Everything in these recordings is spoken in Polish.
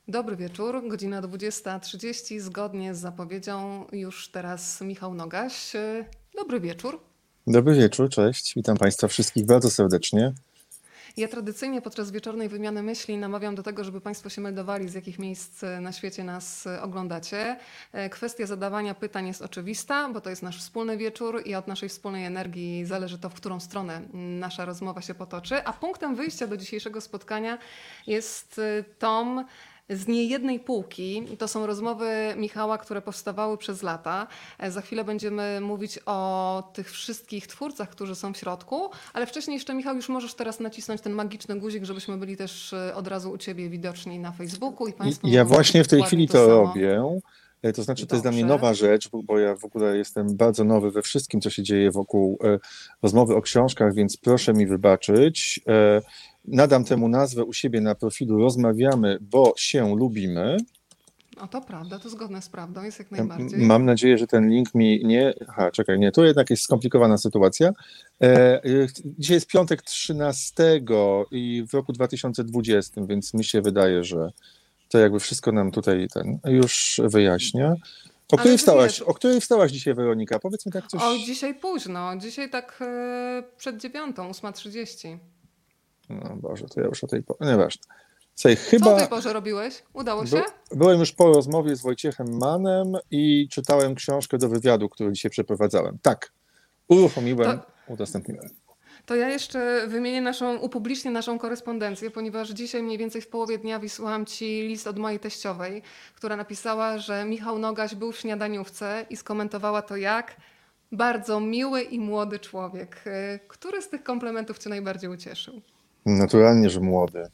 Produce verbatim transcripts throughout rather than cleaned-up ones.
Dobry wieczór, godzina dwudziesta trzydzieści, zgodnie z zapowiedzią już teraz Michał Nogaś. Dobry wieczór. Dobry wieczór, cześć. Witam Państwa wszystkich bardzo serdecznie. Ja tradycyjnie podczas wieczornej wymiany myśli namawiam do tego, żeby Państwo się meldowali, z jakich miejsc na świecie nas oglądacie. Kwestia zadawania pytań jest oczywista, bo to jest nasz wspólny wieczór i od naszej wspólnej energii zależy to, w którą stronę nasza rozmowa się potoczy. A punktem wyjścia do dzisiejszego spotkania jest tom z niejednej półki. To są rozmowy Michała, które powstawały przez lata. Za chwilę będziemy mówić o tych wszystkich twórcach, którzy są w środku, ale wcześniej jeszcze, Michał, już możesz teraz nacisnąć ten magiczny guzik, żebyśmy byli też od razu u Ciebie widoczni na Facebooku i Państwo Ja mogą właśnie w tej dokładnie chwili to to samo. robię. E, To znaczy, to jest dla mnie Dobrze. nowa rzecz, bo bo ja w ogóle jestem bardzo nowy we wszystkim, co się dzieje wokół e, rozmowy o książkach, więc proszę mi wybaczyć. E, Nadam temu nazwę u siebie na profilu Rozmawiamy, bo się lubimy. O, to prawda, to zgodne z prawdą, jest jak E, m- najbardziej. Mam nadzieję, że ten link mi nie. Aha, czekaj, nie, to jednak jest skomplikowana sytuacja. E, e, Dzisiaj jest piątek trzynastego i w roku dwa tysiące dwudziestym, więc mi się wydaje, że to jakby wszystko nam tutaj ten już wyjaśnia. O Ale której ty wstałaś? wiesz, O której wstałaś dzisiaj, Weronika? Powiedz mi tak coś. o dzisiaj późno, dzisiaj tak e, przed dziewiątą, ósma trzydzieści. No Boże, to ja już o tej porze. Nieważne. Słuchaj, Co o tej chyba porze robiłeś? Udało się? by, byłem już po rozmowie z Wojciechem Mannem i czytałem książkę do wywiadu, który dzisiaj przeprowadzałem. Tak, uruchomiłem, To, udostępniłem. to ja jeszcze wymienię naszą, upublicznię naszą korespondencję, ponieważ dzisiaj mniej więcej w połowie dnia wysłałam Ci list od mojej teściowej, która napisała, że Michał Nogaś był w śniadaniówce i skomentowała to jak bardzo miły i młody człowiek. E, Który z tych komplementów Cię najbardziej ucieszył? Naturalnie, że młody.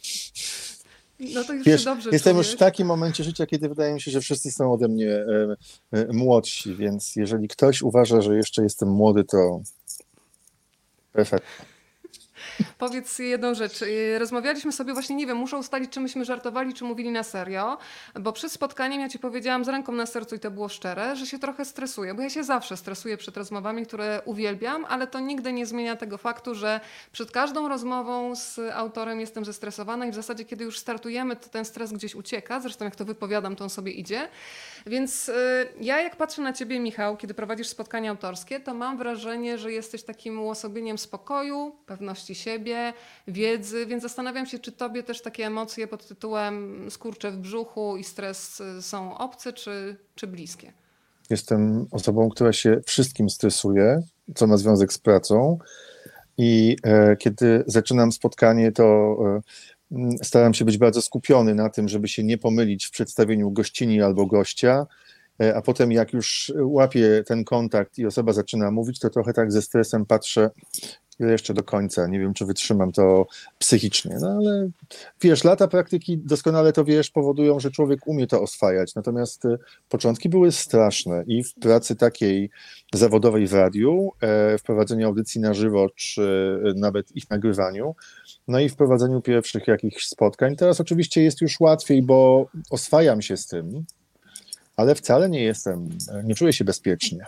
No to już się Wiesz, dobrze jestem już w czujesz. takim momencie życia, kiedy wydaje mi się, że wszyscy są ode mnie e, e, młodsi, więc jeżeli ktoś uważa, że jeszcze jestem młody, to perfekt. Powiedz jedną rzecz. Y, Rozmawialiśmy sobie właśnie, nie wiem, muszę ustalić, czy myśmy żartowali, czy mówili na serio, bo przed spotkaniem ja Ci powiedziałam z ręką na sercu i to było szczere, że się trochę stresuję, bo ja się zawsze stresuję przed rozmowami, które uwielbiam, ale to nigdy nie zmienia tego faktu, że przed każdą rozmową z autorem jestem zestresowana i w zasadzie, kiedy już startujemy, to ten stres gdzieś ucieka, zresztą jak to wypowiadam, to on sobie idzie. Więc y, ja jak patrzę na Ciebie, Michał, kiedy prowadzisz spotkania autorskie, to mam wrażenie, że jesteś takim uosobieniem spokoju, pewności siebie, wiedzy, więc zastanawiam się, czy Tobie też takie emocje pod tytułem skurcze w brzuchu i stres y, są obce, czy, czy bliskie? Jestem osobą, która się wszystkim stresuje, co ma związek z pracą. I e, kiedy zaczynam spotkanie, to e, m, staram się być bardzo skupiony na tym, żeby się nie pomylić w przedstawieniu gościni albo gościa. E, a potem, jak już łapię ten kontakt i osoba zaczyna mówić, to trochę tak ze stresem patrzę, ile jeszcze do końca. Nie wiem, czy wytrzymam to psychicznie. No ale wiesz, lata praktyki, doskonale to wiesz, powodują, że człowiek umie to oswajać. Natomiast e, początki były straszne i w pracy takiej zawodowej w radiu, e, w prowadzeniu audycji na żywo, czy e, nawet ich nagrywaniu, no i w prowadzeniu pierwszych jakichś spotkań. Teraz oczywiście jest już łatwiej, bo oswajam się z tym, ale wcale nie jestem, e, nie czuję się bezpiecznie.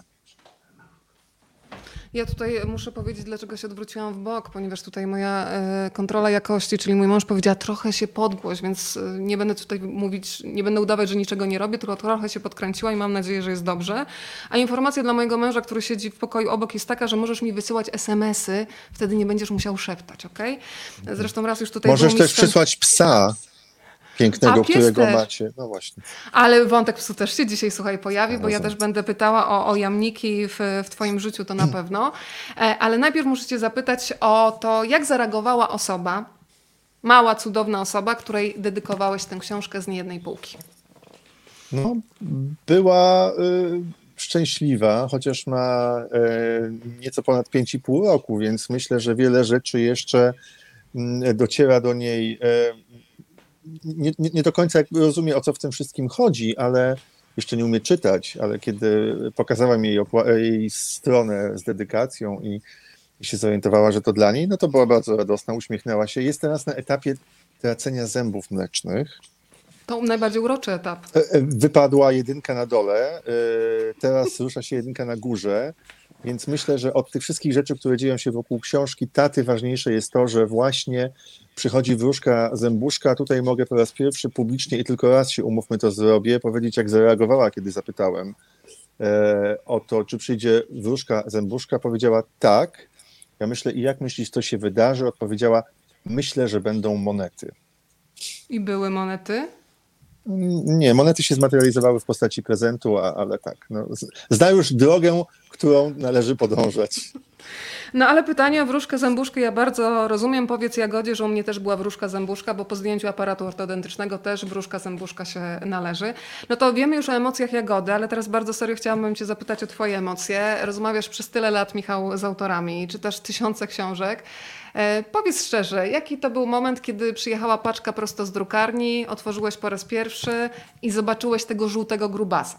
Ja tutaj muszę powiedzieć, dlaczego się odwróciłam w bok, ponieważ tutaj moja e, kontrola jakości, czyli mój mąż powiedziała trochę się podgłoś, więc e, nie będę tutaj mówić, nie będę udawać, że niczego nie robię, tylko trochę się podkręciła i mam nadzieję, że jest dobrze. A informacja dla mojego męża, który siedzi w pokoju obok, jest taka, że możesz mi wysyłać es em esy, wtedy nie będziesz musiał szeptać, okej? Zresztą raz już tutaj Możesz był też mistrzem... przysłać psa pięknego, A, pies którego też. macie. No właśnie. Ale wątek psu też się dzisiaj, słuchaj, pojawi, A, bo ja rozumiem. też będę pytała o, o jamniki w, w Twoim życiu, to na pewno. E, Ale najpierw muszę Cię zapytać o to, jak zareagowała osoba, mała, cudowna osoba, której dedykowałeś tę książkę z niejednej półki. No, była y, szczęśliwa, chociaż ma y, nieco ponad pięć i pół roku, więc myślę, że wiele rzeczy jeszcze y, dociera do niej. Y, nie, nie, nie do końca jakby rozumie, o co w tym wszystkim chodzi, ale jeszcze nie umie czytać, ale kiedy pokazałem jej, opła- jej stronę z dedykacją i, i się zorientowała, że to dla niej, no to była bardzo radosna, uśmiechnęła się. Jest teraz na etapie tracenia zębów mlecznych. To najbardziej uroczy etap. E, e, Wypadła jedynka na dole, e, teraz rusza się jedynka na górze. Więc myślę, że od tych wszystkich rzeczy, które dzieją się wokół książki taty, ważniejsze jest to, że właśnie przychodzi wróżka zębuszka. Tutaj mogę po raz pierwszy publicznie i tylko raz się, umówmy, to zrobię, powiedzieć, jak zareagowała, kiedy zapytałem e, o to, czy przyjdzie wróżka zębuszka. Powiedziała tak. Ja myślę, i jak myślisz, co się wydarzy? Odpowiedziała, myślę, że będą monety. I były monety? Nie, monety się zmaterializowały w postaci prezentu, a, ale tak. No, zna już drogę, którą należy podążać. No ale pytanie o wróżkę zębuszkę ja bardzo rozumiem. Powiedz Jagodzie, że u mnie też była wróżka zębuszka, bo po zdjęciu aparatu ortodontycznego też wróżka zębuszka się należy. No to wiemy już o emocjach Jagody, ale teraz bardzo serio chciałabym cię zapytać o twoje emocje. Rozmawiasz przez tyle lat, Michał, z autorami, czytasz tysiące książek. E, powiedz szczerze, jaki to był moment, kiedy przyjechała paczka prosto z drukarni, otworzyłeś po raz pierwszy i zobaczyłeś tego żółtego grubasa?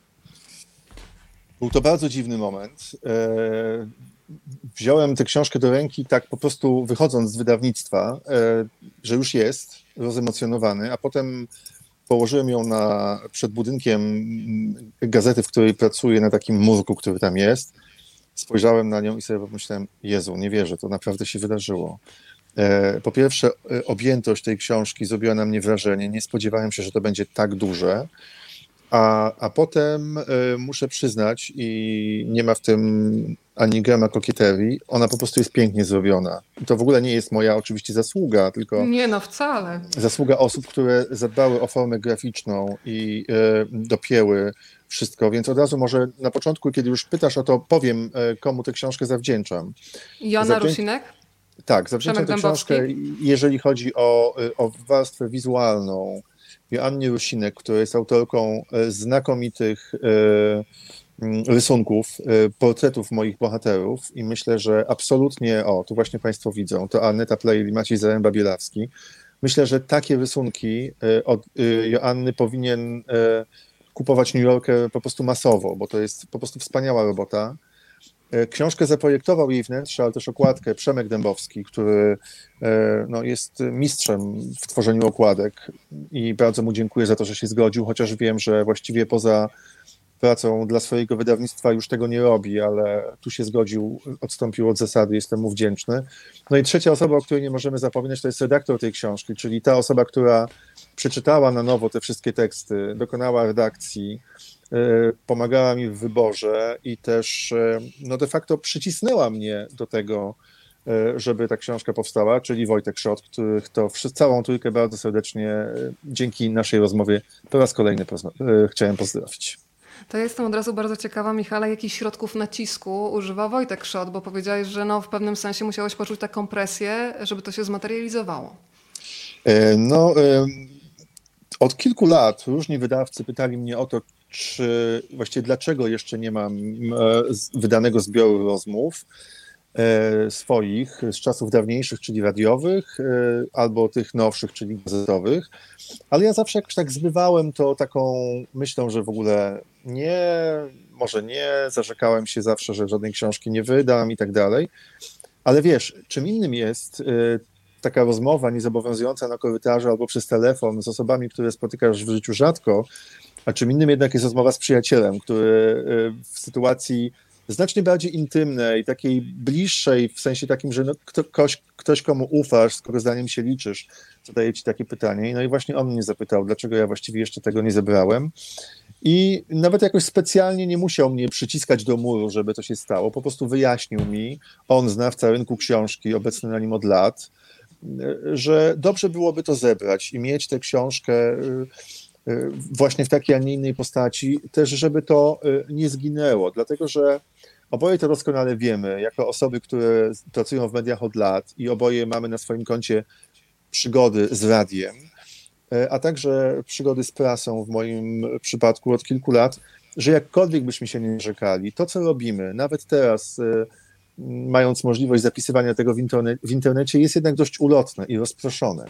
Był to bardzo dziwny moment. E, wziąłem tę książkę do ręki tak po prostu wychodząc z wydawnictwa, e, że już jest rozemocjonowany, a potem położyłem ją na, przed budynkiem gazety, w której pracuję, na takim murku, który tam jest. Spojrzałem na nią i sobie pomyślałem, Jezu, nie wierzę, to naprawdę się wydarzyło. E, po pierwsze, e, objętość tej książki zrobiła na mnie wrażenie. Nie spodziewałem się, że to będzie tak duże. A, a potem y, muszę przyznać, i nie ma w tym ani grama kokieterii, ona po prostu jest pięknie zrobiona. I to w ogóle nie jest moja oczywiście zasługa, tylko Nie no, wcale. zasługa osób, które zadbały o formę graficzną i y, dopięły wszystko. Więc od razu może na początku, kiedy już pytasz o to, powiem, y, komu tę książkę zawdzięczam. Joanna Zawdzię... Rusinek? Tak, zawdzięczam tę książkę, jeżeli chodzi o, o warstwę wizualną, Joannie Rusinek, która jest autorką znakomitych rysunków, portretów moich bohaterów i myślę, że absolutnie, o, tu właśnie Państwo widzą, to Aneta Plejl i Maciej Zaręba-Bielawski. Myślę, że takie rysunki od Joanny powinien kupować New Yorker po prostu masowo, bo to jest po prostu wspaniała robota. Książkę zaprojektował jej wnętrze, ale też okładkę Przemek Dębowski, który no, jest mistrzem w tworzeniu okładek i bardzo mu dziękuję za to, że się zgodził, chociaż wiem, że właściwie poza pracą dla swojego wydawnictwa już tego nie robi, ale tu się zgodził, odstąpił od zasady, jestem mu wdzięczny. No i trzecia osoba, o której nie możemy zapominać, to jest redaktor tej książki, czyli ta osoba, która przeczytała na nowo te wszystkie teksty, dokonała redakcji, pomagała mi w wyborze i też no de facto przycisnęła mnie do tego, żeby ta książka powstała, czyli Wojtek Szot, których to całą trójkę bardzo serdecznie dzięki naszej rozmowie po raz kolejny chciałem pozdrowić. To ja jestem od razu bardzo ciekawa, Michale, jakich środków nacisku używa Wojtek Szot, bo powiedziałeś, że no, w pewnym sensie musiałeś poczuć taką presję, żeby to się zmaterializowało. No, od kilku lat różni wydawcy pytali mnie o to, czy właściwie dlaczego jeszcze nie mam wydanego zbioru rozmów swoich z czasów dawniejszych, czyli radiowych, albo tych nowszych, czyli gazetowych, ale ja zawsze jakoś tak zbywałem to taką myślą, że w ogóle nie, może nie, zarzekałem się zawsze, że żadnej książki nie wydam i tak dalej, ale wiesz, czym innym jest taka rozmowa niezobowiązująca na korytarzu albo przez telefon z osobami, które spotykasz w życiu rzadko, a czym innym jednak jest rozmowa z przyjacielem, który w sytuacji znacznie bardziej intymnej, takiej bliższej, w sensie takim, że no ktoś, ktoś, komu ufasz, z kogo zdaniem się liczysz, zadaje ci takie pytanie. No i właśnie on mnie zapytał, dlaczego ja właściwie jeszcze tego nie zebrałem. I nawet jakoś specjalnie nie musiał mnie przyciskać do muru, żeby to się stało. Po prostu wyjaśnił mi, on, znawca rynku książki, obecny na nim od lat, że dobrze byłoby to zebrać i mieć tę książkę właśnie w takiej, a nie innej postaci, też żeby to nie zginęło, dlatego że oboje to doskonale wiemy, jako osoby, które pracują w mediach od lat i oboje mamy na swoim koncie przygody z radiem, a także przygody z prasą w moim przypadku od kilku lat, że jakkolwiek byśmy się nie narzekali, to co robimy, nawet teraz, mając możliwość zapisywania tego w, interne- w internecie, jest jednak dość ulotne i rozproszone.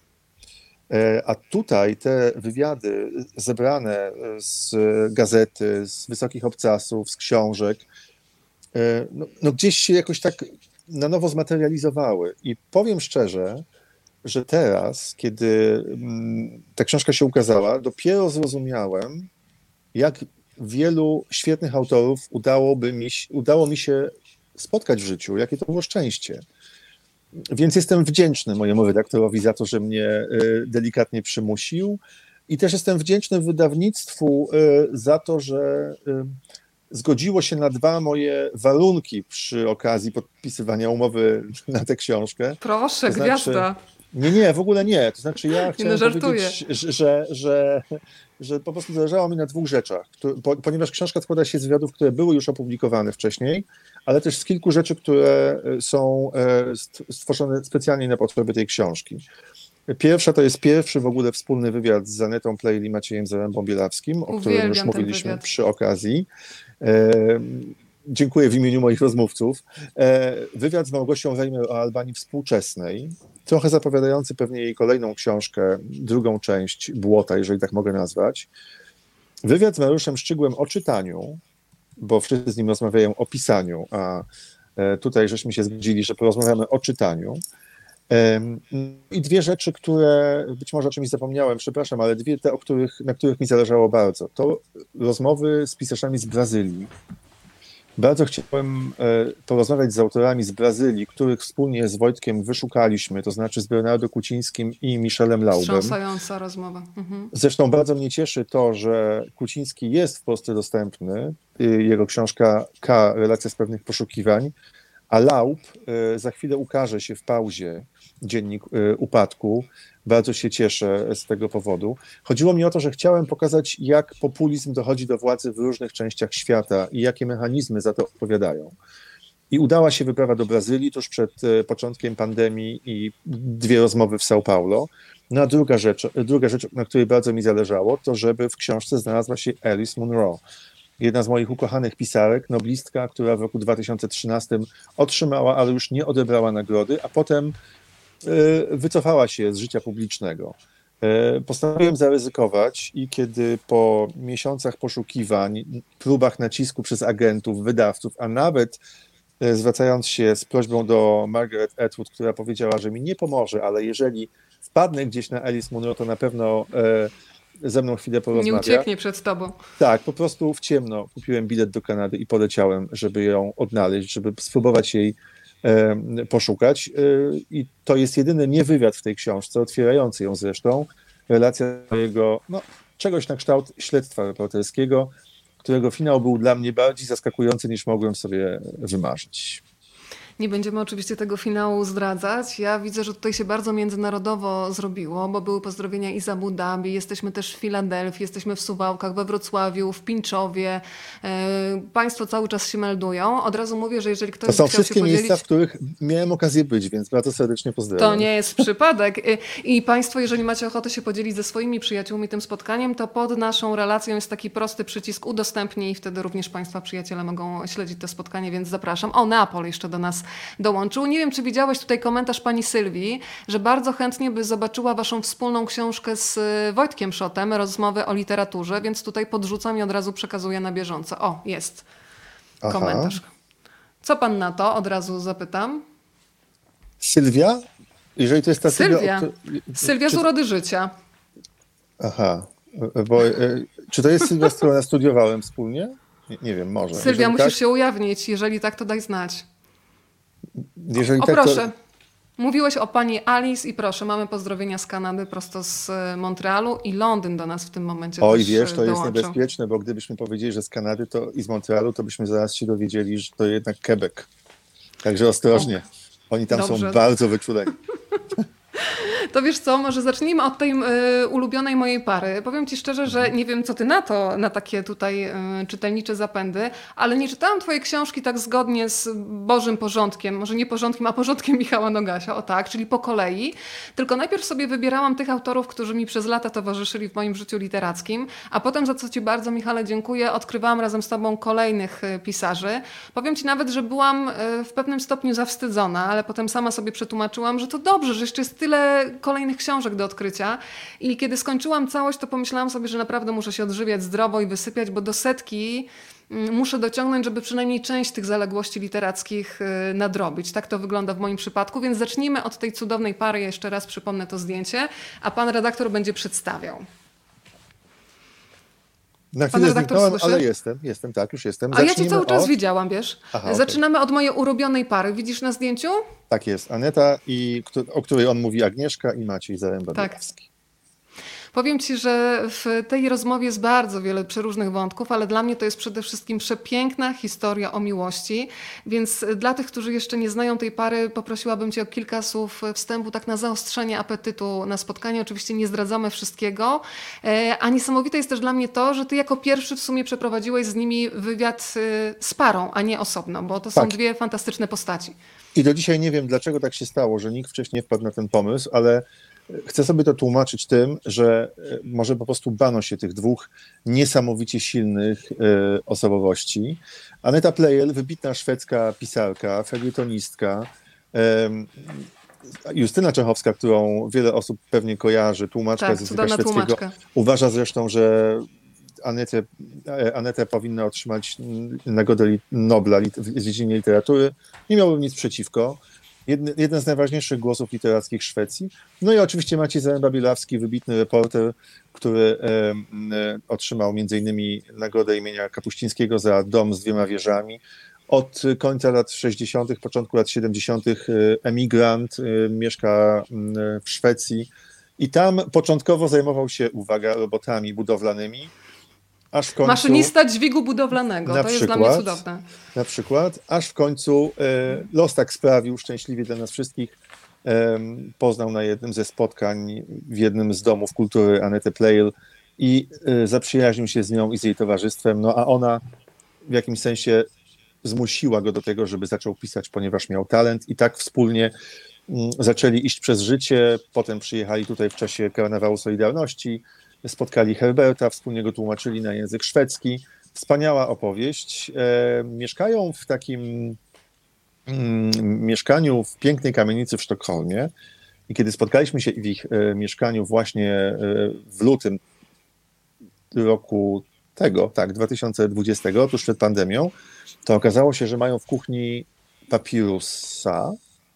A tutaj te wywiady zebrane z gazety, z wysokich obcasów, z książek, no, no gdzieś się jakoś tak na nowo zmaterializowały. I powiem szczerze, że teraz, kiedy ta książka się ukazała, dopiero zrozumiałem, jak wielu świetnych autorów udałoby mi, udało mi się spotkać w życiu. Jakie to było szczęście. Więc jestem wdzięczny mojemu redaktorowi za to, że mnie delikatnie przymusił i też jestem wdzięczny wydawnictwu za to, że zgodziło się na dwa moje warunki przy okazji podpisywania umowy na tę książkę. Proszę, to znaczy, gwiazda. Nie, nie, w ogóle nie. To znaczy ja chciałem no, powiedzieć, że, że, że, że po prostu zależało mi na dwóch rzeczach, ponieważ książka składa się z wywiadów, które były już opublikowane wcześniej, ale też z kilku rzeczy, które są stworzone specjalnie na potrzeby tej książki. Pierwsza to jest pierwszy w ogóle wspólny wywiad z Anetą Plejl i Maciejem Zarembą-Bielavskim, o którym już mówiliśmy przy okazji. E, dziękuję w imieniu moich rozmówców. E, wywiad z Małgosią Reimer o Albanii współczesnej, trochę zapowiadający pewnie jej kolejną książkę, drugą część Błota, jeżeli tak mogę nazwać. Wywiad z Mariuszem Szczygłem o czytaniu, bo wszyscy z nim rozmawiają o pisaniu, a tutaj żeśmy się zgodzili, że porozmawiamy o czytaniu. I dwie rzeczy, które być może o czymś zapomniałem, przepraszam, ale dwie te, o których, na których mi zależało bardzo. To rozmowy z pisarzami z Brazylii. Bardzo chciałem porozmawiać z autorami z Brazylii, których wspólnie z Wojtkiem wyszukaliśmy, to znaczy z Bernardo Kucińskim i Michelem Laubem. Wstrząsająca rozmowa. Mhm. Zresztą bardzo mnie cieszy to, że Kuciński jest w Polsce dostępny, jego książka K, Relacja z pewnych poszukiwań, a Laub za chwilę ukaże się w pauzie, Dziennik Upadku. Bardzo się cieszę z tego powodu. Chodziło mi o to, że chciałem pokazać, jak populizm dochodzi do władzy w różnych częściach świata i jakie mechanizmy za to odpowiadają. I udała się wyprawa do Brazylii tuż przed początkiem pandemii i dwie rozmowy w São Paulo. No a druga rzecz, druga rzecz, na której bardzo mi zależało, to żeby w książce znalazła się Alice Munro. Jedna z moich ukochanych pisarek, noblistka, która w roku dwa tysiące trzynastym otrzymała, ale już nie odebrała nagrody, a potem wycofała się z życia publicznego. Postanowiłem zaryzykować i kiedy po miesiącach poszukiwań, próbach nacisku przez agentów, wydawców, a nawet zwracając się z prośbą do Margaret Atwood, która powiedziała, że mi nie pomoże, ale jeżeli wpadnę gdzieś na Alice Munro, to na pewno ze mną chwilę porozmawia. Nie ucieknie przed tobą. Tak, po prostu w ciemno kupiłem bilet do Kanady i poleciałem, żeby ją odnaleźć, żeby spróbować jej e, poszukać. E, I to jest jedyny niewywiad w tej książce, otwierający ją zresztą, relacja mojego, no, czegoś na kształt śledztwa reporterskiego, którego finał był dla mnie bardziej zaskakujący, niż mogłem sobie wymarzyć. Nie będziemy oczywiście tego finału zdradzać. Ja widzę, że tutaj się bardzo międzynarodowo zrobiło, bo były pozdrowienia i z Abu Dhabi, jesteśmy też w Filadelfii, jesteśmy w Suwałkach, we Wrocławiu, w Pińczowie. Państwo cały czas się meldują. Od razu mówię, że jeżeli ktoś to są chciał wszystkie się podzielić... miejsca, w których miałem okazję być, więc bardzo serdecznie pozdrawiam. To nie jest przypadek. I Państwo, jeżeli macie ochotę się podzielić ze swoimi przyjaciółmi tym spotkaniem, to pod naszą relacją jest taki prosty przycisk udostępnij i wtedy również Państwa przyjaciele mogą śledzić to spotkanie, więc zapraszam. O, Neapol jeszcze do nas dołączył. Nie wiem, czy widziałeś tutaj komentarz pani Sylwii, że bardzo chętnie by zobaczyła waszą wspólną książkę z Wojtkiem Szotem, rozmowy o literaturze, więc tutaj podrzucam i od razu przekazuję na bieżąco. O, jest komentarz. Aha. Co pan na to? Od razu zapytam. Sylwia? Jeżeli to jest ta Sylwia. Sylwia, Sylwia z Urody Życia. Aha. Bo, czy to jest Sylwia, z którą ja studiowałem wspólnie? Nie, nie wiem, może. Sylwia, jeżeli musisz tak, się ujawnić. Jeżeli tak, to daj znać. Jeżeli o, tak, proszę. To... Mówiłeś o pani Alice i proszę, mamy pozdrowienia z Kanady prosto z Montrealu i Londyn do nas w tym momencie Oj, też wiesz, to dołączył. jest niebezpieczne, bo gdybyśmy powiedzieli, że z Kanady to i z Montrealu, to byśmy zaraz się dowiedzieli, że to jednak Quebec. Także ostrożnie. Oni tam Dobrze. są bardzo wyczuleni. To wiesz co, może zacznijmy od tej y, ulubionej mojej pary. Powiem ci szczerze, że nie wiem, co ty na to, na takie tutaj y, czytelnicze zapędy, ale nie czytałam twojej książki tak zgodnie z Bożym porządkiem, może nie porządkiem, a porządkiem Michała Nogasia, o tak, czyli po kolei. Tylko najpierw sobie wybierałam tych autorów, którzy mi przez lata towarzyszyli w moim życiu literackim, a potem, za co ci bardzo, Michale, dziękuję, odkrywałam razem z tobą kolejnych y, pisarzy. Powiem ci nawet, że byłam y, w pewnym stopniu zawstydzona, ale potem sama sobie przetłumaczyłam, że to dobrze, że jeszcze jest tyle kolejnych książek do odkrycia i kiedy skończyłam całość, to pomyślałam sobie, że naprawdę muszę się odżywiać zdrowo i wysypiać, bo do setki muszę dociągnąć, żeby przynajmniej część tych zaległości literackich nadrobić. Tak to wygląda w moim przypadku, więc zacznijmy od tej cudownej pary. Ja jeszcze raz przypomnę to zdjęcie, a pan redaktor będzie przedstawiał. Na Pan chwilę redaktor zniknąłem, słyszy? ale jestem, jestem, tak, już jestem. A ja cię Zacznijmy cały czas od... widziałam, wiesz? Aha, okej. Zaczynamy od mojej ulubionej pary. Widzisz na zdjęciu? Tak jest, Aneta, i, któ- o której on mówi, Agnieszka i Maciej Tak. Zaręba-Bielawski. Powiem Ci, że w tej rozmowie jest bardzo wiele przeróżnych wątków, ale dla mnie to jest przede wszystkim przepiękna historia o miłości, więc dla tych, którzy jeszcze nie znają tej pary, poprosiłabym Cię o kilka słów wstępu, tak na zaostrzenie apetytu na spotkanie. Oczywiście nie zdradzamy wszystkiego, e, a niesamowite jest też dla mnie to, że Ty jako pierwszy w sumie przeprowadziłeś z nimi wywiad e, z parą, a nie osobno, bo to są Tak. dwie fantastyczne postaci. I do dzisiaj nie wiem, dlaczego tak się stało, że nikt wcześniej nie wpadł na ten pomysł, ale chcę sobie to tłumaczyć tym, że e, może po prostu bano się tych dwóch niesamowicie silnych e, osobowości. Aneta Pleijel, wybitna szwedzka pisarka, felietonistka, e, Justyna Czechowska, którą wiele osób pewnie kojarzy, tłumaczka Tak, z języka cudowna szwedzkiego, tłumaczka. uważa zresztą, że Anetę, Anetę powinna otrzymać Nagrodę Nobla w dziedzinie literatury. Nie miałbym nic przeciwko. Jedny, jeden z najważniejszych głosów literackich Szwecji. No i oczywiście Maciej Zaręba-Bielawski, wybitny reporter, który e, e, otrzymał między innymi nagrodę imienia Kapuścińskiego za Dom z dwiema wieżami. Od końca lat sześćdziesiątych, początku lat siedemdziesiątych emigrant, e, mieszka w Szwecji i tam początkowo zajmował się, uwaga, robotami budowlanymi. Aż w końcu, Maszynista dźwigu budowlanego, na to jest przykład, dla mnie cudowne. Na przykład, aż w końcu e, los tak sprawił, szczęśliwie dla nas wszystkich, e, poznał na jednym ze spotkań w jednym z domów kultury Anetę Pleijel i e, zaprzyjaźnił się z nią i z jej towarzystwem, no a ona w jakimś sensie zmusiła go do tego, żeby zaczął pisać, ponieważ miał talent i tak wspólnie m, zaczęli iść przez życie, potem przyjechali tutaj w czasie Karnawału Solidarności, spotkali Herberta, wspólnie go tłumaczyli na język szwedzki. Wspaniała opowieść. E, mieszkają w takim mm, mieszkaniu w pięknej kamienicy w Sztokholmie i kiedy spotkaliśmy się w ich e, mieszkaniu właśnie e, w lutym roku tego, tak, dwa tysiące dwudziestego, tuż przed pandemią, to okazało się, że mają w kuchni papirusa,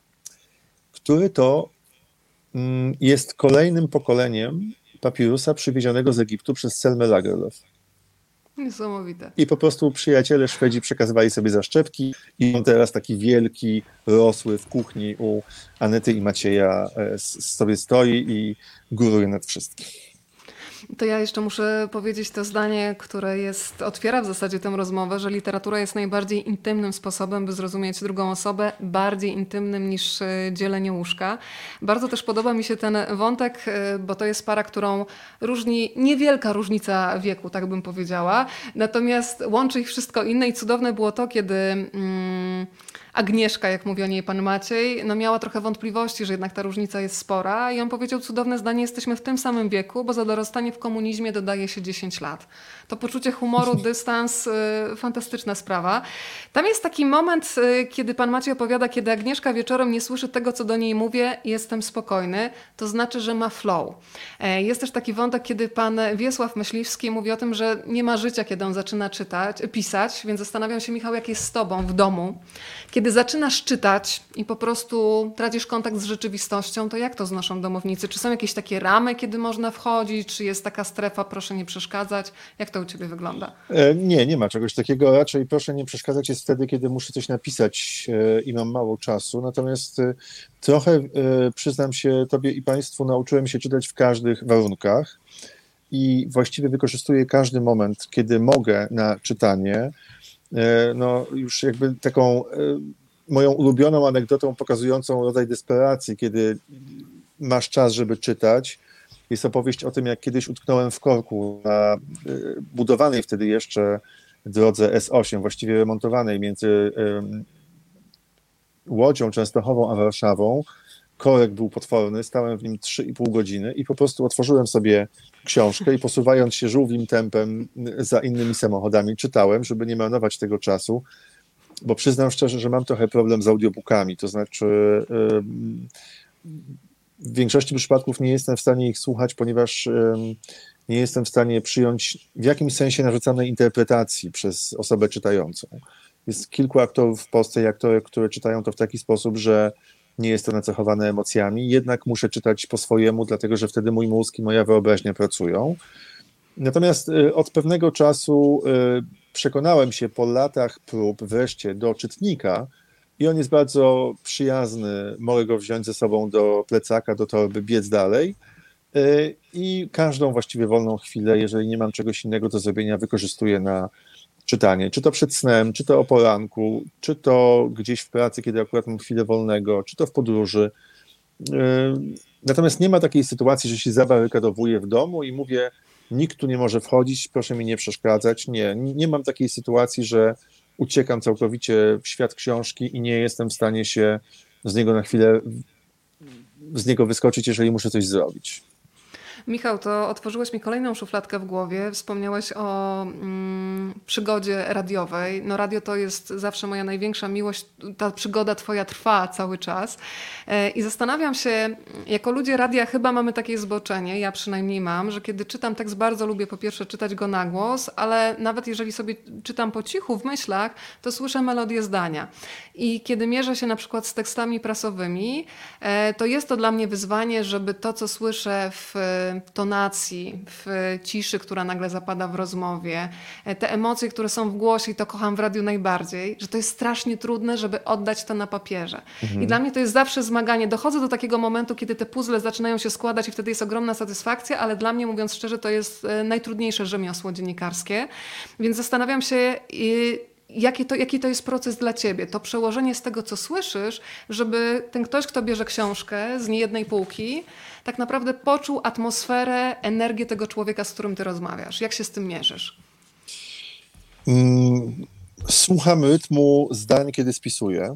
który to mm, jest kolejnym pokoleniem papirusa przywiezionego z Egiptu przez Selmę Lagerlöf. Niesamowite. I po prostu przyjaciele Szwedzi przekazywali sobie zaszczepki i on teraz taki wielki, rosły w kuchni u Anety i Macieja sobie stoi i góruje nad wszystkim. To ja jeszcze muszę powiedzieć to zdanie, które jest, otwiera w zasadzie tę rozmowę, że literatura jest najbardziej intymnym sposobem, by zrozumieć drugą osobę, bardziej intymnym niż dzielenie łóżka. Bardzo też podoba mi się ten wątek, bo to jest para, którą różni niewielka różnica wieku, tak bym powiedziała. Natomiast łączy ich wszystko inne i cudowne było to, kiedy mm, Agnieszka, jak mówi o niej pan Maciej, no miała trochę wątpliwości, że jednak ta różnica jest spora i on powiedział cudowne zdanie: jesteśmy w tym samym wieku, bo za dorastanie w komunizmie dodaje się dziesięć lat. To poczucie humoru, dystans, y, fantastyczna sprawa. Tam jest taki moment, y, kiedy pan Maciej opowiada, kiedy Agnieszka wieczorem nie słyszy tego, co do niej mówię, jestem spokojny, to znaczy, że ma flow. E, jest też taki wątek, kiedy pan Wiesław Myśliwski mówi o tym, że nie ma życia, kiedy on zaczyna czytać, pisać, więc zastanawiam się, Michał, jak jest z tobą w domu. Kiedy zaczynasz czytać i po prostu tracisz kontakt z rzeczywistością, to jak to znoszą domownicy? Czy są jakieś takie ramy, kiedy można wchodzić? Czy jest taka strefa, proszę nie przeszkadzać? Jak to u ciebie wygląda? E, nie, nie ma czegoś takiego. Raczej proszę nie przeszkadzać jest wtedy, kiedy muszę coś napisać e, i mam mało czasu. Natomiast e, trochę, e, przyznam się tobie i państwu, nauczyłem się czytać w każdych warunkach i właściwie wykorzystuję każdy moment, kiedy mogę, na czytanie. No już jakby taką moją ulubioną anegdotą pokazującą rodzaj desperacji, kiedy masz czas, żeby czytać, jest opowieść o tym, jak kiedyś utknąłem w korku na budowanej wtedy jeszcze drodze S osiem, właściwie remontowanej między Łodzią Częstochową a Warszawą. Korek był potworny, stałem w nim trzy i pół godziny i po prostu otworzyłem sobie książkę i posuwając się żółwim tempem za innymi samochodami czytałem, żeby nie marnować tego czasu, bo przyznam szczerze, że mam trochę problem z audiobookami, to znaczy w większości przypadków nie jestem w stanie ich słuchać, ponieważ nie jestem w stanie przyjąć w jakimś sensie narzucanej interpretacji przez osobę czytającą. Jest kilku aktorów w Polsce i aktorek, które czytają to w taki sposób, że nie jest to nacechowane emocjami, jednak muszę czytać po swojemu, dlatego że wtedy mój mózg i moja wyobraźnia pracują. Natomiast y, od pewnego czasu y, przekonałem się po latach prób wreszcie do czytnika i on jest bardzo przyjazny, mogę go wziąć ze sobą do plecaka, do torby, biec dalej y, i każdą właściwie wolną chwilę, jeżeli nie mam czegoś innego do zrobienia, wykorzystuję na czytanie, czy to przed snem, czy to o poranku, czy to gdzieś w pracy, kiedy akurat mam chwilę wolnego, czy to w podróży. Natomiast nie ma takiej sytuacji, że się zabarykadowuję w domu i mówię, nikt tu nie może wchodzić, proszę mi nie przeszkadzać. Nie, nie mam takiej sytuacji, że uciekam całkowicie w świat książki i nie jestem w stanie się z niego na chwilę z niego wyskoczyć, jeżeli muszę coś zrobić. Michał, to otworzyłeś mi kolejną szufladkę w głowie. Wspomniałeś o mm, przygodzie radiowej. No radio to jest zawsze moja największa miłość. Ta przygoda twoja trwa cały czas. E, I zastanawiam się, jako ludzie radia chyba mamy takie zboczenie, ja przynajmniej mam, że kiedy czytam tekst, bardzo lubię po pierwsze czytać go na głos, ale nawet jeżeli sobie czytam po cichu w myślach, to słyszę melodię zdania. I kiedy mierzę się na przykład z tekstami prasowymi, e, to jest to dla mnie wyzwanie, żeby to, co słyszę w tonacji, w ciszy, która nagle zapada w rozmowie, te emocje, które są w głosie i to kocham w radiu najbardziej, że to jest strasznie trudne, żeby oddać to na papierze. Mhm. I dla mnie to jest zawsze zmaganie. Dochodzę do takiego momentu, kiedy te puzzle zaczynają się składać i wtedy jest ogromna satysfakcja, ale dla mnie, mówiąc szczerze, to jest najtrudniejsze rzemiosło dziennikarskie. Więc zastanawiam się, Jaki to, jaki to jest proces dla ciebie? To przełożenie z tego, co słyszysz, żeby ten ktoś, kto bierze książkę z niejednej półki, tak naprawdę poczuł atmosferę, energię tego człowieka, z którym ty rozmawiasz. Jak się z tym mierzysz? Słucham rytmu zdań, kiedy spisuję.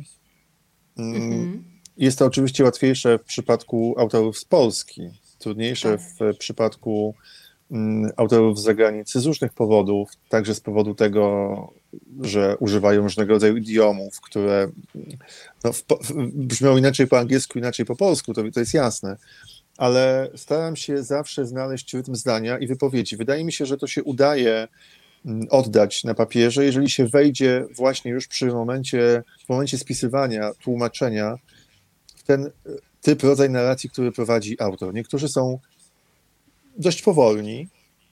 Mhm. Jest to oczywiście łatwiejsze w przypadku autorów z Polski, trudniejsze tak. w przypadku autorów z zagranicy z różnych powodów, także z powodu tego, że używają różnego rodzaju idiomów, które no, w, w, brzmią inaczej po angielsku, inaczej po polsku, to, to jest jasne, ale staram się zawsze znaleźć rytm zdania i wypowiedzi. Wydaje mi się, że to się udaje oddać na papierze, jeżeli się wejdzie właśnie już przy momencie, w momencie spisywania, tłumaczenia w ten typ, rodzaj narracji, który prowadzi autor. Niektórzy są dość powolni,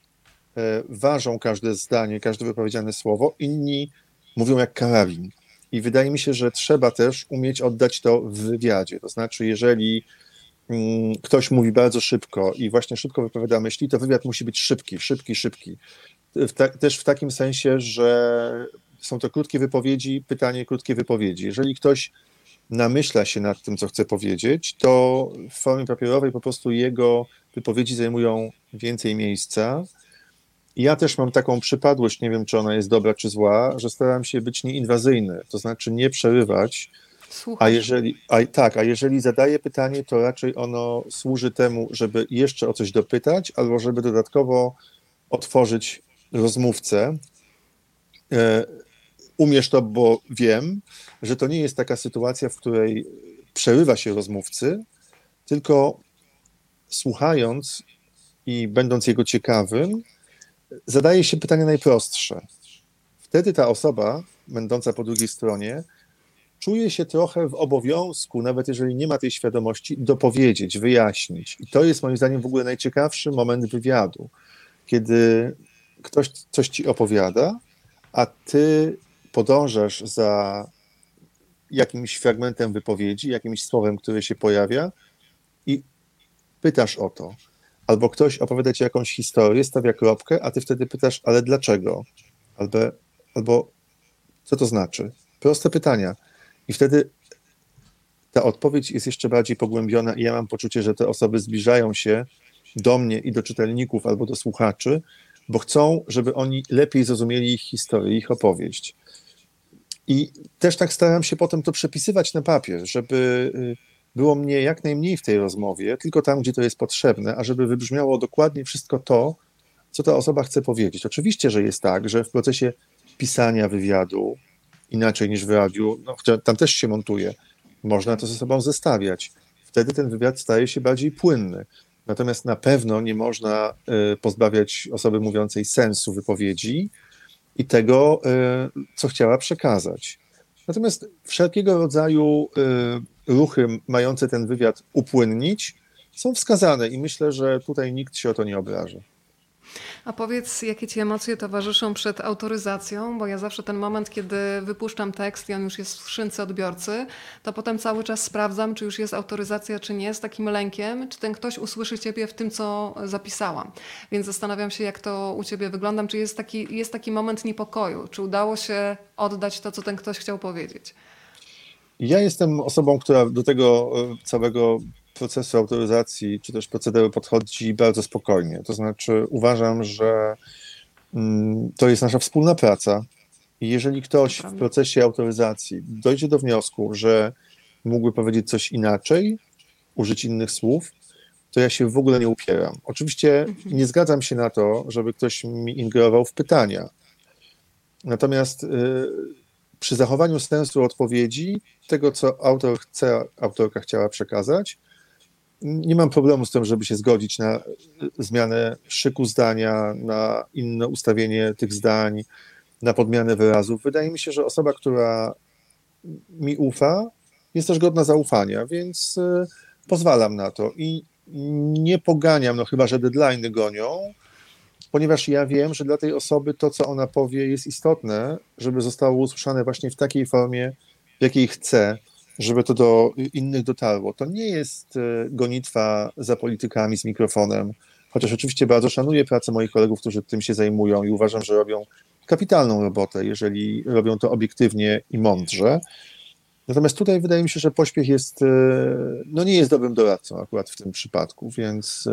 ważą każde zdanie, każde wypowiedziane słowo, inni mówią jak karabin. I wydaje mi się, że trzeba też umieć oddać to w wywiadzie. To znaczy, jeżeli mm, ktoś mówi bardzo szybko i właśnie szybko wypowiada myśli, to wywiad musi być szybki, szybki, szybki. W ta, też w takim sensie, że są to krótkie wypowiedzi, pytanie, krótkie wypowiedzi. Jeżeli ktoś namyśla się nad tym, co chce powiedzieć, to w formie papierowej po prostu jego wypowiedzi zajmują więcej miejsca. Ja też mam taką przypadłość, nie wiem, czy ona jest dobra, czy zła, że staram się być nieinwazyjny, to znaczy nie przerywać. Słuchasz. A jeżeli, a, tak, a jeżeli zadaję pytanie, to raczej ono służy temu, żeby jeszcze o coś dopytać, albo żeby dodatkowo otworzyć rozmówcę. E, umiesz to, bo wiem, że to nie jest taka sytuacja, w której przerywa się rozmówcy, tylko słuchając i będąc jego ciekawym, zadaje się pytanie najprostsze. Wtedy ta osoba, będąca po drugiej stronie, czuje się trochę w obowiązku, nawet jeżeli nie ma tej świadomości, dopowiedzieć, wyjaśnić. I to jest moim zdaniem w ogóle najciekawszy moment wywiadu, kiedy ktoś coś ci opowiada, a ty podążasz za jakimś fragmentem wypowiedzi, jakimś słowem, które się pojawia i pytasz o to. Albo ktoś opowiada ci jakąś historię, stawia kropkę, a ty wtedy pytasz, ale dlaczego? Albo, albo co to znaczy? Proste pytania. I wtedy ta odpowiedź jest jeszcze bardziej pogłębiona i ja mam poczucie, że te osoby zbliżają się do mnie i do czytelników albo do słuchaczy, bo chcą, żeby oni lepiej zrozumieli ich historię, ich opowieść. I też tak staram się potem to przepisywać na papier, żeby było mnie jak najmniej w tej rozmowie, tylko tam, gdzie to jest potrzebne, a żeby wybrzmiało dokładnie wszystko to, co ta osoba chce powiedzieć. Oczywiście, że jest tak, że w procesie pisania wywiadu, inaczej niż w radiu, no, tam też się montuje, można to ze sobą zestawiać. Wtedy ten wywiad staje się bardziej płynny. Natomiast na pewno nie można y, pozbawiać osoby mówiącej sensu wypowiedzi i tego, y, co chciała przekazać. Natomiast wszelkiego rodzaju y, ruchy mające ten wywiad upłynnić są wskazane i myślę, że tutaj nikt się o to nie obraży. A powiedz, jakie ci emocje towarzyszą przed autoryzacją, bo ja zawsze ten moment, kiedy wypuszczam tekst i on już jest w skrzynce odbiorcy, to potem cały czas sprawdzam, czy już jest autoryzacja, czy nie, z takim lękiem, czy ten ktoś usłyszy ciebie w tym, co zapisałam. Więc zastanawiam się, jak to u ciebie wygląda, czy jest taki, jest taki moment niepokoju, czy udało się oddać to, co ten ktoś chciał powiedzieć. Ja jestem osobą, która do tego całego procesu autoryzacji, czy też procederu podchodzi bardzo spokojnie. To znaczy uważam, że to jest nasza wspólna praca i jeżeli ktoś w procesie autoryzacji dojdzie do wniosku, że mógłby powiedzieć coś inaczej, użyć innych słów, to ja się w ogóle nie upieram. Oczywiście mhm. nie zgadzam się na to, żeby ktoś mi ingerował w pytania. Natomiast y, przy zachowaniu sensu odpowiedzi, tego co autor chce, autorka chciała przekazać, nie mam problemu z tym, żeby się zgodzić na zmianę szyku zdania, na inne ustawienie tych zdań, na podmianę wyrazów. Wydaje mi się, że osoba, która mi ufa, jest też godna zaufania, więc y, pozwalam na to i nie poganiam, no chyba że deadline'y gonią, ponieważ ja wiem, że dla tej osoby to, co ona powie, jest istotne, żeby zostało usłyszane właśnie w takiej formie, w jakiej chce, żeby to do innych dotarło. To nie jest gonitwa za politykami z mikrofonem, chociaż oczywiście bardzo szanuję pracę moich kolegów, którzy tym się zajmują i uważam, że robią kapitalną robotę, jeżeli robią to obiektywnie i mądrze. Natomiast tutaj wydaje mi się, że pośpiech jest, no nie jest dobrym doradcą akurat w tym przypadku, więc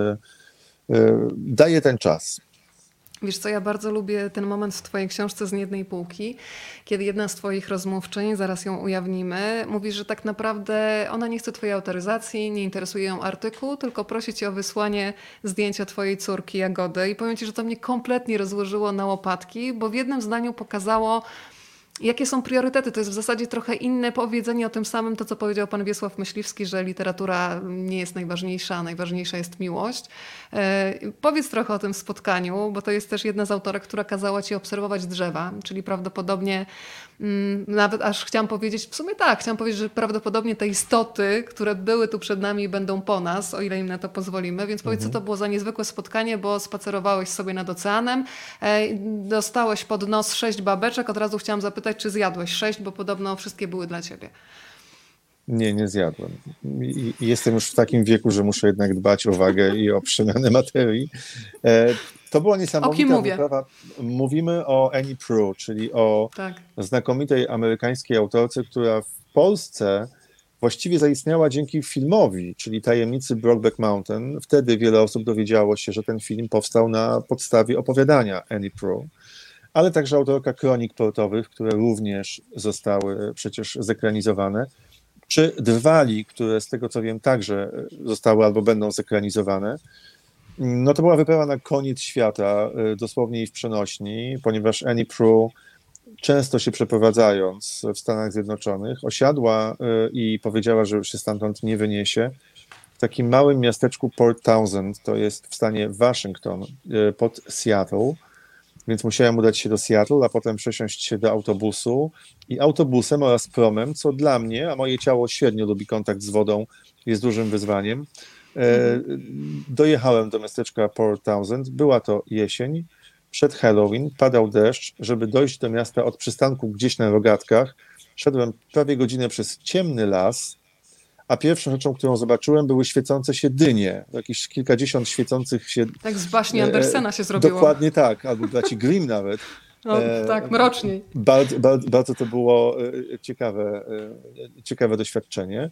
daję ten czas. Wiesz co, ja bardzo lubię ten moment w twojej książce Z niejednej półki, kiedy jedna z twoich rozmówczyń, zaraz ją ujawnimy, mówi, że tak naprawdę ona nie chce twojej autoryzacji, nie interesuje ją artykuł, tylko prosi cię o wysłanie zdjęcia twojej córki Jagody. I powiem ci, że to mnie kompletnie rozłożyło na łopatki, bo w jednym zdaniu pokazało, jakie są priorytety. To jest w zasadzie trochę inne powiedzenie o tym samym, to co powiedział pan Wiesław Myśliwski, że literatura nie jest najważniejsza, a najważniejsza jest miłość. E, powiedz trochę o tym spotkaniu, bo to jest też jedna z autorek, która kazała ci obserwować drzewa, czyli prawdopodobnie mm, nawet aż chciałam powiedzieć, w sumie tak, chciałam powiedzieć, że prawdopodobnie te istoty, które były tu przed nami, będą po nas, o ile im na to pozwolimy. Więc powiedz, mhm. co to było za niezwykłe spotkanie, bo spacerowałeś sobie nad oceanem, e, dostałeś pod nos sześć babeczek, od razu chciałam zapytać, czy zjadłeś sześć, bo podobno wszystkie były dla ciebie. Nie, nie zjadłem. I jestem już w takim wieku, że muszę jednak dbać o wagę i o przemianę materii. To była niesamowita wyprawa. Mówimy o Annie Proulx, czyli o tak. znakomitej amerykańskiej autorce, która w Polsce właściwie zaistniała dzięki filmowi, czyli Tajemnicy Brokeback Mountain. Wtedy wiele osób dowiedziało się, że ten film powstał na podstawie opowiadania Annie Proulx, ale także autorka kronik portowych, które również zostały przecież zekranizowane, czy Drwali, które z tego co wiem także zostały albo będą zekranizowane. No to była wyprawa na koniec świata, dosłownie i w przenośni, ponieważ Annie Proulx, często się przeprowadzając w Stanach Zjednoczonych, osiadła i powiedziała, że już się stamtąd nie wyniesie, w takim małym miasteczku Port Townsend, to jest w stanie Waszyngton, pod Seattle. Więc musiałem udać się do Seattle, a potem przesiąść się do autobusu i autobusem oraz promem, co dla mnie, a moje ciało średnio lubi kontakt z wodą, jest dużym wyzwaniem. E, dojechałem do miasteczka Port Townsend, była to jesień, przed Halloween, padał deszcz, żeby dojść do miasta od przystanku gdzieś na rogatkach. Szedłem prawie godzinę przez ciemny las, a pierwszą rzeczą, którą zobaczyłem, były świecące się dynie. Jakieś kilkadziesiąt świecących się... Tak z baśni Andersena się zrobiło. Dokładnie tak, albo braci Grimm nawet. No, e, tak, mroczniej. Bardzo, bardzo, bardzo to było ciekawe, ciekawe doświadczenie.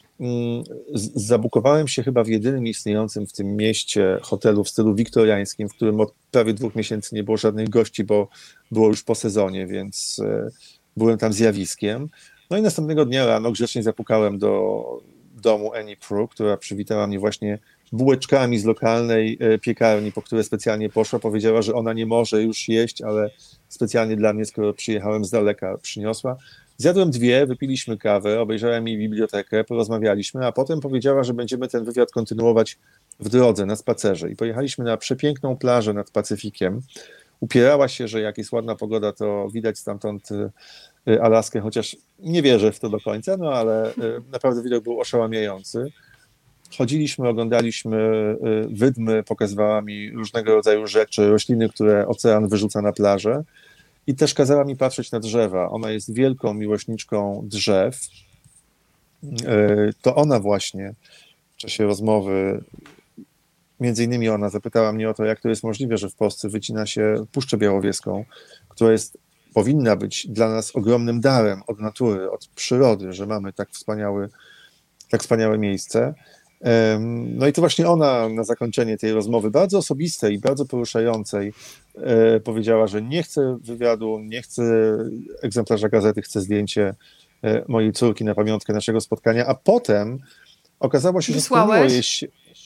Zabukowałem się chyba w jedynym istniejącym w tym mieście hotelu w stylu wiktoriańskim, w którym od prawie dwóch miesięcy nie było żadnych gości, bo było już po sezonie, więc byłem tam zjawiskiem. No i następnego dnia rano grzecznie zapukałem do domu Annie Proulx, która przywitała mnie właśnie bułeczkami z lokalnej piekarni, po które specjalnie poszła. Powiedziała, że ona nie może już jeść, ale specjalnie dla mnie, skoro przyjechałem z daleka, przyniosła. Zjadłem dwie, wypiliśmy kawę, obejrzałem jej bibliotekę, porozmawialiśmy, a potem powiedziała, że będziemy ten wywiad kontynuować w drodze, na spacerze. I pojechaliśmy na przepiękną plażę nad Pacyfikiem. Upierała się, że jak jest ładna pogoda, to widać stamtąd Alaskę, chociaż nie wierzę w to do końca, no ale naprawdę widok był oszałamiający. chodziliśmy, oglądaliśmy wydmy, pokazywała mi różnego rodzaju rzeczy, rośliny, które ocean wyrzuca na plażę i też kazała mi patrzeć na drzewa. Ona jest wielką miłośniczką drzew. To ona właśnie w czasie rozmowy, między innymi ona zapytała mnie o to, jak to jest możliwe, że w Polsce wycina się Puszczę Białowieską, która jest, powinna być dla nas ogromnym darem od natury, od przyrody, że mamy tak wspaniały, tak wspaniałe miejsce. No i to właśnie ona na zakończenie tej rozmowy, bardzo osobistej, bardzo poruszającej, powiedziała, że nie chce wywiadu, nie chce egzemplarza gazety, chce zdjęcie mojej córki na pamiątkę naszego spotkania, a potem okazało się, że spełniło jej się...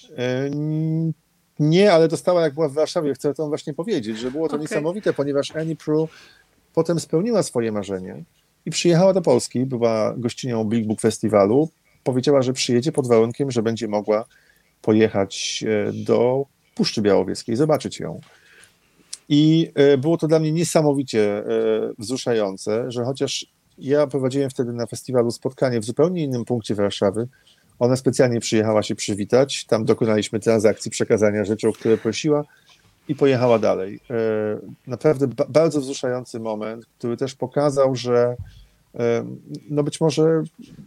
Nie, ale dostała, jak była w Warszawie, chcę to właśnie powiedzieć, że było to okay. niesamowite, ponieważ Annie Proulx potem spełniła swoje marzenie i przyjechała do Polski, była gościnią Big Book Festiwalu, powiedziała, że przyjedzie pod warunkiem, że będzie mogła pojechać do Puszczy Białowieskiej, zobaczyć ją. I było to dla mnie niesamowicie wzruszające, że chociaż ja prowadziłem wtedy na festiwalu spotkanie w zupełnie innym punkcie Warszawy, ona specjalnie przyjechała się przywitać, tam dokonaliśmy transakcji przekazania rzeczy, o które prosiła i pojechała dalej. Naprawdę ba- bardzo wzruszający moment, który też pokazał, że no być może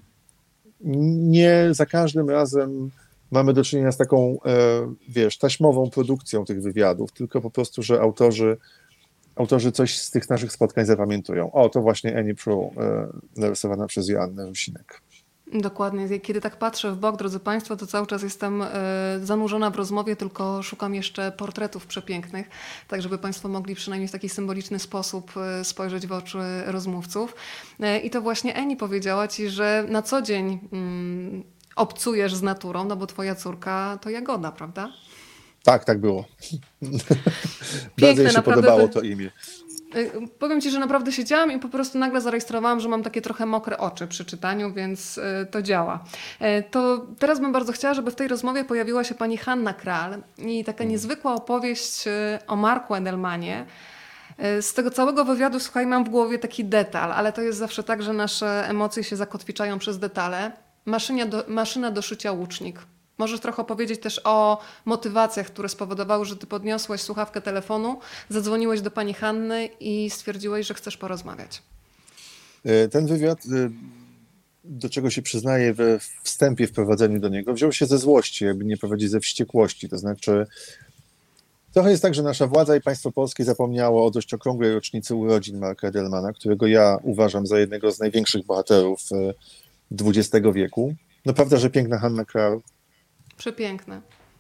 nie za każdym razem mamy do czynienia z taką, wiesz, taśmową produkcją tych wywiadów, tylko po prostu, że autorzy, autorzy coś z tych naszych spotkań zapamiętują. O, to właśnie Annie Proulx, narysowana przez Joannę Rusinek. Dokładnie. Kiedy tak patrzę w bok, drodzy Państwo, to cały czas jestem zanurzona w rozmowie, tylko szukam jeszcze portretów przepięknych, tak żeby Państwo mogli przynajmniej w taki symboliczny sposób spojrzeć w oczy rozmówców. I to właśnie Annie powiedziała Ci, że na co dzień mm, obcujesz z naturą, no bo Twoja córka to Jagoda, prawda? Tak, tak było. Piękne, bardzo jej się naprawdę podobało to imię. Powiem Ci, że naprawdę siedziałam i po prostu nagle zarejestrowałam, że mam takie trochę mokre oczy przy czytaniu, więc to działa. To teraz bym bardzo chciała, żeby w tej rozmowie pojawiła się pani Hanna Kral i taka niezwykła opowieść o Marku Edelmanie. Z tego całego wywiadu, słuchaj, mam w głowie taki detal, ale to jest zawsze tak, że nasze emocje się zakotwiczają przez detale. Maszyna do, maszyna do szycia łucznik. Możesz trochę powiedzieć też o motywacjach, które spowodowały, że ty podniosłeś słuchawkę telefonu, zadzwoniłeś do pani Hanny i stwierdziłeś, że chcesz porozmawiać. Ten wywiad, do czego się przyznaję we wstępie, wprowadzeniu do niego, wziął się ze złości, jakby nie powiedzieć ze wściekłości. To znaczy, trochę jest tak, że nasza władza i państwo polskie zapomniało o dość okrągłej rocznicy urodzin Marka Edelmana, którego ja uważam za jednego z największych bohaterów dwudziestego wieku. No prawda, że piękna Hanna Kral. Przepiękne.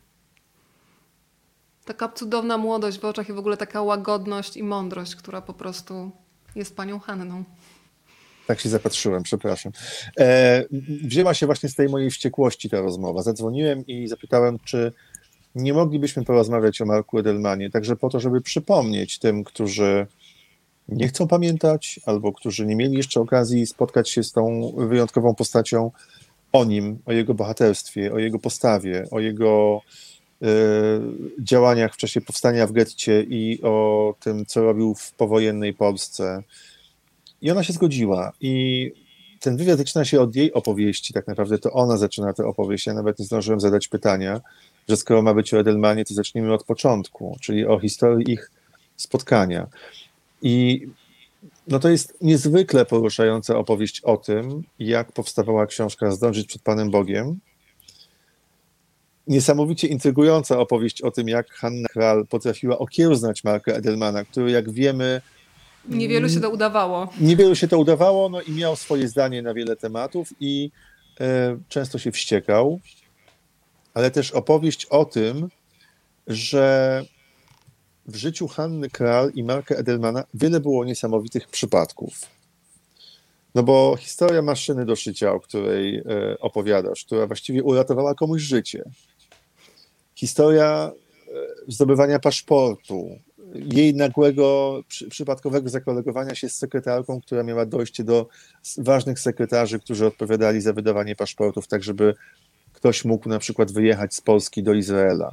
Taka cudowna młodość w oczach i w ogóle taka łagodność i mądrość, która po prostu jest panią Hanną. Tak się zapatrzyłem, przepraszam. E, wzięła się właśnie z tej mojej wściekłości ta rozmowa. Zadzwoniłem i zapytałem, czy nie moglibyśmy porozmawiać o Marku Edelmanie, także po to, żeby przypomnieć tym, którzy nie chcą pamiętać, albo którzy nie mieli jeszcze okazji spotkać się z tą wyjątkową postacią, o nim, o jego bohaterstwie, o jego postawie, o jego y, działaniach w czasie powstania w getcie i o tym, co robił w powojennej Polsce. I ona się zgodziła. I ten wywiad zaczyna się od jej opowieści. Tak naprawdę to ona zaczyna tę opowieść. Ja nawet nie zdążyłem zadać pytania, że skoro ma być o Edelmanie, to zacznijmy od początku, czyli o historii ich spotkania. I no to jest niezwykle poruszająca opowieść o tym, jak powstawała książka Zdążyć przed Panem Bogiem. Niesamowicie intrygująca opowieść o tym, jak Hanna Kral potrafiła okiełznać Marka Edelmana, który, jak wiemy... Niewielu się to udawało. Niewielu się to udawało, no i miał swoje zdanie na wiele tematów i e, często się wściekał, ale też opowieść o tym, że w życiu Hanny Kral i Marka Edelmana wiele było niesamowitych przypadków. No bo historia maszyny do szycia, o której e, opowiadasz, która właściwie uratowała komuś życie. Historia e, zdobywania paszportu, jej nagłego, przy, przypadkowego zakolegowania się z sekretarką, która miała dojście do ważnych sekretarzy, którzy odpowiadali za wydawanie paszportów, tak żeby ktoś mógł na przykład wyjechać z Polski do Izraela.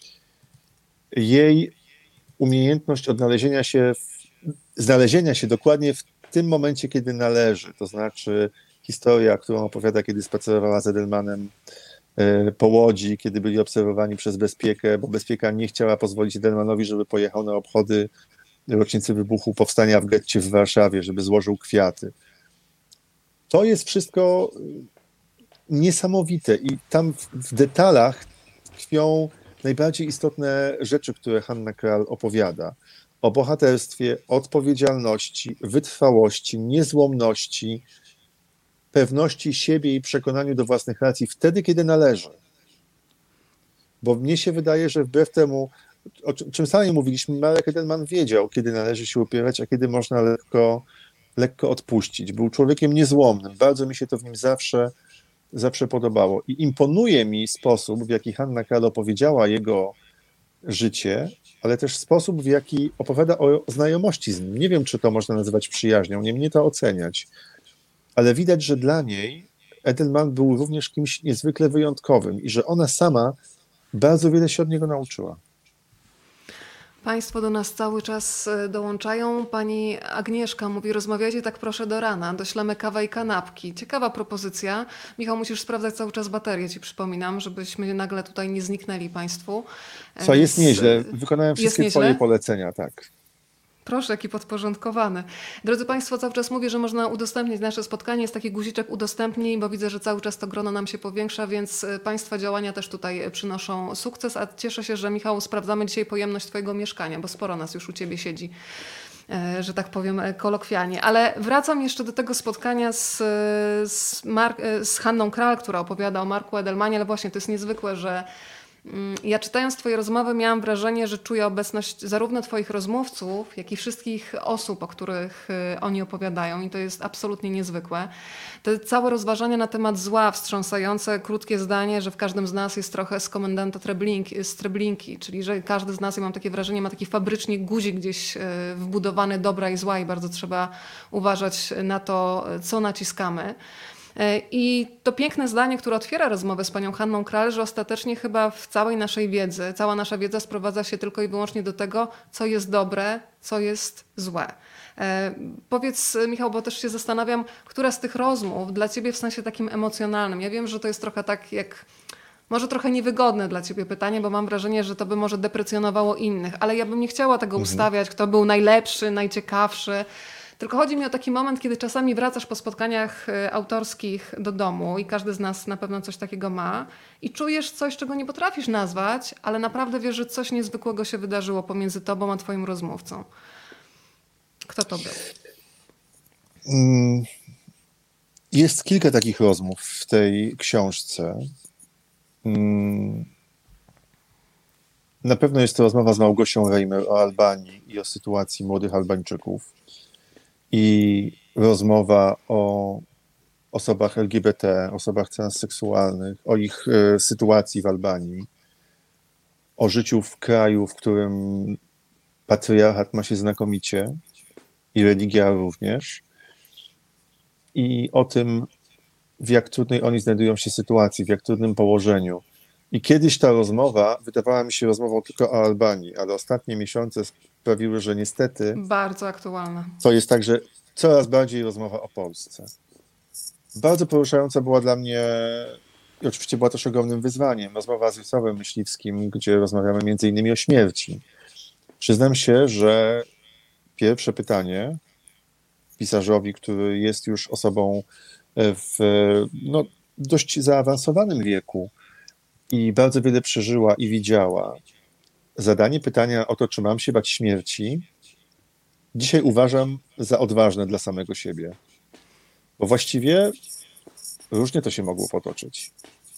Jej umiejętność odnalezienia się, w, znalezienia się dokładnie w tym momencie, kiedy należy, to znaczy historia, którą opowiada, kiedy spacerowała z Edelmanem po Łodzi, kiedy byli obserwowani przez Bezpiekę, bo Bezpieka nie chciała pozwolić Edelmanowi, żeby pojechał na obchody rocznicy wybuchu powstania w getcie w Warszawie, żeby złożył kwiaty. To jest wszystko niesamowite i tam w, w detalach tkwią najbardziej istotne rzeczy, które Hanna Kral opowiada. O bohaterstwie, odpowiedzialności, wytrwałości, niezłomności, pewności siebie i przekonaniu do własnych racji wtedy, kiedy należy. Bo mnie się wydaje, że wbrew temu, o czym sami mówiliśmy, Marek Edelman wiedział, kiedy należy się upierać, a kiedy można lekko, lekko odpuścić. Był człowiekiem niezłomnym. Bardzo mi się to w nim zawsze, zawsze podobało. I imponuje mi sposób, w jaki Hanna Kral opowiedziała jego życie, ale też sposób, w jaki opowiada o znajomości z nim. Nie wiem, czy to można nazywać przyjaźnią, nie mnie to oceniać, ale widać, że dla niej Edelman był również kimś niezwykle wyjątkowym i że ona sama bardzo wiele się od niego nauczyła. Państwo do nas cały czas dołączają. Pani Agnieszka mówi, rozmawiajcie tak proszę do rana, doślemy kawę i kanapki. Ciekawa propozycja. Michał, musisz sprawdzać cały czas baterię, ci przypominam, żebyśmy nagle tutaj nie zniknęli Państwu. Co jest nieźle. Wykonałem wszystkie Twoje polecenia, tak. Proszę, jaki podporządkowany. Drodzy Państwo, cały czas mówię, że można udostępnić nasze spotkanie. Jest taki guziczek udostępnij, bo widzę, że cały czas to grono nam się powiększa, więc Państwa działania też tutaj przynoszą sukces. A cieszę się, że Michał, sprawdzamy dzisiaj pojemność Twojego mieszkania, bo sporo nas już u Ciebie siedzi, że tak powiem kolokwialnie. Ale wracam jeszcze do tego spotkania z, z, Mark, z Hanną Kral, która opowiada o Marku Edelmanie, ale właśnie to jest niezwykłe, że ja czytając Twoje rozmowy miałam wrażenie, że czuję obecność zarówno Twoich rozmówców, jak i wszystkich osób, o których oni opowiadają i to jest absolutnie niezwykłe. Te całe rozważania na temat zła, wstrząsające, krótkie zdanie, że w każdym z nas jest trochę z komendanta Treblinki, z Treblinki, czyli że każdy z nas, ja mam takie wrażenie, ma taki fabrycznie guzik gdzieś wbudowany dobra i zła i bardzo trzeba uważać na to, co naciskamy. I to piękne zdanie, które otwiera rozmowę z panią Hanną Kral, że ostatecznie chyba w całej naszej wiedzy, cała nasza wiedza sprowadza się tylko i wyłącznie do tego, co jest dobre, co jest złe. E, powiedz, Michał, bo też się zastanawiam, która z tych rozmów dla ciebie w sensie takim emocjonalnym, ja wiem, że to jest trochę tak jak, może trochę niewygodne dla ciebie pytanie, bo mam wrażenie, że to by może deprecjonowało innych, ale ja bym nie chciała tego mhm. ustawiać, kto był najlepszy, najciekawszy. Tylko chodzi mi o taki moment, kiedy czasami wracasz po spotkaniach autorskich do domu i każdy z nas na pewno coś takiego ma i czujesz coś, czego nie potrafisz nazwać, ale naprawdę wiesz, że coś niezwykłego się wydarzyło pomiędzy tobą a twoim rozmówcą. Kto to był? Jest kilka takich rozmów w tej książce. Na pewno jest to rozmowa z Małgosią Reimer o Albanii i o sytuacji młodych Albańczyków. I rozmowa o osobach L G B T, osobach transseksualnych, o ich y, sytuacji w Albanii, o życiu w kraju, w którym patriarchat ma się znakomicie i religia również, i o tym, w jak trudnej oni znajdują się sytuacji, w jak trudnym położeniu. I kiedyś ta rozmowa wydawała mi się rozmową tylko o Albanii, ale ostatnie miesiące sprawiły, że niestety... Bardzo aktualna. To jest także coraz bardziej rozmowa o Polsce. Bardzo poruszająca była dla mnie, i oczywiście była też ogromnym wyzwaniem, rozmowa z Wiesławem Myśliwskim, gdzie rozmawiamy między innymi o śmierci. Przyznam się, że pierwsze pytanie pisarzowi, który jest już osobą w no, dość zaawansowanym wieku i bardzo wiele przeżyła i widziała, zadanie pytania o to, czy mam się bać śmierci, dzisiaj uważam za odważne dla samego siebie. Bo właściwie różnie to się mogło potoczyć.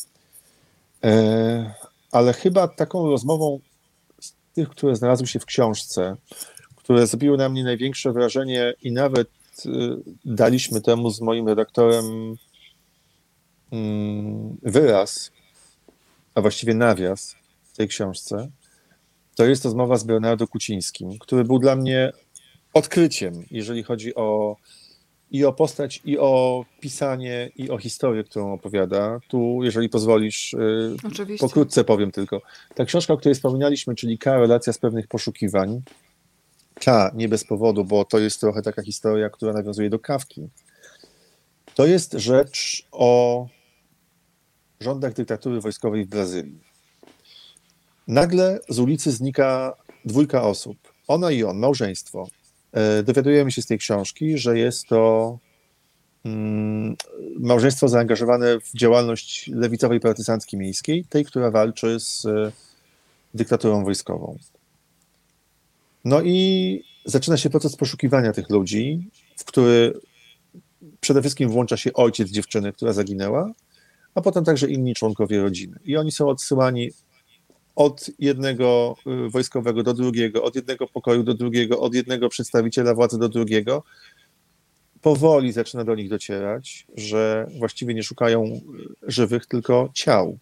E, ale chyba taką rozmową z tych, które znalazły się w książce, które zrobiły na mnie największe wrażenie i nawet y, daliśmy temu z moim redaktorem y, wyraz, a właściwie nawias w tej książce, to jest rozmowa z Bernardo Kucińskim, który był dla mnie odkryciem, jeżeli chodzi o i o postać, i o pisanie, i o historię, którą opowiada. Tu, jeżeli pozwolisz, Oczywiście. pokrótce powiem tylko. Ta książka, o której wspominaliśmy, czyli K, relacja z pewnych poszukiwań. K, nie bez powodu, bo to jest trochę taka historia, która nawiązuje do Kafki. To jest rzecz o rządach dyktatury wojskowej w Brazylii. Nagle z ulicy znika dwójka osób. Ona i on, małżeństwo. Dowiadujemy się z tej książki, że jest to małżeństwo zaangażowane w działalność lewicowej partyzanckiej miejskiej, tej, która walczy z dyktaturą wojskową. No i zaczyna się proces poszukiwania tych ludzi, w który przede wszystkim włącza się ojciec dziewczyny, która zaginęła, a potem także inni członkowie rodziny. I oni są odsyłani od jednego wojskowego do drugiego, od jednego pokoju do drugiego, od jednego przedstawiciela władzy do drugiego. Powoli zaczyna do nich docierać, że właściwie nie szukają żywych, tylko ciał.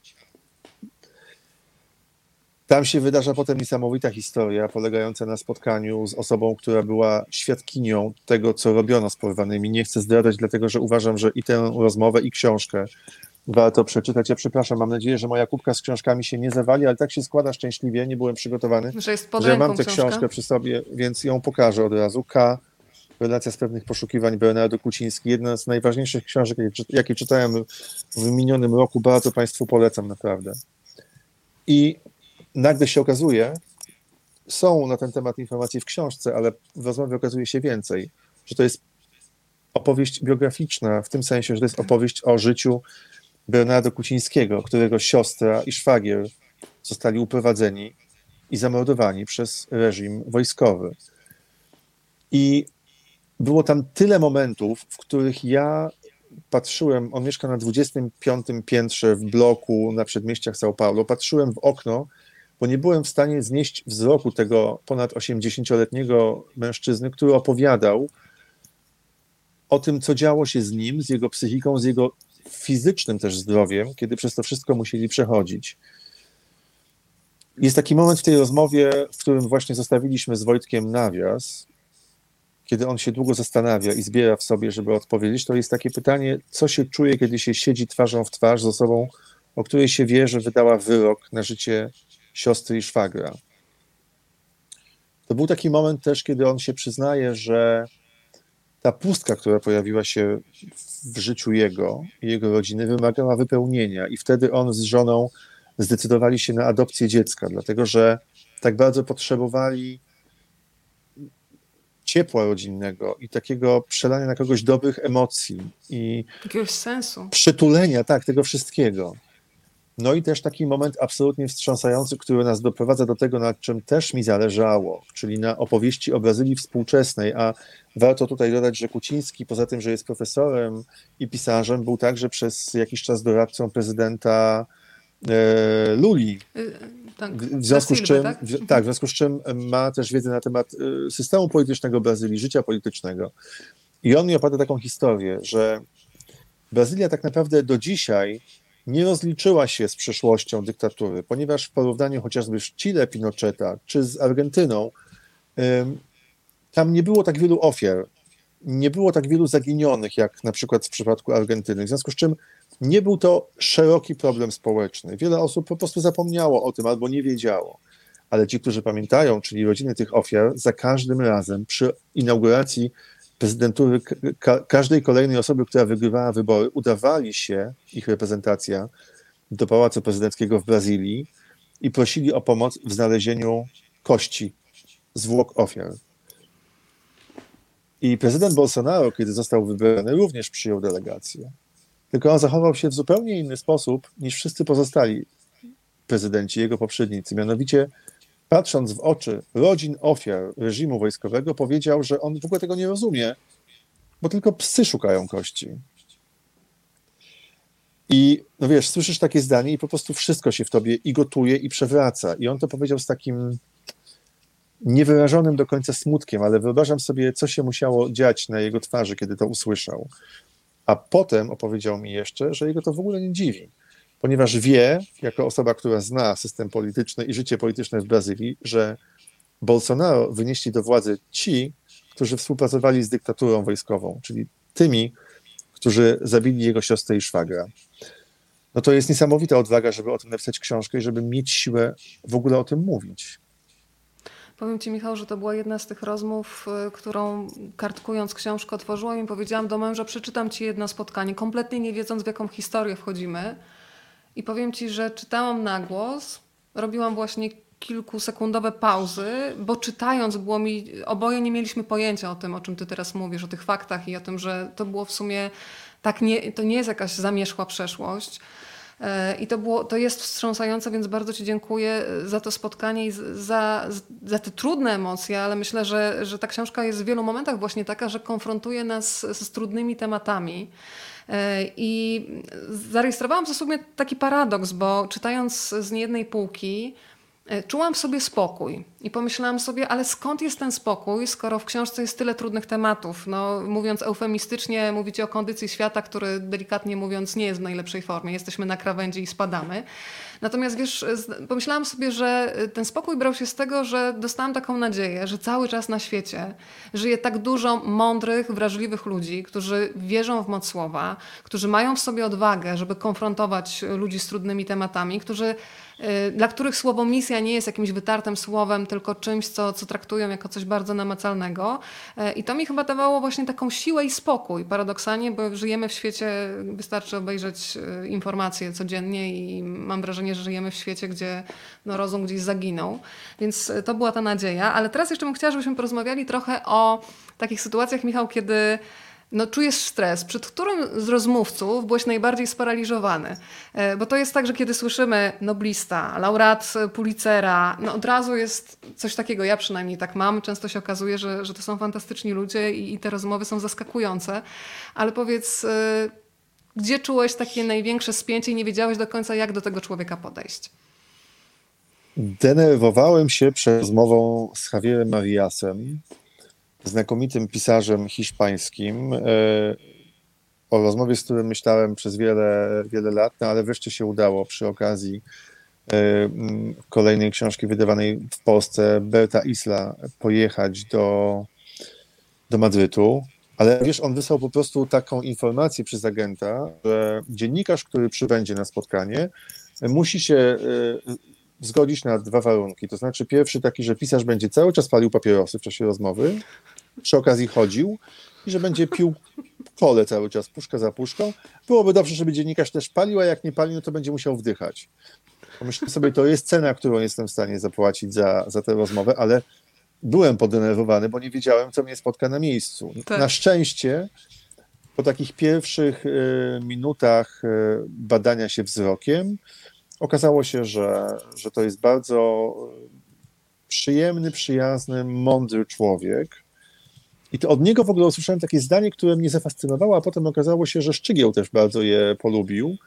Tam się wydarza potem niesamowita historia, polegająca na spotkaniu z osobą, która była świadkinią tego, co robiono z porwanymi. Nie chcę zdradzać, dlatego że uważam, że i tę rozmowę, i książkę warto przeczytać. Ja przepraszam, mam nadzieję, że moja kubka z książkami się nie zawali, ale tak się składa szczęśliwie, nie byłem przygotowany, że jest pod że ja mam ręką tę książka. książkę przy sobie, więc ją pokażę od razu. K. Relacja z pewnych poszukiwań, Bernardo Kuciński. Jedna z najważniejszych książek, jakie czytałem w minionym roku. Bardzo Państwu polecam, naprawdę. I nagle się okazuje, są na ten temat informacje w książce, ale w rozmowie okazuje się więcej, że to jest opowieść biograficzna, w tym sensie, że to jest opowieść o życiu Bernardo Kucińskiego, którego siostra i szwagier zostali uprowadzeni i zamordowani przez reżim wojskowy. I było tam tyle momentów, w których ja patrzyłem, on mieszka na dwudziestym piątym piętrze w bloku na przedmieściach São Paulo, patrzyłem w okno, bo nie byłem w stanie znieść wzroku tego ponad osiemdziesięcioletniego mężczyzny, który opowiadał o tym, co działo się z nim, z jego psychiką, z jego fizycznym też zdrowiem, kiedy przez to wszystko musieli przechodzić. Jest taki moment w tej rozmowie, w którym właśnie zostawiliśmy z Wojtkiem nawias, kiedy on się długo zastanawia i zbiera w sobie, żeby odpowiedzieć, to jest takie pytanie, co się czuje, kiedy się siedzi twarzą w twarz z osobą, o której się wie, że wydała wyrok na życie siostry i szwagra. To był taki moment też, kiedy on się przyznaje, że ta pustka, która pojawiła się w życiu jego i jego rodziny, wymagała wypełnienia i wtedy on z żoną zdecydowali się na adopcję dziecka, dlatego że tak bardzo potrzebowali ciepła rodzinnego i takiego przelania na kogoś dobrych emocji i jakiegoś sensu. Przytulenia, tak, tego wszystkiego. No i też taki moment absolutnie wstrząsający, który nas doprowadza do tego, nad czym też mi zależało, czyli na opowieści o Brazylii współczesnej, a warto tutaj dodać, że Kuciński, poza tym, że jest profesorem i pisarzem, był także przez jakiś czas doradcą prezydenta e, Luli. Tak, w związku z Silva, czym, tak? w, tak, w związku z czym ma też wiedzę na temat systemu politycznego Brazylii, życia politycznego. I on mi opowiada taką historię, że Brazylia tak naprawdę do dzisiaj nie rozliczyła się z przeszłością dyktatury, ponieważ w porównaniu chociażby z Chile Pinocheta czy z Argentyną, tam nie było tak wielu ofiar, nie było tak wielu zaginionych, jak na przykład w przypadku Argentyny, w związku z czym nie był to szeroki problem społeczny. Wiele osób po prostu zapomniało o tym albo nie wiedziało, ale ci, którzy pamiętają, czyli rodziny tych ofiar, za każdym razem przy inauguracji prezydentury ka- każdej kolejnej osoby, która wygrywała wybory, udawali się, ich reprezentacja, do Pałacu Prezydenckiego w Brazylii i prosili o pomoc w znalezieniu kości, zwłok ofiar. I prezydent Bolsonaro, kiedy został wybrany, również przyjął delegację. Tylko on zachował się w zupełnie inny sposób niż wszyscy pozostali prezydenci, jego poprzednicy. Mianowicie, patrząc w oczy rodzin ofiar reżimu wojskowego, powiedział, że on w ogóle tego nie rozumie, bo tylko psy szukają kości. I no wiesz, słyszysz takie zdanie i po prostu wszystko się w tobie i gotuje, i przewraca. I on to powiedział z takim niewyrażonym do końca smutkiem, ale wyobrażam sobie, co się musiało dziać na jego twarzy, kiedy to usłyszał. A potem opowiedział mi jeszcze, że jego to w ogóle nie dziwi, ponieważ wie, jako osoba, która zna system polityczny i życie polityczne w Brazylii, że Bolsonaro wynieśli do władzy ci, którzy współpracowali z dyktaturą wojskową, czyli tymi, którzy zabili jego siostrę i szwagra. No to jest niesamowita odwaga, żeby o tym napisać książkę i żeby mieć siłę w ogóle o tym mówić. Powiem Ci, Michał, że to była jedna z tych rozmów, którą kartkując książkę otworzyłam i powiedziałam do męża, przeczytam Ci jedno spotkanie, kompletnie nie wiedząc, w jaką historię wchodzimy. i powiem ci, że czytałam na głos, robiłam właśnie kilkusekundowe pauzy, bo czytając było mi, oboje nie mieliśmy pojęcia o tym, o czym ty teraz mówisz, o tych faktach i o tym, że to było w sumie tak, nie, to nie jest jakaś zamierzchła przeszłość. I to, było, to jest wstrząsające, więc bardzo ci dziękuję za to spotkanie i za, za te trudne emocje, ale myślę, że, że ta książka jest w wielu momentach właśnie taka, że konfrontuje nas z, z trudnymi tematami. I zarejestrowałam za sobie taki paradoks, bo czytając z niejednej półki, czułam w sobie spokój i pomyślałam sobie, ale skąd jest ten spokój, skoro w książce jest tyle trudnych tematów? No, mówiąc eufemistycznie, mówicie o kondycji świata, który delikatnie mówiąc nie jest w najlepszej formie. Jesteśmy na krawędzi i spadamy. Natomiast wiesz, pomyślałam sobie, że ten spokój brał się z tego, że dostałam taką nadzieję, że cały czas na świecie żyje tak dużo mądrych, wrażliwych ludzi, którzy wierzą w moc słowa, którzy mają w sobie odwagę, żeby konfrontować ludzi z trudnymi tematami, którzy dla których słowo misja nie jest jakimś wytartym słowem, tylko czymś, co, co traktują jako coś bardzo namacalnego. I to mi chyba dawało właśnie taką siłę i spokój, paradoksalnie, bo żyjemy w świecie, wystarczy obejrzeć informacje codziennie i mam wrażenie, że żyjemy w świecie, gdzie no, rozum gdzieś zaginął. Więc to była ta nadzieja. Ale teraz jeszcze bym chciała, żebyśmy porozmawiali trochę o takich sytuacjach, Michał, kiedy no, czujesz stres. Przed którym z rozmówców byłeś najbardziej sparaliżowany? Bo to jest tak, że kiedy słyszymy noblista, laureat Pulitzera, no od razu jest coś takiego, ja przynajmniej tak mam. Często się okazuje, że, że to są fantastyczni ludzie i, i te rozmowy są zaskakujące. Ale powiedz, gdzie czułeś takie największe spięcie i nie wiedziałeś do końca, jak do tego człowieka podejść? Denerwowałem się przed rozmową z Javierem Mariasem, znakomitym pisarzem hiszpańskim, o rozmowie, z którym myślałem przez wiele, wiele lat, no ale wreszcie się udało przy okazji kolejnej książki wydawanej w Polsce, Berta Isla, pojechać do, do Madrytu. Ale wiesz, on wysłał po prostu taką informację przez agenta, że dziennikarz, który przybędzie na spotkanie, musi się zgodzić na dwa warunki. To znaczy pierwszy taki, że pisarz będzie cały czas palił papierosy w czasie rozmowy, przy okazji chodził i że będzie pił kole cały czas, puszka za puszką. Byłoby dobrze, żeby dziennikarz też palił, a jak nie palił, no to będzie musiał wdychać. Pomyślę sobie, to jest cena, którą jestem w stanie zapłacić za, za tę rozmowę, ale byłem podenerwowany, bo nie wiedziałem, co mnie spotka na miejscu. Tak. Na szczęście po takich pierwszych y, minutach y, badania się wzrokiem okazało się, że, że to jest bardzo przyjemny, przyjazny, mądry człowiek. I to od niego w ogóle usłyszałem takie zdanie, które mnie zafascynowało, a potem okazało się, że Szczygieł też bardzo je polubił.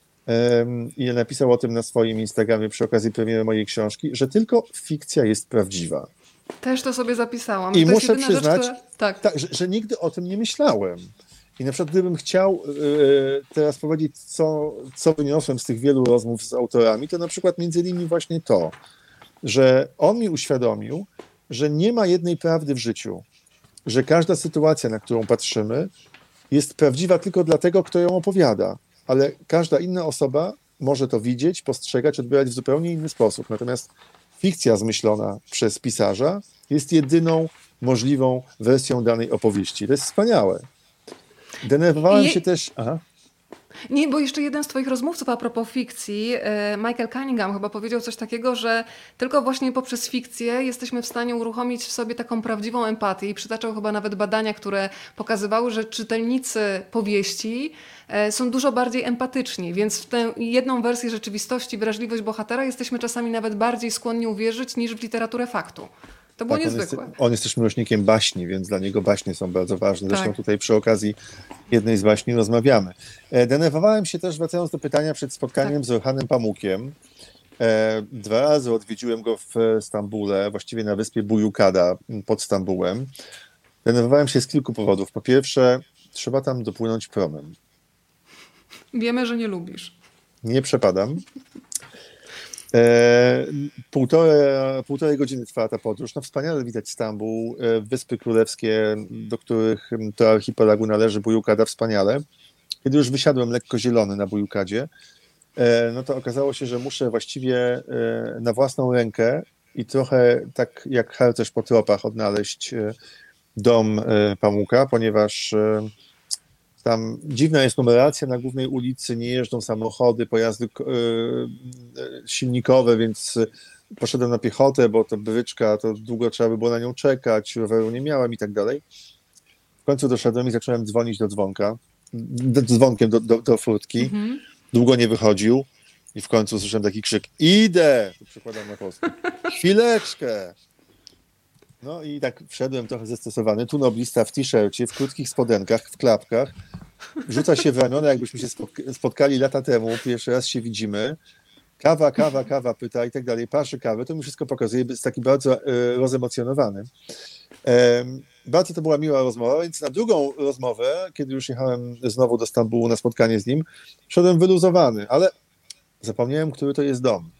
I napisał o tym na swoim Instagramie przy okazji premiery mojej książki, że tylko fikcja jest prawdziwa. Też to sobie zapisałam. I to muszę jest przyznać, rzecz, która... tak. Tak, że, że nigdy o tym nie myślałem. I na przykład gdybym chciał y, teraz powiedzieć, co, co wyniosłem z tych wielu rozmów z autorami, to na przykład między innymi właśnie to, że on mi uświadomił, że nie ma jednej prawdy w życiu, że każda sytuacja, na którą patrzymy, jest prawdziwa tylko dla tego, kto ją opowiada, ale każda inna osoba może to widzieć, postrzegać, odbierać w zupełnie inny sposób. Natomiast fikcja zmyślona przez pisarza jest jedyną możliwą wersją danej opowieści. To jest wspaniałe. Denerwowałem Je... się też... Aha. Nie, bo jeszcze jeden z twoich rozmówców a propos fikcji, Michael Cunningham chyba powiedział coś takiego, że tylko właśnie poprzez fikcję jesteśmy w stanie uruchomić w sobie taką prawdziwą empatię i przytaczał chyba nawet badania, które pokazywały, że czytelnicy powieści są dużo bardziej empatyczni, więc w tę jedną wersję rzeczywistości, wrażliwość bohatera jesteśmy czasami nawet bardziej skłonni uwierzyć niż w literaturę faktu. To było tak, niezwykłe. On jest, on jest też miłośnikiem baśni, więc dla niego baśnie są bardzo ważne. Zresztą tak. tutaj przy okazji jednej z baśni rozmawiamy. E, denerwowałem się też, wracając do pytania, przed spotkaniem tak. z Orhanem Pamukiem. E, dwa razy odwiedziłem go w Stambule, właściwie na wyspie Bujukada pod Stambułem. Denerwowałem się z kilku powodów. Po pierwsze, trzeba tam dopłynąć promem. Wiemy, że nie lubisz. Nie przepadam. E, półtore, półtorej godziny trwała ta podróż. No wspaniale widać Stambuł, e, Wyspy Królewskie, do których do archipelagu należy Bujukada, wspaniale. Kiedy już wysiadłem lekko zielony na Bujukadzie, e, no to okazało się, że muszę właściwie e, na własną rękę i trochę tak jak harcerz po tropach odnaleźć e, dom e, Pamuka, ponieważ e, Tam dziwna jest numeracja na głównej ulicy, nie jeżdżą samochody, pojazdy yy, silnikowe, więc poszedłem na piechotę, bo to bryczka, to długo trzeba by było na nią czekać, roweru nie miałem i tak dalej. W końcu doszedłem i zacząłem dzwonić do dzwonka, d- dzwonkiem do, do, do furtki. Mhm. Długo nie wychodził i w końcu słyszałem taki krzyk: idę! To przykładam na polski. Chwileczkę! No i tak wszedłem trochę zestresowany. Tu noblista w t-shircie, w krótkich spodenkach, w klapkach. Rzuca się w ramiona, jakbyśmy się spotkali lata temu. Pierwszy raz się widzimy. Kawa, kawa, kawa pyta i tak dalej. Parzy kawę. To mi wszystko pokazuje. Jest taki bardzo e, rozemocjonowany. E, bardzo to była miła rozmowa, więc na drugą rozmowę, kiedy już jechałem znowu do Stambułu na spotkanie z nim, szedłem wyluzowany, ale zapomniałem, który to jest dom.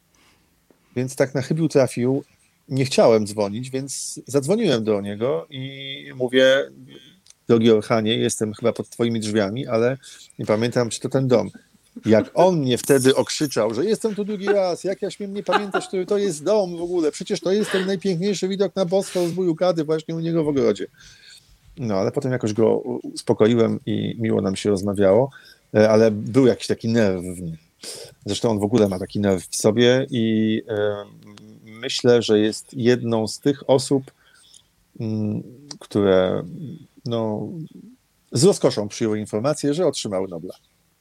Więc tak na chybił trafił. Nie chciałem dzwonić, więc zadzwoniłem do niego i mówię: drogi Orchanie, jestem chyba pod twoimi drzwiami, ale nie pamiętam, czy to ten dom. Jak on mnie wtedy okrzyczał, że jestem tu drugi raz, jak ja śmiem nie pamiętać, który to jest dom w ogóle, przecież to jest ten najpiękniejszy widok na Bosfor z Bujukady właśnie u niego w ogrodzie. No, ale potem jakoś go uspokoiłem i miło nam się rozmawiało, ale był jakiś taki nerw w nim. Zresztą on w ogóle ma taki nerw w sobie i y, myślę, że jest jedną z tych osób, y, które no, z rozkoszą przyjęły informację, że otrzymały Nobla.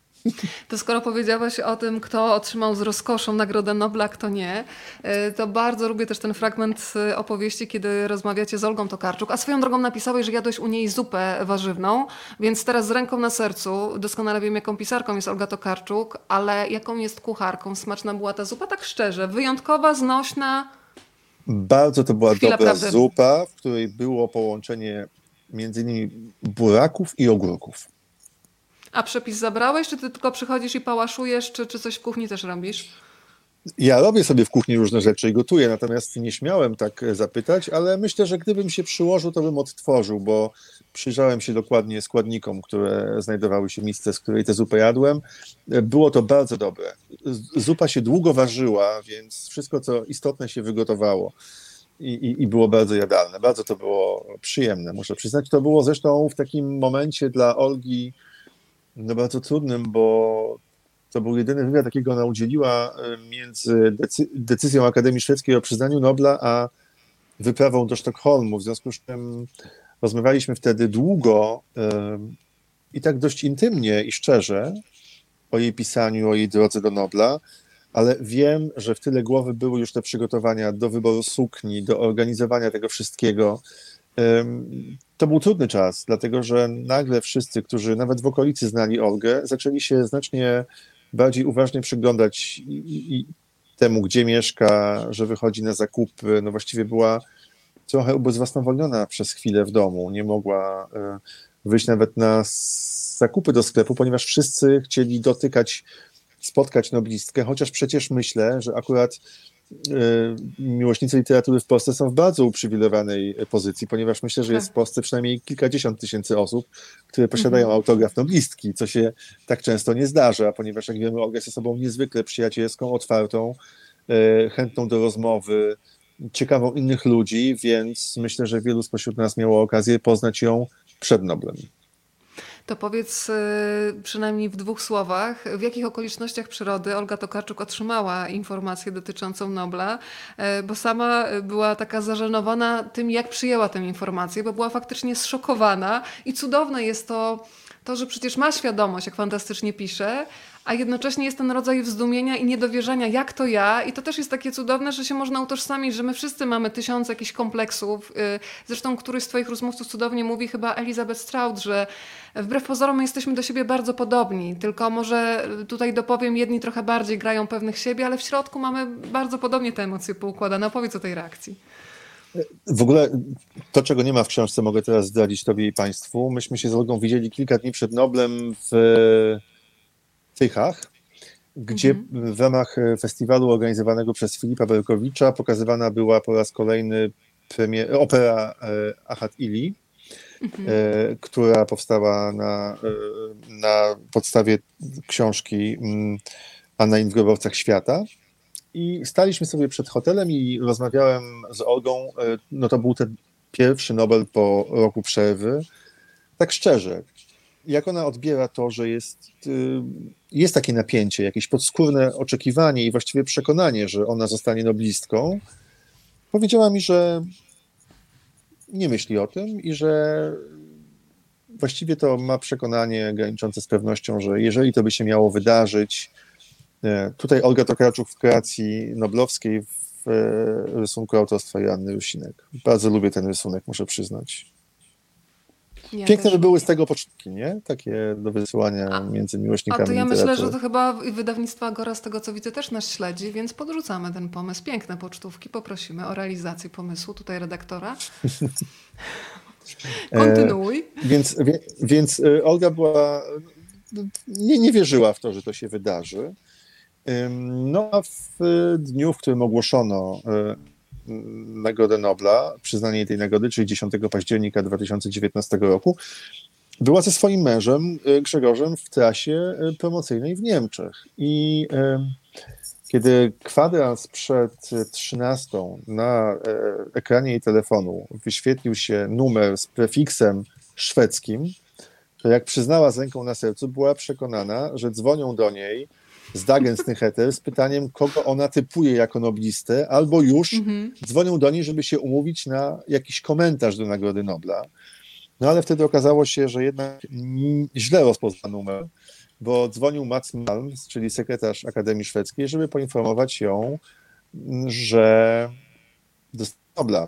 To skoro powiedziałaś o tym, kto otrzymał z rozkoszą Nagrodę Nobla, kto nie, to bardzo lubię też ten fragment opowieści, kiedy rozmawiacie z Olgą Tokarczuk. A swoją drogą napisałeś, że jadłeś u niej zupę warzywną, więc teraz z ręką na sercu doskonale wiem, jaką pisarką jest Olga Tokarczuk, ale jaką jest kucharką. Smaczna była ta zupa? Tak szczerze. Wyjątkowa, znośna. Bardzo to była Chwila dobra prawdy. zupa, w której było połączenie między innymi buraków i ogórków. A przepis zabrałeś, czy ty tylko przychodzisz i pałaszujesz, czy, czy coś w kuchni też robisz? Ja robię sobie w kuchni różne rzeczy i gotuję, natomiast nie śmiałem tak zapytać, ale myślę, że gdybym się przyłożył, to bym odtworzył, bo przyjrzałem się dokładnie składnikom, które znajdowały się w misce, z której tę zupę jadłem. Było to bardzo dobre. Zupa się długo ważyła, więc wszystko, co istotne, się wygotowało. I, i, i było bardzo jadalne. Bardzo to było przyjemne, muszę przyznać. To było zresztą w takim momencie dla Olgi no bardzo trudnym, bo to był jedyny wywiad, jakiego ona udzieliła między decy- decyzją Akademii Szwedzkiej o przyznaniu Nobla, a wyprawą do Sztokholmu. W związku z czym rozmawialiśmy wtedy długo um, i tak dość intymnie i szczerze o jej pisaniu, o jej drodze do Nobla, ale wiem, że w tyle głowy były już te przygotowania do wyboru sukni, do organizowania tego wszystkiego. Um, to był trudny czas, dlatego że nagle wszyscy, którzy nawet w okolicy znali Olgę, zaczęli się znacznie bardziej uważnie przyglądać i, i temu, gdzie mieszka, że wychodzi na zakupy. No właściwie była trochę ubezwłasnowolniona przez chwilę w domu. Nie mogła wyjść nawet na zakupy do sklepu, ponieważ wszyscy chcieli dotykać, spotkać noblistkę, chociaż przecież myślę, że akurat miłośnicy literatury w Polsce są w bardzo uprzywilejowanej pozycji, ponieważ myślę, że jest w Polsce przynajmniej kilkadziesiąt tysięcy osób, które posiadają mhm. autograf noblistki, co się tak często nie zdarza, ponieważ jak wiemy, Olga jest osobą niezwykle przyjacielską, otwartą, chętną do rozmowy, ciekawą innych ludzi, więc myślę, że wielu spośród nas miało okazję poznać ją przed Noblem. To powiedz przynajmniej w dwóch słowach, w jakich okolicznościach przyrody Olga Tokarczuk otrzymała informację dotyczącą Nobla, bo sama była taka zażenowana tym, jak przyjęła tę informację, bo była faktycznie zszokowana i cudowne jest to, to, że przecież ma świadomość, jak fantastycznie pisze, a jednocześnie jest ten rodzaj wzdumienia i niedowierzania, jak to ja. I to też jest takie cudowne, że się można utożsamić, że my wszyscy mamy tysiąc jakichś kompleksów. Zresztą któryś z twoich rozmówców cudownie mówi, chyba Elizabeth Strout, że wbrew pozorom my jesteśmy do siebie bardzo podobni. Tylko może tutaj dopowiem, jedni trochę bardziej grają pewnych siebie, ale w środku mamy bardzo podobnie te emocje poukładane. Opowiedz o tej reakcji. W ogóle to, czego nie ma w książce, mogę teraz zdradzić tobie i państwu. Myśmy się z Olgą widzieli kilka dni przed Noblem w Tychach, gdzie mhm. w ramach festiwalu organizowanego przez Filipa Berkowicza pokazywana była po raz kolejny premier, opera Achat Ili, mhm. która powstała na, na podstawie książki Anna in w grobowcach świata. I staliśmy sobie przed hotelem i rozmawiałem z Olgą. No to był ten pierwszy Nobel po roku przerwy. Tak szczerze, jak ona odbiera to, że jest, y, jest takie napięcie, jakieś podskórne oczekiwanie i właściwie przekonanie, że ona zostanie noblistką, powiedziała mi, że nie myśli o tym i że właściwie to ma przekonanie graniczące z pewnością, że jeżeli to by się miało wydarzyć, tutaj Olga Tokarczuk w kreacji noblowskiej w rysunku autorstwa Joanny Rusinek. Bardzo lubię ten rysunek, muszę przyznać. Ja Piękne też by były lubię. z tego pocztki, nie? Takie do wysyłania A, między a miłośnikami to ja myślę, literatury. że to chyba wydawnictwo Agora, z tego co widzę, też nas śledzi, więc podrzucamy ten pomysł. Piękne pocztówki, poprosimy o realizację pomysłu tutaj redaktora. E, Kontynuuj. więc, wie, więc e, Olga była, nie, nie wierzyła w to, że to się wydarzy. Ym, No a w dniu, w którym ogłoszono e, Nagrodę Nobla, przyznanie jej tej nagrody, czyli dziesiątego października dwa tysiące dziewiętnastego roku, była ze swoim mężem e, Grzegorzem w trasie e, promocyjnej w Niemczech. I e, kiedy kwadrans przed trzynastą na e, ekranie jej telefonu wyświetlił się numer z prefiksem szwedzkim, to jak przyznała z ręką na sercu, była przekonana, że dzwonią do niej z Dagens Nyheter z pytaniem, kogo ona typuje jako noblistę, albo już Mhm. dzwonią do niej, żeby się umówić na jakiś komentarz do Nagrody Nobla. No ale wtedy okazało się, że jednak mm, źle rozpoznano numer, bo dzwonił Mats Malm, czyli sekretarz Akademii Szwedzkiej, żeby poinformować ją, że dostała Nobla.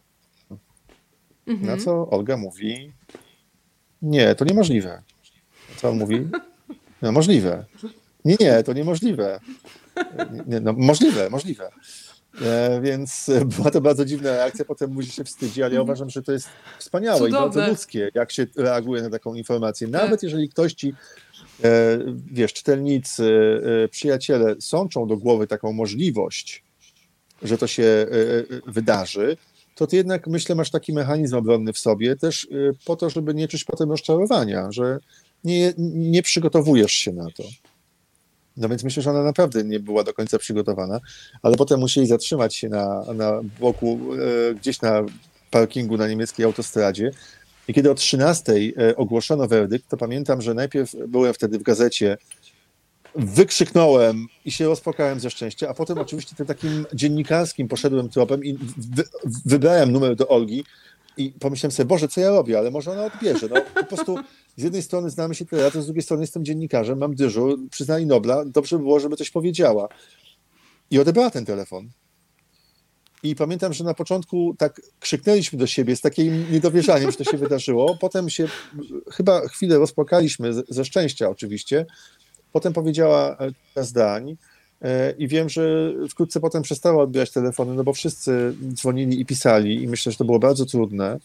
Na Mhm. co Olga mówi, nie, to niemożliwe. Co on mówi? No możliwe. Nie, nie, to niemożliwe. Nie, no, możliwe, możliwe. E, więc była to bardzo dziwna reakcja, potem musi się wstydzi, ale ja uważam, że to jest wspaniałe i bardzo Cudowne. ludzkie, jak się reaguje na taką informację. Tak. Nawet jeżeli ktoś ci, e, wiesz, czytelnicy, e, przyjaciele sączą do głowy taką możliwość, że to się e, e, wydarzy, to ty jednak, myślę, masz taki mechanizm obronny w sobie też e, po to, żeby nie czuć potem rozczarowania, że nie, nie przygotowujesz się na to. No więc myślę, że ona naprawdę nie była do końca przygotowana, ale potem musieli zatrzymać się na, na boku, e, gdzieś na parkingu na niemieckiej autostradzie. I kiedy o trzynastej e, ogłoszono werdykt, to pamiętam, że najpierw byłem wtedy w gazecie, wykrzyknąłem i się rozpłakałem ze szczęścia, a potem oczywiście tym takim dziennikarskim poszedłem tropem i wy, wybrałem numer do Olgi i pomyślałem sobie, Boże, co ja robię, ale może ona odbierze. No po prostu z jednej strony znamy się tyle lat, z drugiej strony jestem dziennikarzem, mam dyżur, przyznali Nobla, dobrze by było, żeby coś powiedziała. I odebrała ten telefon. I pamiętam, że na początku tak krzyknęliśmy do siebie z takim niedowierzaniem, że to się wydarzyło. Potem się chyba chwilę rozpłakaliśmy, ze szczęścia oczywiście. Potem powiedziała kilka zdań i wiem, że wkrótce potem przestała odbierać telefony, no bo wszyscy dzwonili i pisali i myślę, że to było bardzo trudne.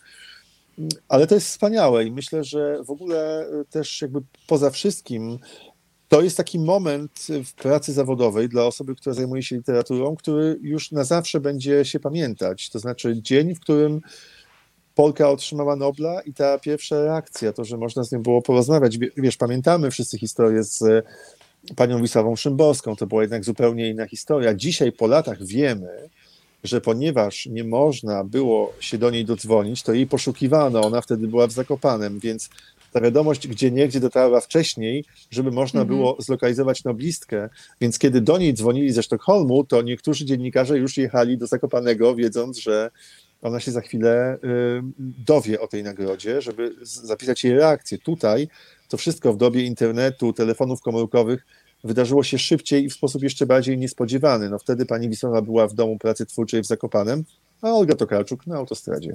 Ale to jest wspaniałe i myślę, że w ogóle też jakby poza wszystkim to jest taki moment w pracy zawodowej dla osoby, która zajmuje się literaturą, który już na zawsze będzie się pamiętać. To znaczy dzień, w którym Polka otrzymała Nobla i ta pierwsza reakcja, to, że można z nią było porozmawiać. Wiesz, pamiętamy wszyscy historię z panią Wisławą Szymborską, to była jednak zupełnie inna historia. Dzisiaj po latach wiemy, że ponieważ nie można było się do niej dodzwonić, to jej poszukiwano, ona wtedy była w Zakopanem, więc ta wiadomość gdzie niegdzie dotarła wcześniej, żeby można Mhm. było zlokalizować noblistkę, więc kiedy do niej dzwonili ze Sztokholmu, to niektórzy dziennikarze już jechali do Zakopanego, wiedząc, że ona się za chwilę y, dowie o tej nagrodzie, żeby z- zapisać jej reakcję. Tutaj to wszystko w dobie internetu, telefonów komórkowych wydarzyło się szybciej i w sposób jeszcze bardziej niespodziewany. No wtedy pani Wisława była w domu pracy twórczej w Zakopanem, a Olga Tokarczuk na autostradzie.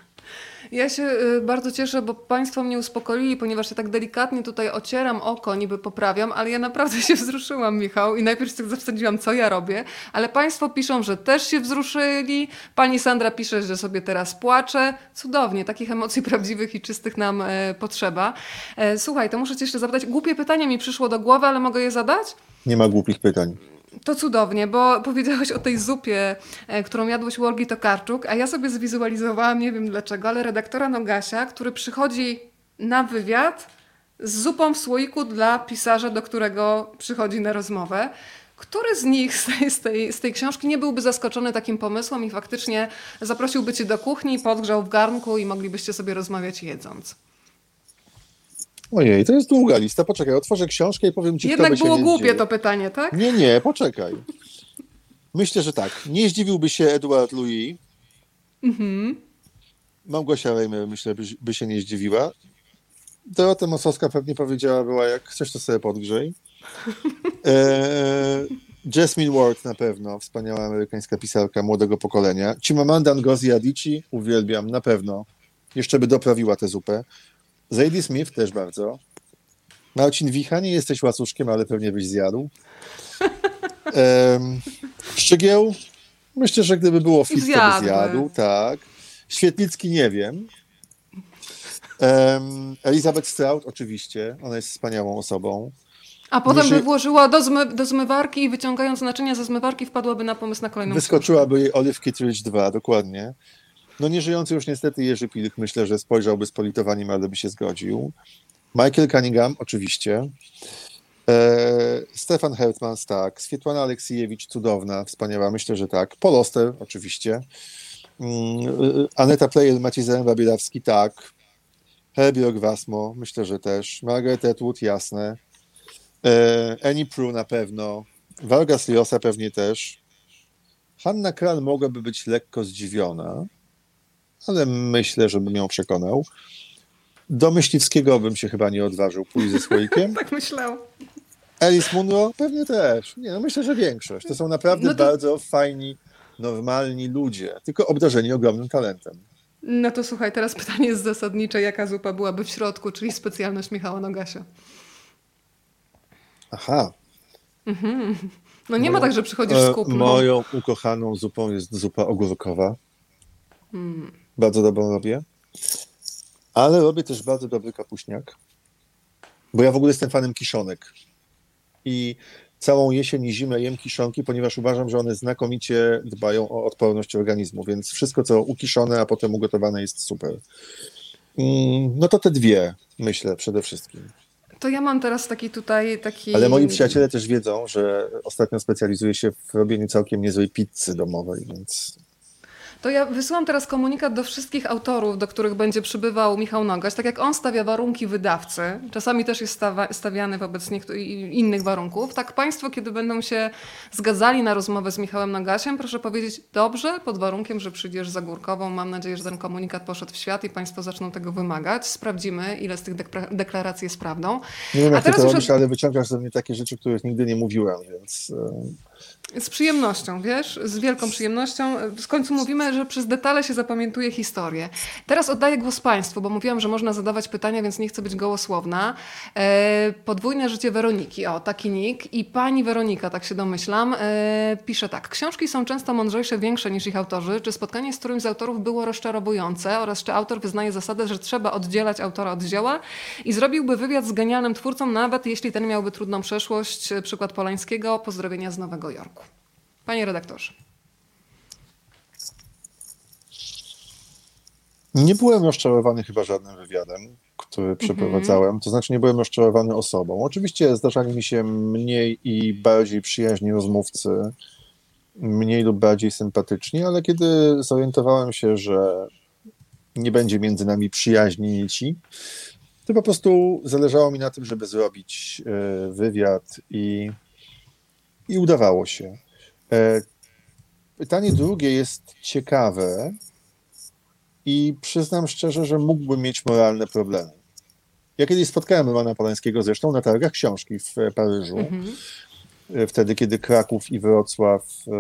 Ja się y, bardzo cieszę, bo Państwo mnie uspokoili, ponieważ ja tak delikatnie tutaj ocieram oko, niby poprawiam, ale ja naprawdę się wzruszyłam, Michał, i najpierw tak zawstydziłam, co ja robię, ale Państwo piszą, że też się wzruszyli, pani Sandra pisze, że sobie teraz płacze. Cudownie, takich emocji prawdziwych i czystych nam e, potrzeba. E, słuchaj, to muszę Cię jeszcze zapytać, głupie pytanie mi przyszło do głowy, ale mogę je zadać? Nie ma głupich pytań. To cudownie, bo powiedziałeś o tej zupie, e, którą jadłeś u Olgi Tokarczuk, a ja sobie zwizualizowałam, nie wiem dlaczego, ale redaktora Nogasia, który przychodzi na wywiad z zupą w słoiku dla pisarza, do którego przychodzi na rozmowę. Który z nich z tej, z tej, z tej książki nie byłby zaskoczony takim pomysłem i faktycznie zaprosiłby cię do kuchni, podgrzał w garnku i moglibyście sobie rozmawiać jedząc? Ojej, to jest długa lista. Poczekaj, otworzę książkę i powiem ci, kto Jednak by się było nie głupie zdziwił. to pytanie, tak? Nie, nie, poczekaj. Myślę, że tak. Nie zdziwiłby się Edward Louis. Mhm. Małgosia Reimer, myślę, by, by się nie zdziwiła. Dorota Mosowska pewnie powiedziała, była jak chcesz, to sobie podgrzej. Eee, Jasmine Ward na pewno, wspaniała amerykańska pisarka młodego pokolenia. Chimamanda Ngozi Adichie, uwielbiam, na pewno. Jeszcze by doprawiła tę zupę. Zadie Smith też bardzo. Marcin Wicha, nie jesteś łacuszkiem, ale pewnie byś zjadł. Ehm, Szczygieł, myślę, że gdyby było fit, to by Zjadłby. zjadł, tak. Świetlicki nie wiem. Um, Elizabeth Strout oczywiście, ona jest wspaniałą osobą. A potem Niży... by włożyła do, zmy, do zmywarki i wyciągając naczynia ze zmywarki wpadłaby na pomysł na kolejną Wyskoczyłaby jej Olive Kitteridge dwa, dokładnie. No nieżyjący już niestety Jerzy Pilch, myślę, że spojrzałby z politowaniem, ale by się zgodził. Michael Cunningham, oczywiście. E, Stefan Hertmans, tak. Swietłana Aleksijewicz, cudowna, wspaniała, myślę, że tak. Paul Auster, oczywiście. Mm, Aneta Plejel, Maciej Zaręba-Bielawski, tak. Herbie Ogwasmo, myślę, że też. Margaret Atwood, jasne. E, Annie Proulx na pewno. Vargas Llosa pewnie też. Hanna Kral mogłaby być lekko zdziwiona, ale myślę, że bym ją przekonał. Do Myśliwskiego bym się chyba nie odważył pójść ze słoikiem. Tak myślałam. Alice Munro? Pewnie też. Nie, no myślę, że większość. To są naprawdę No to... bardzo fajni, normalni ludzie, tylko obdarzeni ogromnym talentem. No to słuchaj, teraz pytanie jest zasadnicze. Jaka zupa byłaby w środku, czyli specjalność Michała Nogasia? Aha. Mhm. No nie moją, ma tak, że przychodzisz z kupną. Moją ukochaną zupą jest zupa ogórkowa. Hmm. Bardzo dobrą robię. Ale robię też bardzo dobry kapuśniak. Bo ja w ogóle jestem fanem kiszonek. I całą jesień i zimę jem kiszonki, ponieważ uważam, że one znakomicie dbają o odporność organizmu, więc wszystko, co ukiszone, a potem ugotowane, jest super. No to te dwie, myślę, przede wszystkim. To ja mam teraz taki tutaj taki... Ale moi przyjaciele też wiedzą, że ostatnio specjalizuję się w robieniu całkiem niezłej pizzy domowej, więc... To ja wysyłam teraz komunikat do wszystkich autorów, do których będzie przybywał Michał Nogaś. Tak jak on stawia warunki wydawcy, czasami też jest stawa- stawiany wobec niektórych innych warunków, tak państwo, kiedy będą się zgadzali na rozmowę z Michałem Nogasiem, proszę powiedzieć dobrze, pod warunkiem, że przyjdziesz za Górkową. Mam nadzieję, że ten komunikat poszedł w świat i państwo zaczną tego wymagać. Sprawdzimy, ile z tych dek- deklaracji jest prawdą. Nie wiem, jak A teraz ty to już robisz, od... ale wyciągasz ze mnie takie rzeczy, których nigdy nie mówiłem, więc... Z przyjemnością, wiesz? Z wielką przyjemnością. W końcu mówimy, że przez detale się zapamiętuje historię. Teraz oddaję głos państwu, bo mówiłam, że można zadawać pytania, więc nie chcę być gołosłowna. E, podwójne życie Weroniki. O, taki nick. I pani Weronika, tak się domyślam, e, pisze tak. Książki są często mądrzejsze, większe niż ich autorzy. Czy spotkanie z którymś z autorów było rozczarowujące? Oraz czy autor wyznaje zasadę, że trzeba oddzielać autora od dzieła i zrobiłby wywiad z genialnym twórcą, nawet jeśli ten miałby trudną przeszłość? Przykład Polańskiego. Pozdrowienia z Nowego Jorku. Panie redaktorze. Nie byłem rozczarowany chyba żadnym wywiadem, który przeprowadzałem, to znaczy nie byłem rozczarowany osobą. Oczywiście zdarzali mi się mniej i bardziej przyjaźni rozmówcy, mniej lub bardziej sympatyczni, ale kiedy zorientowałem się, że nie będzie między nami przyjaźni nici, to po prostu zależało mi na tym, żeby zrobić wywiad i, i udawało się. Pytanie drugie jest ciekawe i przyznam szczerze, że mógłbym mieć moralne problemy. Ja kiedyś spotkałem Romana Polańskiego zresztą na targach książki w Paryżu. Mm-hmm. Wtedy, kiedy Kraków i Wrocław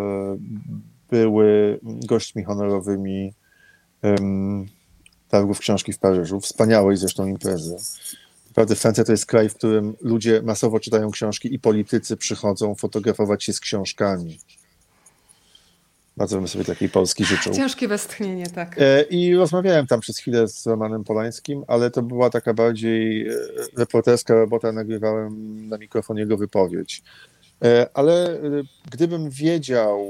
były gośćmi honorowymi um, targów książki w Paryżu. Wspaniałej zresztą imprezy. Naprawdę Francja to jest kraj, w którym ludzie masowo czytają książki i politycy przychodzą fotografować się z książkami. Bardzo bym sobie takiej Polski życzył. Ciężkie westchnienie, tak. I rozmawiałem tam przez chwilę z Romanem Polańskim, ale to była taka bardziej reporterska robota, nagrywałem na mikrofon jego wypowiedź. Ale gdybym wiedział,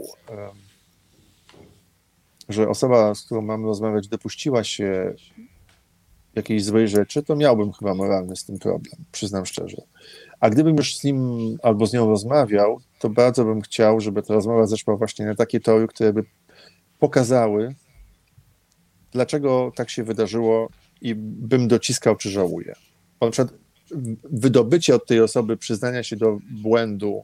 że osoba, z którą mam rozmawiać, dopuściła się jakiejś złej rzeczy, to miałbym chyba moralny z tym problem, przyznam szczerze. A gdybym już z nim albo z nią rozmawiał, to bardzo bym chciał, żeby ta rozmowa zeszła właśnie na takie tory, które by pokazały, dlaczego tak się wydarzyło i bym dociskał, czy żałuję. Bo na przykład wydobycie od tej osoby przyznania się do błędu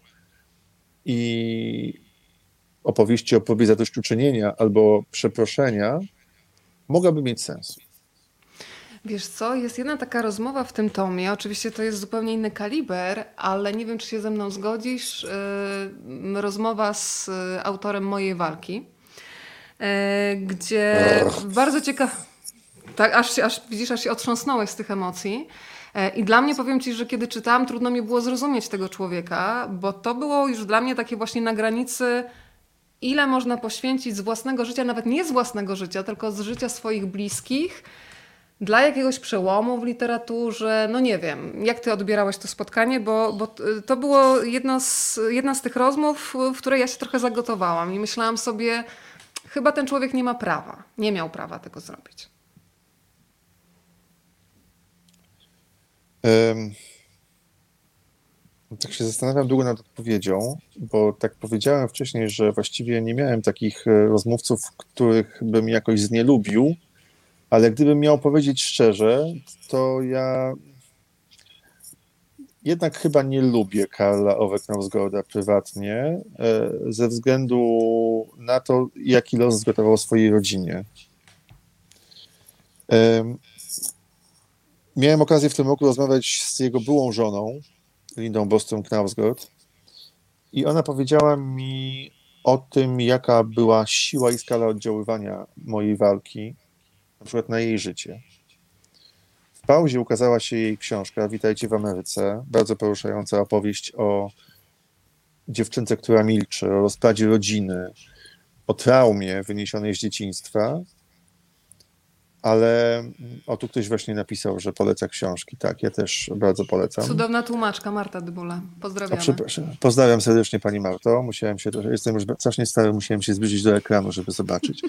i opowieści o próbie zadośćuczynienia albo przeproszenia mogłaby mieć sens. Wiesz co, jest jedna taka rozmowa w tym tomie, oczywiście to jest zupełnie inny kaliber, ale nie wiem, czy się ze mną zgodzisz, yy, rozmowa z y, autorem Mojej walki, yy, gdzie bardzo ciekawe, tak, aż, się, aż widzisz, aż się otrząsnąłeś z tych emocji. Yy, I dla mnie, powiem ci, że kiedy czytałam, trudno mi było zrozumieć tego człowieka, bo to było już dla mnie takie właśnie na granicy, ile można poświęcić z własnego życia, nawet nie z własnego życia, tylko z życia swoich bliskich, dla jakiegoś przełomu w literaturze. No nie wiem, jak ty odbierałeś to spotkanie, bo, bo to było jedno z, jedna z tych rozmów, w której ja się trochę zagotowałam i myślałam sobie, chyba ten człowiek nie ma prawa, nie miał prawa tego zrobić. Um, tak się zastanawiam długo nad odpowiedzią, bo tak powiedziałem wcześniej, że właściwie nie miałem takich rozmówców, których bym jakoś znielubił, ale gdybym miał powiedzieć szczerze, to ja jednak chyba nie lubię Karla Ove Knausgårda prywatnie, ze względu na to, jaki los zgotował swojej rodzinie. Miałem okazję w tym roku rozmawiać z jego byłą żoną, Lindą Bostrom Knausgård, i ona powiedziała mi o tym, jaka była siła i skala oddziaływania mojej walki, na przykład na jej życie. W pauzie ukazała się jej książka Witajcie w Ameryce, bardzo poruszająca opowieść o dziewczynce, która milczy, o rozpadzie rodziny, o traumie wyniesionej z dzieciństwa, ale o, tu ktoś właśnie napisał, że poleca książki. Tak, ja też bardzo polecam. Cudowna tłumaczka Marta Dybula. Pozdrawiamy. O, przepraszam. Pozdrawiam serdecznie pani Marto. Musiałem się, jestem już strasznie stary, musiałem się zbliżyć do ekranu, żeby zobaczyć.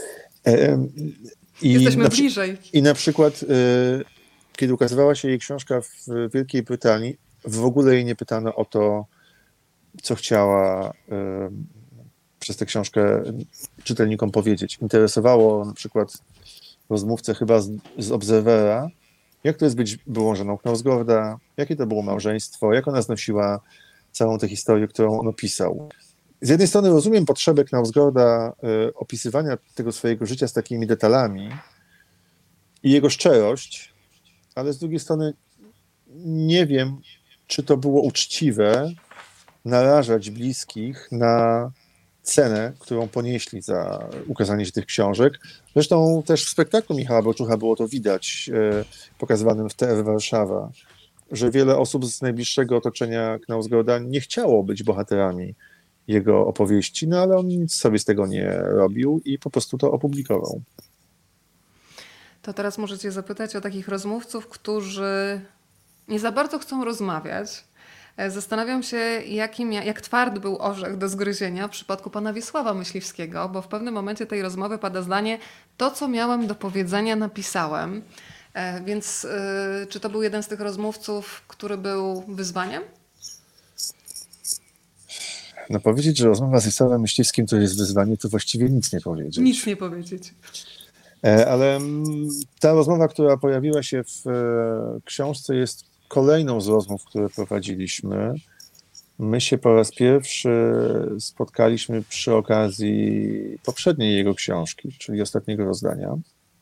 I Jesteśmy na, bliżej. I na przykład, y, kiedy ukazywała się jej książka w Wielkiej Brytanii, w ogóle jej nie pytano o to, co chciała y, przez tę książkę czytelnikom powiedzieć. Interesowało na przykład rozmówcę chyba z, z Obserwera, jak to jest być byłą żoną Knausgårda, jakie to było małżeństwo, jak ona znosiła całą tę historię, którą on opisał. Z jednej strony rozumiem potrzebę Knausgårda y, opisywania tego swojego życia z takimi detalami i jego szczerość, ale z drugiej strony nie wiem, czy to było uczciwe narażać bliskich na cenę, którą ponieśli za ukazanie się tych książek. Zresztą też w spektaklu Michała Boczucha było to widać, y, pokazywanym w T F Warszawa, że wiele osób z najbliższego otoczenia Knausgårda nie chciało być bohaterami jego opowieści, no ale on nic sobie z tego nie robił i po prostu to opublikował. To teraz możecie zapytać o takich rozmówców, którzy nie za bardzo chcą rozmawiać. Zastanawiam się, jakim, jak twardy był orzech do zgryzienia w przypadku pana Wiesława Myśliwskiego, bo w pewnym momencie tej rozmowy pada zdanie: to, co miałem do powiedzenia, napisałem. Więc czy to był jeden z tych rozmówców, który był wyzwaniem? No powiedzieć, że rozmowa z Wiesławem Myśliwskim to jest wyzwanie, to właściwie nic nie powiedzieć. Nic nie powiedzieć. Ale ta rozmowa, która pojawiła się w książce, jest kolejną z rozmów, które prowadziliśmy. My się po raz pierwszy spotkaliśmy przy okazji poprzedniej jego książki, czyli ostatniego rozdania.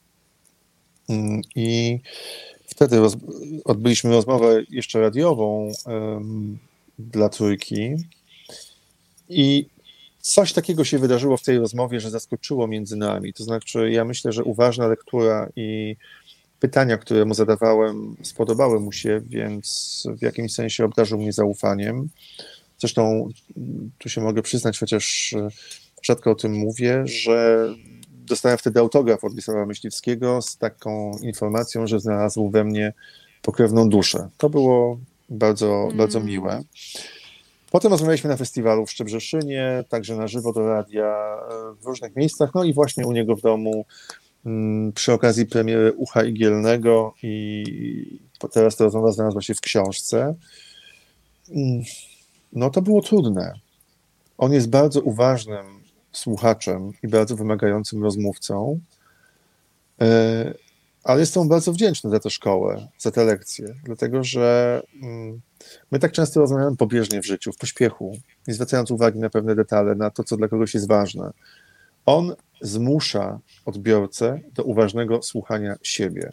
I wtedy roz... odbyliśmy rozmowę jeszcze radiową um, dla Trójki. I coś takiego się wydarzyło w tej rozmowie, że zaskoczyło między nami. To znaczy, ja myślę, że uważna lektura i pytania, które mu zadawałem, spodobały mu się, więc w jakimś sensie obdarzył mnie zaufaniem. Zresztą tu się mogę przyznać, chociaż rzadko o tym mówię, że dostałem wtedy autograf od Wiesława Myśliwskiego z taką informacją, że znalazł we mnie pokrewną duszę. To było bardzo, mm. bardzo miłe. Potem rozmawialiśmy na festiwalu w Szczebrzeszynie, także na żywo do radia w różnych miejscach, no i właśnie u niego w domu przy okazji premiery Ucha Igielnego i teraz ta rozmowa znalazła się w książce. No to było trudne. On jest bardzo uważnym słuchaczem i bardzo wymagającym rozmówcą ale jestem bardzo wdzięczny za tę szkołę, za tę lekcję, dlatego że mm, my tak często rozmawiamy pobieżnie w życiu, w pośpiechu, nie zwracając uwagi na pewne detale, na to, co dla kogoś jest ważne. On zmusza odbiorcę do uważnego słuchania siebie.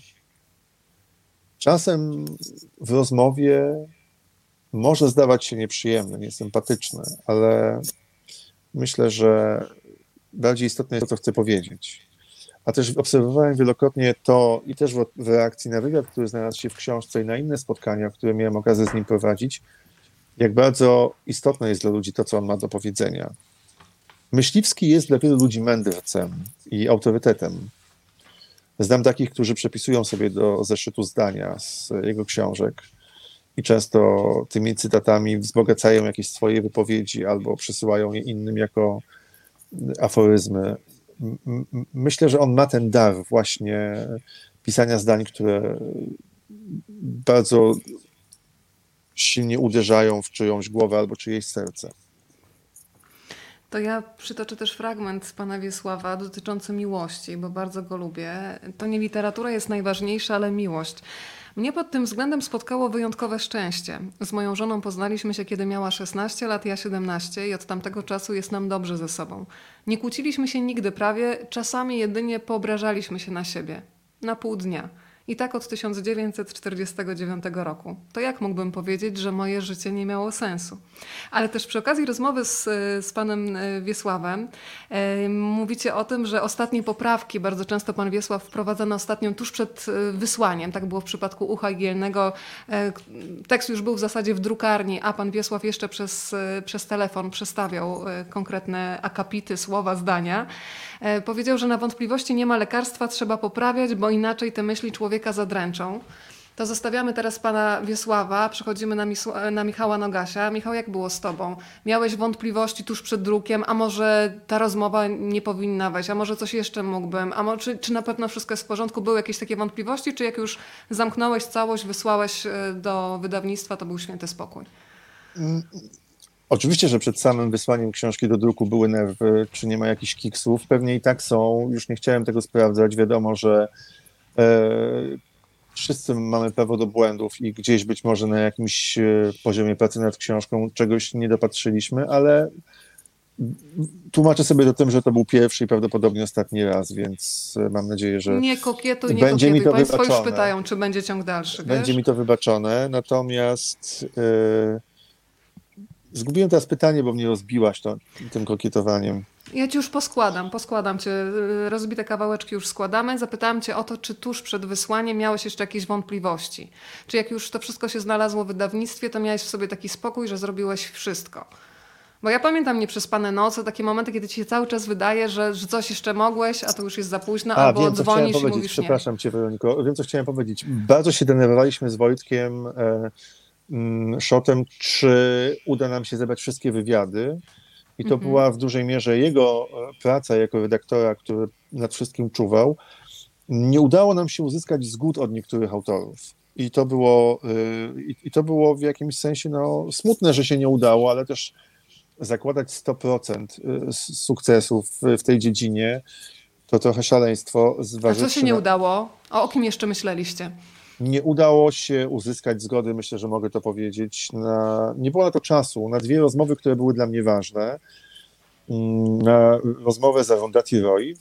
Czasem w rozmowie może zdawać się nieprzyjemne, niesympatyczne, ale myślę, że bardziej istotne jest to, co chcę powiedzieć. A też obserwowałem wielokrotnie to i też w, w reakcji na wywiad, który znalazł się w książce i na inne spotkania, które miałem okazję z nim prowadzić, jak bardzo istotne jest dla ludzi to, co on ma do powiedzenia. Myśliwski jest dla wielu ludzi mędrcem i autorytetem. Znam takich, którzy przepisują sobie do zeszytu zdania z jego książek i często tymi cytatami wzbogacają jakieś swoje wypowiedzi albo przesyłają je innym jako aforyzmy. Myślę, że on ma ten dar właśnie pisania zdań, które bardzo silnie uderzają w czyjąś głowę albo czyjeś serce. To ja przytoczę też fragment z pana Wiesława dotyczący miłości, bo bardzo go lubię. To nie literatura jest najważniejsza, ale miłość. Mnie pod tym względem spotkało wyjątkowe szczęście. Z moją żoną poznaliśmy się, kiedy miała szesnaście lat, ja siedemnaście i od tamtego czasu jest nam dobrze ze sobą. Nie kłóciliśmy się nigdy prawie, czasami jedynie poobrażaliśmy się na siebie. Na pół dnia. I tak od tysiąc dziewięćset czterdziestego dziewiątego roku. To jak mógłbym powiedzieć, że moje życie nie miało sensu? Ale też przy okazji rozmowy z, z panem Wiesławem e, mówicie o tym, że ostatnie poprawki, bardzo często pan Wiesław wprowadza na ostatnią tuż przed wysłaniem. Tak było w przypadku Ucha Igielnego. E, tekst już był w zasadzie w drukarni, a pan Wiesław jeszcze przez, przez telefon przestawiał konkretne akapity, słowa, zdania. E, powiedział, że na wątpliwości nie ma lekarstwa, trzeba poprawiać, bo inaczej te myśli człowieka zadręczą. To zostawiamy teraz pana Wiesława, przechodzimy na, Misła- na Michała Nogasia. Michał, jak było z tobą? Miałeś wątpliwości tuż przed drukiem, a może ta rozmowa nie powinna wejść, a może coś jeszcze mógłbym, a może, czy, czy na pewno wszystko jest w porządku? Były jakieś takie wątpliwości, czy jak już zamknąłeś całość, wysłałeś do wydawnictwa, to był święty spokój? Mm. Oczywiście, że przed samym wysłaniem książki do druku były nerwy, czy nie ma jakichś kiksów. Pewnie i tak są. Już nie chciałem tego sprawdzać. Wiadomo, że e, wszyscy mamy prawo do błędów i gdzieś być może na jakimś poziomie pracy nad książką czegoś nie dopatrzyliśmy, ale tłumaczę sobie to tym, że to był pierwszy i prawdopodobnie ostatni raz, więc mam nadzieję, że nie kokietuj, nie będzie kokietuj. mi to Państwo wybaczone. już pytają, czy będzie ciąg dalszy. Będzie wiesz? mi to wybaczone, natomiast e, zgubiłem teraz pytanie, bo mnie rozbiłaś to, tym kokietowaniem. Ja ci już poskładam, poskładam cię. Rozbite kawałeczki już składamy. Zapytałam cię o to, czy tuż przed wysłaniem miałeś jeszcze jakieś wątpliwości. Czy jak już to wszystko się znalazło w wydawnictwie, to miałeś w sobie taki spokój, że zrobiłeś wszystko. Bo ja pamiętam nieprzespane noce, takie momenty, kiedy ci się cały czas wydaje, że, że coś jeszcze mogłeś, a to już jest za późno, A, albo wiem, co chciałem dzwonisz i powiedzieć. mówisz nie. Przepraszam cię, Weroniko. Wiem, co chciałem powiedzieć. Bardzo się denerwowaliśmy z Wojtkiem e, mm, Szotem, czy uda nam się zebrać wszystkie wywiady. I to Mhm. była w dużej mierze jego praca jako redaktora, który nad wszystkim czuwał. Nie udało nam się uzyskać zgód od niektórych autorów. I to było, y, i to było w jakimś sensie no, smutne, że się nie udało, ale też zakładać sto procent sukcesów w, w tej dziedzinie to trochę szaleństwo. A co się nie na... udało? O, o kim jeszcze myśleliście? Nie udało się uzyskać zgody, myślę, że mogę to powiedzieć. Na... Nie było na to czasu, na dwie rozmowy, które były dla mnie ważne. Na rozmowę z Arundhati Roy,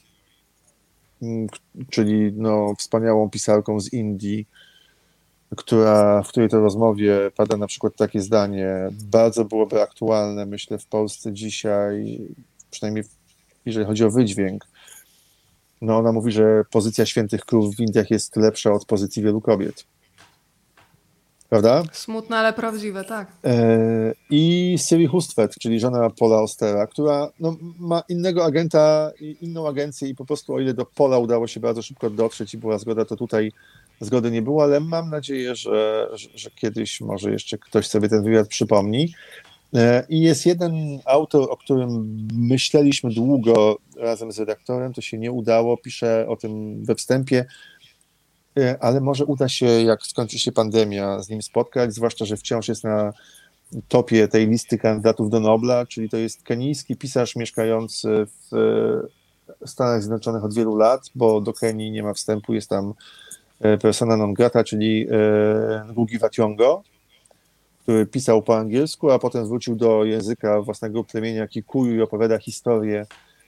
czyli no, wspaniałą pisarką z Indii, która, w której to rozmowie pada na przykład takie zdanie, bardzo byłoby aktualne, myślę, w Polsce dzisiaj, przynajmniej jeżeli chodzi o wydźwięk. No ona mówi, że pozycja świętych krów w Indiach jest lepsza od pozycji wielu kobiet. Prawda? Smutne, ale prawdziwe, tak. E, I Siri Hustvedt, czyli żona Paula Austera, która no, ma innego agenta, inną agencję i po prostu o ile do Paula udało się bardzo szybko dotrzeć i była zgoda, to tutaj zgody nie było, ale mam nadzieję, że, że, że kiedyś może jeszcze ktoś sobie ten wywiad przypomni. E, I jest jeden autor, o którym myśleliśmy długo razem z redaktorem, to się nie udało, piszę o tym we wstępie, ale może uda się, jak skończy się pandemia, z nim spotkać, zwłaszcza, że wciąż jest na topie tej listy kandydatów do Nobla, czyli to jest kenijski pisarz mieszkający w Stanach Zjednoczonych od wielu lat, bo do Kenii nie ma wstępu, jest tam persona non grata, czyli Ngugi wa Thiong'o, który pisał po angielsku, a potem wrócił do języka własnego plemienia Kikuyu i opowiada historię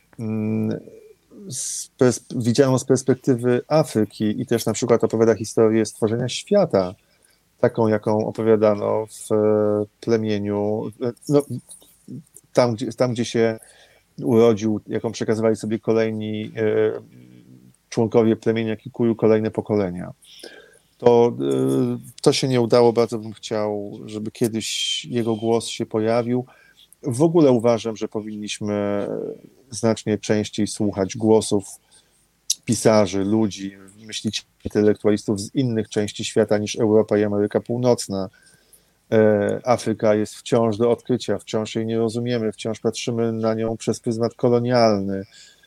z pers- widzianą z perspektywy Afryki i też na przykład opowiada historię stworzenia świata, taką, jaką opowiadano w plemieniu, no, tam, gdzie, tam, gdzie się urodził, jaką przekazywali sobie kolejni e, członkowie plemienia Kikuyu, kolejne pokolenia. To, e, to się nie udało, bardzo bym chciał, żeby kiedyś jego głos się pojawił. W ogóle uważam, że powinniśmy znacznie częściej słuchać głosów pisarzy, ludzi, myślicieli, intelektualistów z innych części świata niż Europa i Ameryka Północna. Afryka jest wciąż do odkrycia, wciąż jej nie rozumiemy, wciąż patrzymy na nią przez pryzmat kolonialny.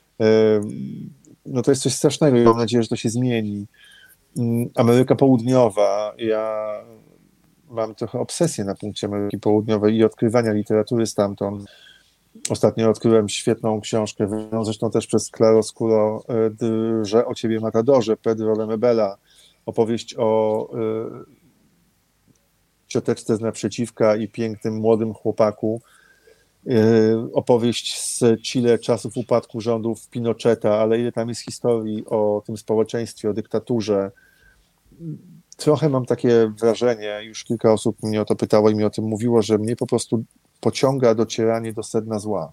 No to jest coś strasznego i mam nadzieję, że to się zmieni. Ameryka Południowa, ja mam trochę obsesję na punkcie Ameryki Południowej i odkrywania literatury stamtąd. Ostatnio odkryłem świetną książkę, zresztą też przez Claroscuro, Drże o ciebie Matadorze, Pedro Lemebela, opowieść o cioteczce z naprzeciwka i pięknym młodym chłopaku, opowieść z Chile czasów upadku rządów Pinocheta, ale ile tam jest historii o tym społeczeństwie, o dyktaturze. Trochę mam takie wrażenie, już kilka osób mnie o to pytało i mi o tym mówiło, że mnie po prostu pociąga docieranie do sedna zła.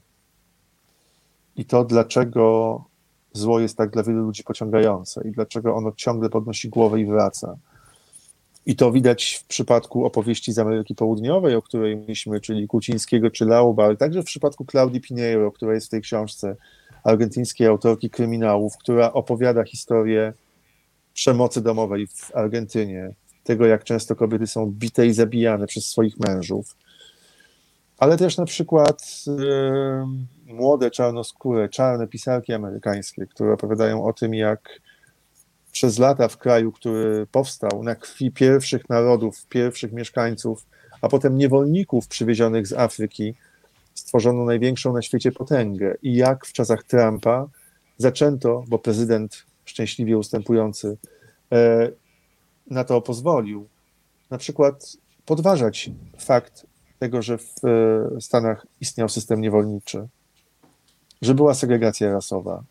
I to, dlaczego zło jest tak dla wielu ludzi pociągające i dlaczego ono ciągle podnosi głowę i wraca. I to widać w przypadku opowieści z Ameryki Południowej, o której mówiliśmy, czyli Kucińskiego czy Lauba, ale także w przypadku Claudii Pinheiro, która jest w tej książce, argentyńskiej autorki kryminałów, która opowiada historię przemocy domowej w Argentynie, tego, jak często kobiety są bite i zabijane przez swoich mężów. Ale też na przykład yy, młode, czarnoskóre, czarne pisarki amerykańskie, które opowiadają o tym, jak przez lata w kraju, który powstał na krwi pierwszych narodów, pierwszych mieszkańców, a potem niewolników przywiezionych z Afryki, stworzono największą na świecie potęgę. I jak w czasach Trumpa zaczęto, bo prezydent szczęśliwie ustępujący e, na to pozwolił, na przykład podważać fakt tego, że w e, Stanach istniał system niewolniczy, że była segregacja rasowa,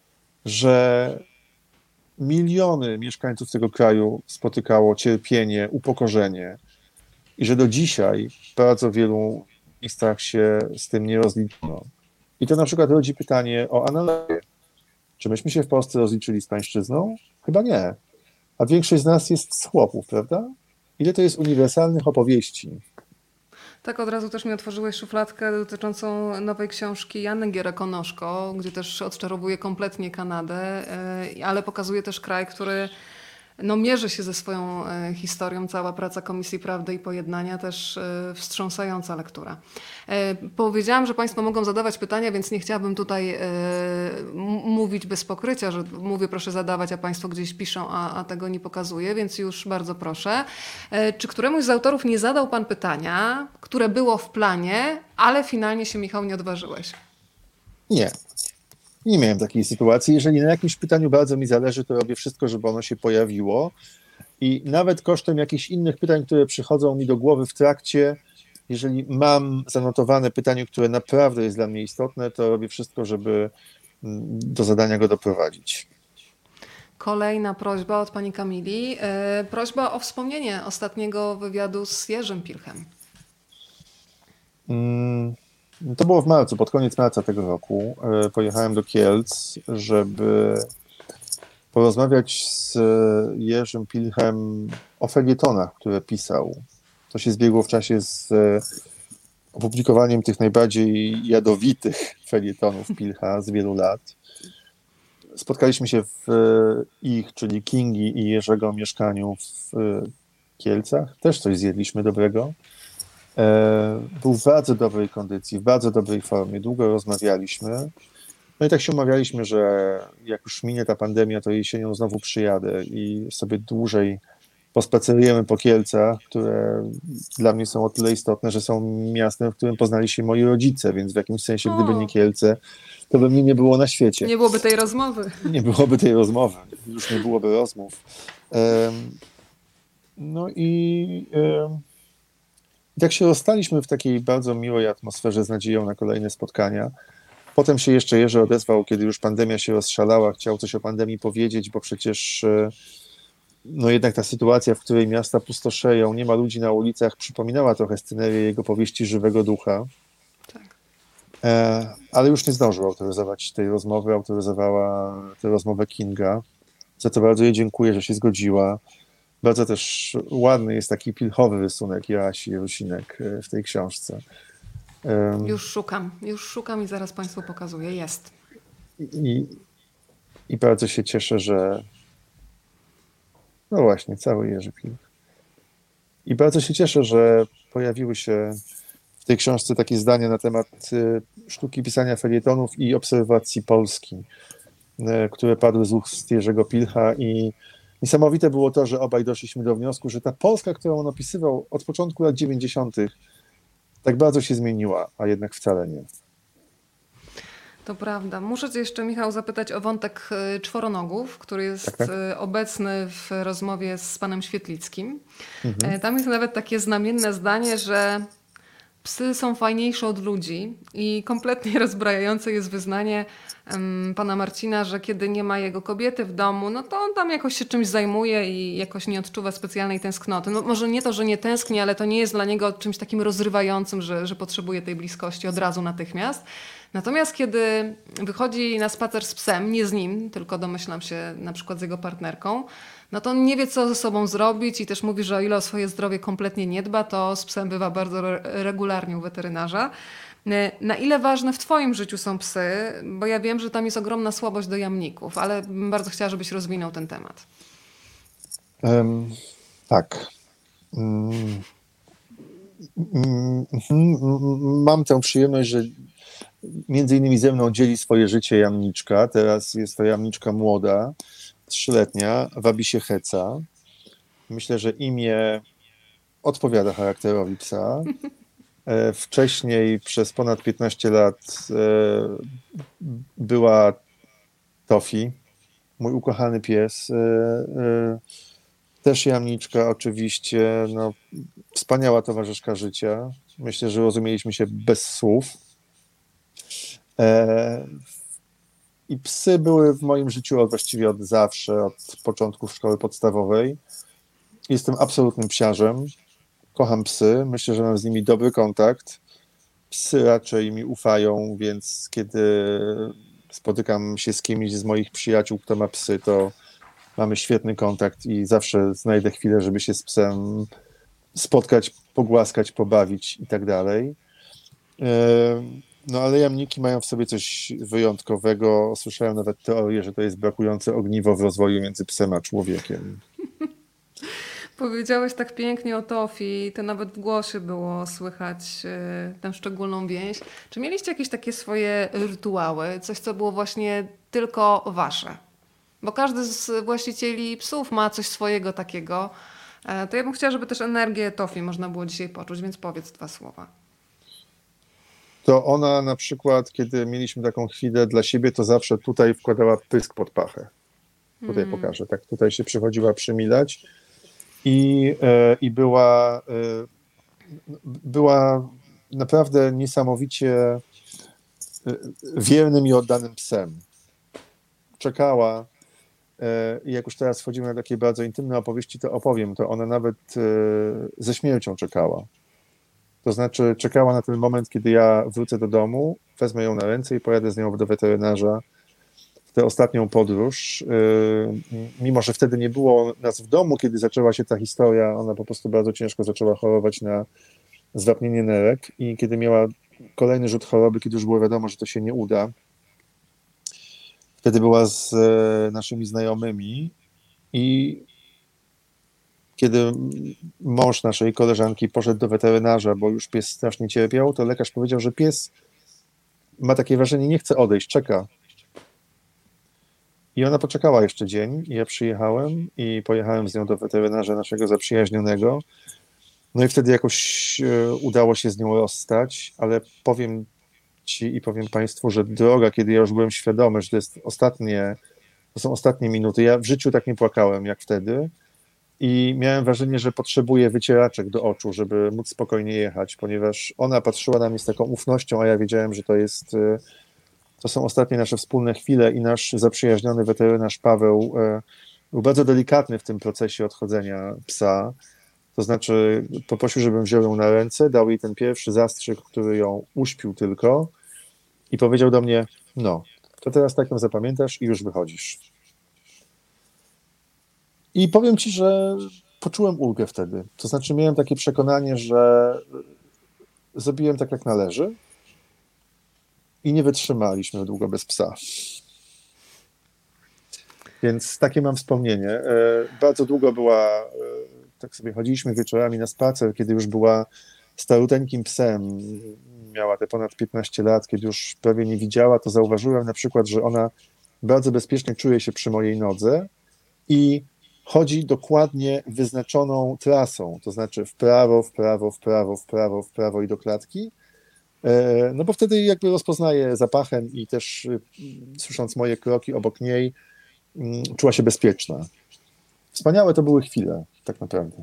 że miliony mieszkańców tego kraju spotykało cierpienie, upokorzenie i że do dzisiaj w bardzo wielu miejscach się z tym nie rozliczono. I to na przykład rodzi pytanie o analogię. Czy myśmy się w Polsce rozliczyli z pańszczyzną? Chyba nie. A większość z nas jest z chłopów, prawda? Ile to jest uniwersalnych opowieści? Tak, od razu też mi otworzyłeś szufladkę dotyczącą nowej książki Jany Gierek-Onoszko, gdzie też odczarowuje kompletnie Kanadę, ale pokazuje też kraj, który no, mierzy się ze swoją historią. Cała praca Komisji Prawdy i Pojednania też wstrząsająca lektura. Powiedziałam, że Państwo mogą zadawać pytania, więc nie chciałabym tutaj mówić bez pokrycia, że mówię proszę zadawać, a Państwo gdzieś piszą, a, a tego nie pokazuję, więc już bardzo proszę. Czy któremuś z autorów nie zadał Pan pytania, które było w planie, ale finalnie się, Michał, nie odważyłeś? Nie. Nie miałem takiej sytuacji. Jeżeli na jakimś pytaniu bardzo mi zależy, to robię wszystko, żeby ono się pojawiło. I nawet kosztem jakichś innych pytań, które przychodzą mi do głowy w trakcie, jeżeli mam zanotowane pytanie, które naprawdę jest dla mnie istotne, to robię wszystko, żeby do zadania go doprowadzić. Kolejna prośba od pani Kamili. Yy, prośba o wspomnienie ostatniego wywiadu z Jerzym Pilchem. Hmm. To było w marcu, pod koniec marca tego roku. Pojechałem do Kielc, żeby porozmawiać z Jerzym Pilchem o felietonach, które pisał. To się zbiegło w czasie z opublikowaniem tych najbardziej jadowitych felietonów Pilcha z wielu lat. Spotkaliśmy się w ich, czyli Kingi i Jerzego mieszkaniu w Kielcach. Też coś zjedliśmy dobrego. Był w bardzo dobrej kondycji, w bardzo dobrej formie, długo rozmawialiśmy. No i tak się umawialiśmy, że jak już minie ta pandemia, to jesienią znowu przyjadę i sobie dłużej pospacerujemy po Kielcach, które dla mnie są o tyle istotne, że są miastem, w którym poznali się moi rodzice, więc w jakimś sensie, gdyby nie O, Kielce, to by mnie nie było na świecie. nie byłoby tej rozmowy. Nie byłoby tej rozmowy, już nie byłoby rozmów. Em, No i em, tak się rozstaliśmy w takiej bardzo miłej atmosferze z nadzieją na kolejne spotkania. Potem się jeszcze Jerzy odezwał, kiedy już pandemia się rozszalała, chciał coś o pandemii powiedzieć, bo przecież e, no jednak ta sytuacja, w której miasta pustoszeją, nie ma ludzi na ulicach, przypominała trochę scenerię jego powieści Żywego Ducha. Tak. E, ale już nie zdążył autoryzować tej rozmowy, autoryzowała tę rozmowę Kinga. Za to bardzo jej dziękuję, że się zgodziła. Bardzo też ładny jest taki pilchowy rysunek Joasi Rusinek e, w tej książce. Em, Już szukam, już szukam i zaraz Państwu pokazuję. Jest. I, I bardzo się cieszę, że no właśnie, cały Jerzy Pilch. I bardzo się cieszę, że pojawiły się w tej książce takie zdania na temat y, sztuki pisania felietonów i obserwacji Polski, y, które padły z ust Jerzego Pilcha i niesamowite było to, że obaj doszliśmy do wniosku, że ta Polska, którą on opisywał od początku lat dziewięćdziesiątych, tak bardzo się zmieniła, a jednak wcale nie. To prawda. Muszę Cię jeszcze, Michał, zapytać o wątek y, czworonogów, który jest Tak, tak. y, obecny w rozmowie z panem Świetlickim. Mhm. E, Tam jest nawet takie znamienne zdanie, że psy są fajniejsze od ludzi i kompletnie rozbrajające jest wyznanie em, pana Marcina, że kiedy nie ma jego kobiety w domu, no to on tam jakoś się czymś zajmuje i jakoś nie odczuwa specjalnej tęsknoty. No może nie to, że nie tęskni, ale to nie jest dla niego czymś takim rozrywającym, że, że potrzebuje tej bliskości od razu natychmiast. Natomiast kiedy wychodzi na spacer z psem, nie z nim, tylko domyślam się na przykład z jego partnerką, no to on nie wie, co ze sobą zrobić i też mówi, że o ile o swoje zdrowie kompletnie nie dba, to z psem bywa bardzo re- regularnie u weterynarza. E, Na ile ważne w Twoim życiu są psy? Bo ja wiem, że tam jest ogromna słabość do jamników, ale bym bardzo chciała, żebyś rozwinął ten temat. Em, tak. Mm, mm, mm, Mam tę przyjemność, że między innymi ze mną dzieli swoje życie jamniczka. Teraz jest to jamniczka młoda, trzyletnia, wabi się Heca. Myślę, że imię odpowiada charakterowi psa. E, Wcześniej przez ponad piętnaście lat e, była Tofi, mój ukochany pies. E, e, Też jamniczka oczywiście, no, wspaniała towarzyszka życia. Myślę, że rozumieliśmy się bez słów. E, I psy były w moim życiu od, właściwie od zawsze, od początków szkoły podstawowej. Jestem absolutnym psiarzem. Kocham psy. Myślę, że mam z nimi dobry kontakt. Psy raczej mi ufają, więc kiedy spotykam się z kimś z moich przyjaciół, kto ma psy, to mamy świetny kontakt i zawsze znajdę chwilę, żeby się z psem spotkać, pogłaskać, pobawić i tak dalej. No ale jamniki mają w sobie coś wyjątkowego. Słyszałem nawet teorię, że to jest brakujące ogniwo w rozwoju między psem a człowiekiem. Powiedziałeś tak pięknie o Tofi, to nawet w głosie było słychać y, tę szczególną więź. Czy mieliście jakieś takie swoje rytuały, coś co było właśnie tylko wasze? Bo każdy z właścicieli psów ma coś swojego takiego. E, To ja bym chciała, żeby też energię Tofi można było dzisiaj poczuć, więc powiedz dwa słowa. To ona na przykład, kiedy mieliśmy taką chwilę dla siebie, to zawsze tutaj wkładała pysk pod pachę. Tutaj Mm. pokażę, tak, tutaj się przychodziła przymilać i, e, i była, e, była naprawdę niesamowicie e, wiernym i oddanym psem. Czekała e, i jak już teraz wchodzimy na takie bardzo intymne opowieści, to opowiem, to ona nawet e, ze śmiercią czekała. To znaczy czekała na ten moment, kiedy ja wrócę do domu, wezmę ją na ręce i pojadę z nią do weterynarza w tę ostatnią podróż. Yy, Mimo że wtedy nie było nas w domu, kiedy zaczęła się ta historia, ona po prostu bardzo ciężko zaczęła chorować na zwapnienie nerek i kiedy miała kolejny rzut choroby, kiedy już było wiadomo, że to się nie uda, wtedy była z e, naszymi znajomymi i kiedy mąż naszej koleżanki poszedł do weterynarza, bo już pies strasznie cierpiał, to lekarz powiedział, że pies ma takie wrażenie, nie chce odejść, czeka. I ona poczekała jeszcze dzień i ja przyjechałem i pojechałem z nią do weterynarza naszego zaprzyjaźnionego. No i wtedy jakoś e, udało się z nią rozstać, ale powiem ci i powiem państwu, że droga, kiedy ja już byłem świadomy, że to jest ostatnie, to są ostatnie minuty. Ja w życiu tak nie płakałem jak wtedy i miałem wrażenie, że potrzebuję wycieraczek do oczu, żeby móc spokojnie jechać, ponieważ ona patrzyła na mnie z taką ufnością, a ja wiedziałem, że to jest, e, to są ostatnie nasze wspólne chwile i nasz zaprzyjaźniony weterynarz Paweł e, był bardzo delikatny w tym procesie odchodzenia psa. To znaczy poprosił, żebym wziął ją na ręce, dał jej ten pierwszy zastrzyk, który ją uśpił tylko i powiedział do mnie, no, to teraz tak ją zapamiętasz i już wychodzisz. I powiem ci, że poczułem ulgę wtedy. To znaczy miałem takie przekonanie, że zrobiłem tak, jak należy i nie wytrzymaliśmy długo bez psa. Więc takie mam wspomnienie. E, Bardzo długo była, e, tak sobie chodziliśmy wieczorami na spacer, kiedy już była staruteńkim psem, miała te ponad piętnaście lat, kiedy już prawie nie widziała, to zauważyłem na przykład, że ona bardzo bezpiecznie czuje się przy mojej nodze i chodzi dokładnie wyznaczoną trasą, to znaczy w prawo, w prawo, w prawo, w prawo, w prawo i do klatki. E, No bo wtedy jakby rozpoznaje zapachem i też y, słysząc moje kroki obok niej, mm, czuła się bezpieczna. Wspaniałe to były chwile, tak naprawdę.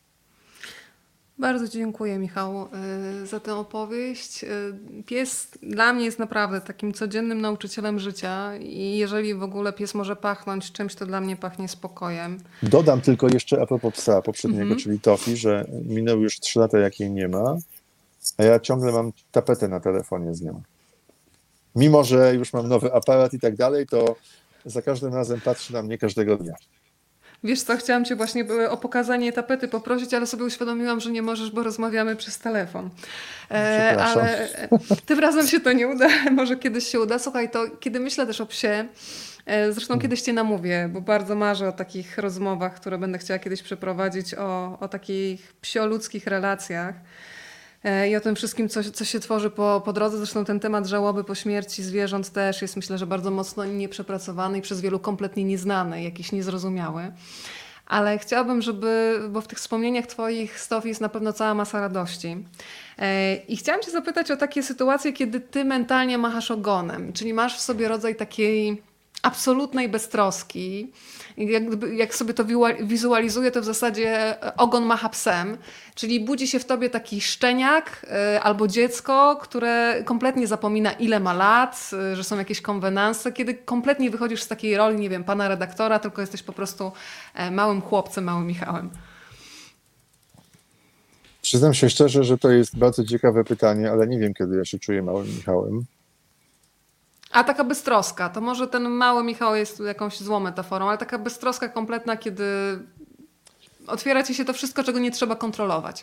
Bardzo dziękuję, Michał, y, za tę opowieść. Y, Pies dla mnie jest naprawdę takim codziennym nauczycielem życia i jeżeli w ogóle pies może pachnąć czymś, to dla mnie pachnie spokojem. Dodam tylko jeszcze a propos psa poprzedniego, Mhm. czyli Tofi, że minęły już trzy lata, jak jej nie ma, a ja ciągle mam tapetę na telefonie z nią. Mimo że już mam nowy aparat i tak dalej, to za każdym razem patrzy na mnie każdego dnia. Wiesz co, chciałam Cię właśnie y, o pokazanie tapety poprosić, ale sobie uświadomiłam, że nie możesz, bo rozmawiamy przez telefon. E, Przepraszam. ale e, tym razem się to nie uda, może kiedyś się uda. Słuchaj, to kiedy myślę też o psie, e, zresztą kiedyś Cię namówię, bo bardzo marzę o takich rozmowach, które będę chciała kiedyś przeprowadzić, o, o takich psio-ludzkich relacjach. E, I o tym wszystkim, co, co się tworzy po, po drodze. Zresztą ten temat żałoby po śmierci zwierząt też jest, myślę, że bardzo mocno nieprzepracowany i przez wielu kompletnie nieznany, jakiś niezrozumiały. Ale chciałabym, żeby, bo w tych wspomnieniach Twoich, Stofi, jest na pewno cała masa radości. E, I chciałam Cię zapytać o takie sytuacje, kiedy Ty mentalnie machasz ogonem, czyli masz w sobie rodzaj takiej absolutnej beztroski. I Jak, gdyby- jak sobie to wiua- wizualizuję, to w zasadzie e, ogon macha psem, czyli budzi się w tobie taki szczeniak e, albo dziecko, które kompletnie zapomina, ile ma lat, e, że są jakieś konwenanse, kiedy kompletnie wychodzisz z takiej roli, nie wiem, pana redaktora, tylko jesteś po prostu e, małym chłopcem, małym Michałem. Przyznam się szczerze, że to jest bardzo ciekawe pytanie, ale nie wiem, kiedy ja się czuję małym Michałem. A taka beztroska, to może ten mały Michał jest jakąś złą metaforą, ale taka beztroska kompletna, kiedy otwiera ci się to wszystko, czego nie trzeba kontrolować.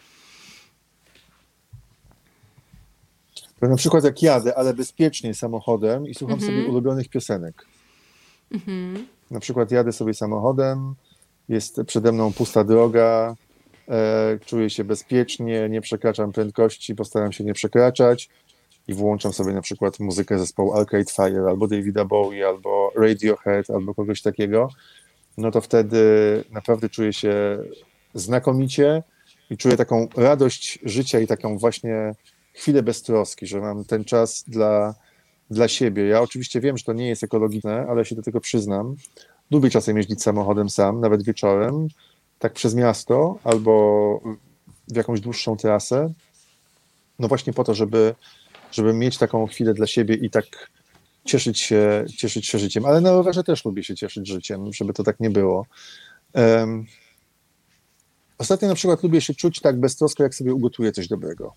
To na przykład jak jadę, ale bezpiecznie samochodem i słucham Mhm. sobie ulubionych piosenek. Mhm. Na przykład jadę sobie samochodem, jest przede mną pusta droga, e, czuję się bezpiecznie, nie przekraczam prędkości, postaram się nie przekraczać i włączam sobie na przykład muzykę zespołu Arcade Fire, albo Davida Bowie, albo Radiohead, albo kogoś takiego, no to wtedy naprawdę czuję się znakomicie i czuję taką radość życia i taką właśnie chwilę beztroski, że mam ten czas dla, dla siebie. Ja oczywiście wiem, że to nie jest ekologiczne, ale się do tego przyznam. Lubię czasem jeździć samochodem sam, nawet wieczorem, tak przez miasto albo w jakąś dłuższą trasę. No właśnie po to, żeby, żeby mieć taką chwilę dla siebie i tak cieszyć się, cieszyć się życiem. Ale na rowerze też lubię się cieszyć życiem, żeby to tak nie było. Um, ostatnio na przykład lubię się czuć tak beztrosko, jak sobie ugotuję coś dobrego.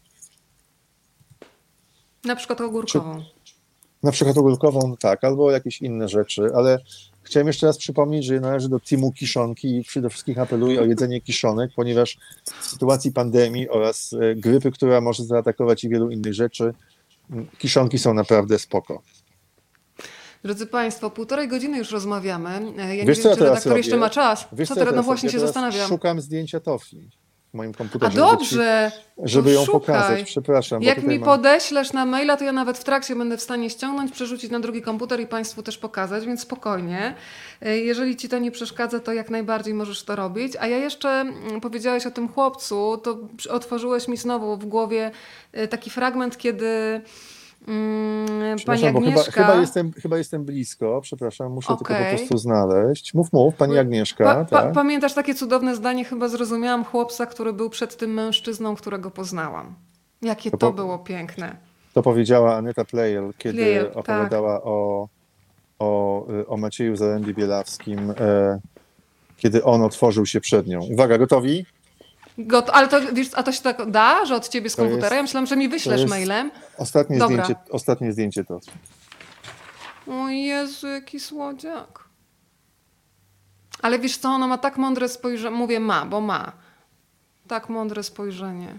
Na przykład ogórkową. Na przykład ogórkową, no tak, albo jakieś inne rzeczy, ale chciałem jeszcze raz przypomnieć, że należy do teamu kiszonki i przede wszystkim apeluję o jedzenie kiszonek, ponieważ w sytuacji pandemii oraz e, grypy, która może zaatakować i wielu innych rzeczy, m, kiszonki są naprawdę spoko. Drodzy Państwo, półtorej godziny już rozmawiamy. E, Ja nie Wiesz, wiem, co ja czy teraz redaktor jeszcze robię? ma czas. Wiesz, Co co ja teraz? No teraz właśnie robię? się Ja teraz zastanawiam. szukam zdjęcia Tofi. moim A komputerze. dobrze, Żeby, ci, żeby ją szukaj. pokazać, przepraszam. Jak mi mam... podeślesz na maila, to ja nawet w trakcie będę w stanie ściągnąć, przerzucić na drugi komputer i Państwu też pokazać, więc spokojnie. Jeżeli Ci to nie przeszkadza, to jak najbardziej możesz to robić. A ja jeszcze powiedziałeś o tym chłopcu, to otworzyłeś mi znowu w głowie taki fragment, kiedy mm, pani Agnieszka... Chyba, chyba, jestem, chyba jestem blisko, przepraszam, muszę okay. tylko po prostu znaleźć. Mów, mów, pani Agnieszka. Pa, pa, tak. Pamiętasz takie cudowne zdanie, chyba zrozumiałam chłopca, który był przed tym mężczyzną, którego poznałam. Jakie to, to po, było piękne. To powiedziała Aneta Plejel, kiedy Plejel, opowiadała tak. o, o, o Macieju Zarębie-Bielawskim, e, kiedy on otworzył się przed nią. Uwaga, gotowi? Got, ale to, wiesz, a to się tak da, że od ciebie z komputera? Jest, ja myślałam, że mi wyślesz mailem. Ostatnie zdjęcie, ostatnie zdjęcie to. O Jezu, jaki słodziak. Ale wiesz co, ona ma tak mądre spojrzenie. Mówię ma, bo ma. Tak mądre spojrzenie.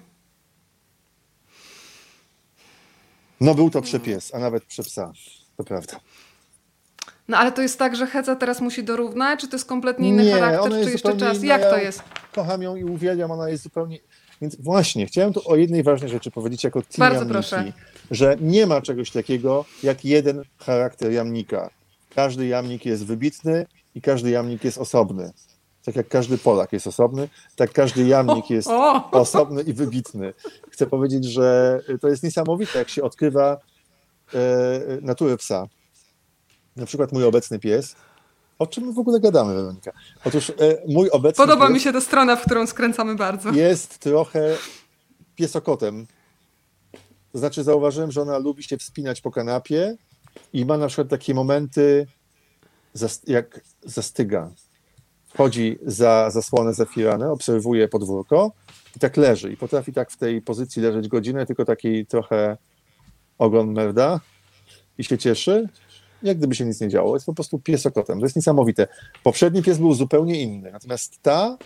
No był to przepies, a nawet przepsa. To prawda. No ale to jest tak, że Heca teraz musi dorównać, czy to jest kompletnie inny Nie, charakter, czy jeszcze czas? Inna, Jak ja to jest? Kocham ją i uwielbiam, ona jest zupełnie... Więc właśnie, chciałem tu o jednej ważnej rzeczy powiedzieć jako team Bardzo jamniki, proszę. że nie ma czegoś takiego jak jeden charakter jamnika. Każdy jamnik jest wybitny i każdy jamnik jest osobny. Tak jak każdy Polak jest osobny, tak każdy jamnik jest o, o. osobny i wybitny. Chcę powiedzieć, że to jest niesamowite, jak się odkrywa e, naturę psa. Na przykład mój obecny pies. O czym my w ogóle gadamy, Weronika? Otóż e, mój obecny Podoba pies mi się ta strona, w którą skręcamy bardzo. Jest trochę piesokotem. To znaczy zauważyłem, że ona lubi się wspinać po kanapie i ma na przykład takie momenty, jak zastyga. Wchodzi za zasłonę zafiranę, obserwuje podwórko i tak leży. I potrafi tak w tej pozycji leżeć godzinę, tylko taki trochę ogon merda i się cieszy, jak gdyby się nic nie działo. Jest po prostu piesokotem. To jest niesamowite. Poprzedni pies był zupełnie inny. Natomiast ta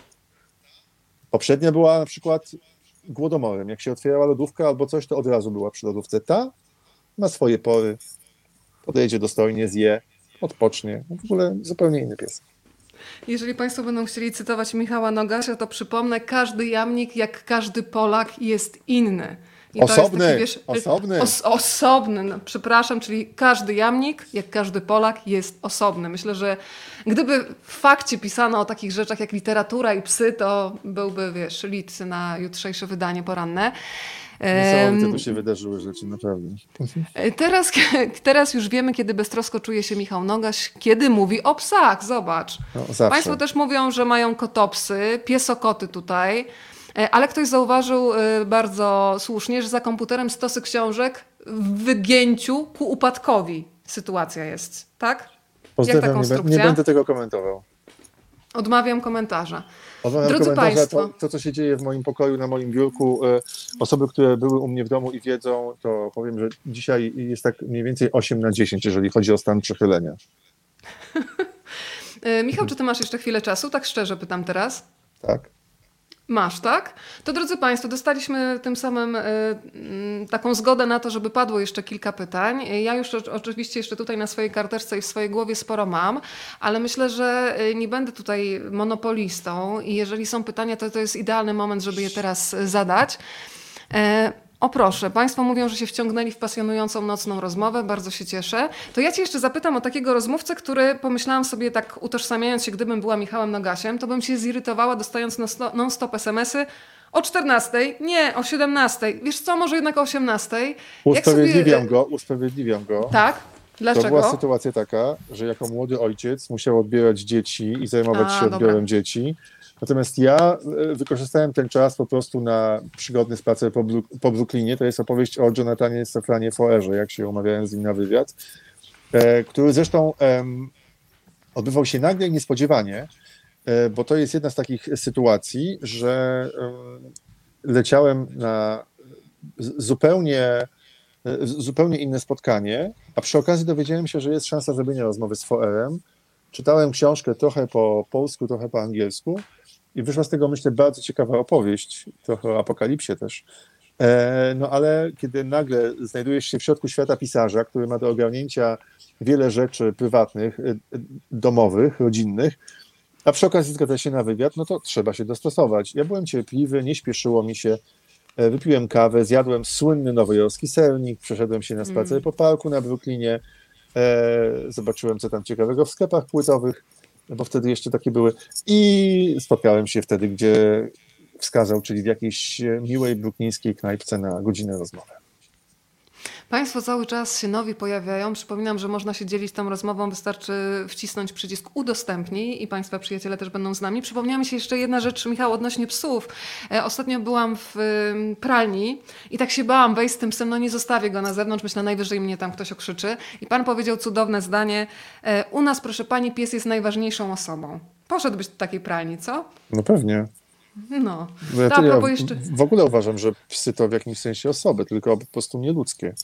poprzednia była na przykład głodomorem. Jak się otwierała lodówka albo coś, to od razu była przy lodówce. Ta ma swoje pory, podejdzie dostojnie, zje, odpocznie. W ogóle zupełnie inny pies. Jeżeli Państwo będą chcieli cytować Michała Nogasia, to przypomnę, każdy jamnik, jak każdy Polak, jest inny. I osobny, to jest taki, wiesz, osobny. Os, osobny, no, przepraszam, czyli każdy jamnik, jak każdy Polak, jest osobny. Myślę, że gdyby w fakcie pisano o takich rzeczach jak literatura i psy, to byłby, wiesz, lit na jutrzejsze wydanie poranne. Niesamowite tu się wydarzyły rzeczy, naprawdę. Teraz, teraz już wiemy, kiedy beztrosko czuje się Michał Nogaś, kiedy mówi o psach. Zobacz. No, Państwo też mówią, że mają kotopsy, piesokoty tutaj. Ale ktoś zauważył bardzo słusznie, że za komputerem stosy książek w wygięciu ku upadkowi sytuacja jest, tak? Pozdrawiam, Jak ta konstrukcja? Nie, nie będę tego komentował. Odmawiam komentarza. Odmawiam Drodzy komentarza. Państwo. To, to, co się dzieje w moim pokoju, na moim biurku, osoby, które były u mnie w domu i wiedzą, to powiem, że dzisiaj jest tak mniej więcej osiem na dziesięć, jeżeli chodzi o stan przechylenia. Michał, czy ty masz jeszcze chwilę czasu? Tak szczerze pytam teraz. Tak. Masz, tak? To drodzy Państwo, dostaliśmy tym samym y, y, taką zgodę na to, żeby padło jeszcze kilka pytań. Ja już oczywiście jeszcze tutaj na swojej karteczce i w swojej głowie sporo mam, ale myślę, że nie będę tutaj monopolistą i jeżeli są pytania, to to jest idealny moment, żeby je teraz zadać. E, O proszę, Państwo mówią, że się wciągnęli w pasjonującą nocną rozmowę, bardzo się cieszę. To ja Cię jeszcze zapytam o takiego rozmówcę, który pomyślałam sobie tak utożsamiając się, gdybym była Michałem Nogasiem, to bym się zirytowała dostając non-stop es em esy o czternastej, nie, o siedemnastej. Wiesz co, może jednak o osiemnastej. Usprawiedliwiam sobie... go, usprawiedliwiam go. Tak? Dlaczego? To była sytuacja taka, że jako młody ojciec musiał odbierać dzieci i zajmować A, się odbiorem dobra. dzieci. Natomiast ja wykorzystałem ten czas po prostu na przygodny spacer po, Bru- po Brooklynie. To jest opowieść o Jonathanie Safranie Foerze, jak się umawiałem z nim na wywiad, e, który zresztą e, odbywał się nagle i niespodziewanie, e, bo to jest jedna z takich sytuacji, że e, leciałem na z, zupełnie, e, zupełnie inne spotkanie, a przy okazji dowiedziałem się, że jest szansa zrobienia rozmowy z Foerem. Czytałem książkę trochę po polsku, trochę po angielsku i wyszła z tego, myślę, bardzo ciekawa opowieść, trochę o apokalipsie też. E, no ale kiedy nagle znajdujesz się w środku świata pisarza, który ma do ogarnięcia wiele rzeczy prywatnych, domowych, rodzinnych A przy okazji zgadza się na wywiad, no to trzeba się dostosować. Ja byłem cierpliwy, nie śpieszyło mi się, e, wypiłem kawę, zjadłem słynny nowojorski sernik, przeszedłem się na spacer Mm. po parku na Brooklynie, e, zobaczyłem, co tam ciekawego w sklepach płytowych, bo wtedy jeszcze takie były, i spotkałem się wtedy, gdzie wskazał, czyli w jakiejś e, miłej brooklińskiej knajpce na godzinę rozmowy. Państwo cały czas się nowi pojawiają. Przypominam, że można się dzielić tą rozmową, wystarczy wcisnąć przycisk udostępnij i Państwa przyjaciele też będą z nami. Przypomniała mi się jeszcze jedna rzecz, Michał, odnośnie psów. E, Ostatnio byłam w ym, pralni i tak się bałam wejść z tym psem, no nie zostawię go na zewnątrz, myślę, najwyżej mnie tam ktoś okrzyczy. I pan powiedział cudowne zdanie, e, u nas, proszę pani, pies jest najważniejszą osobą. Poszedłbyś do takiej pralni, co? No pewnie. No. No ja, To to a ja propos w, jeszcze... w ogóle uważam, że psy to w jakimś sensie osoby, tylko po prostu nieludzkie.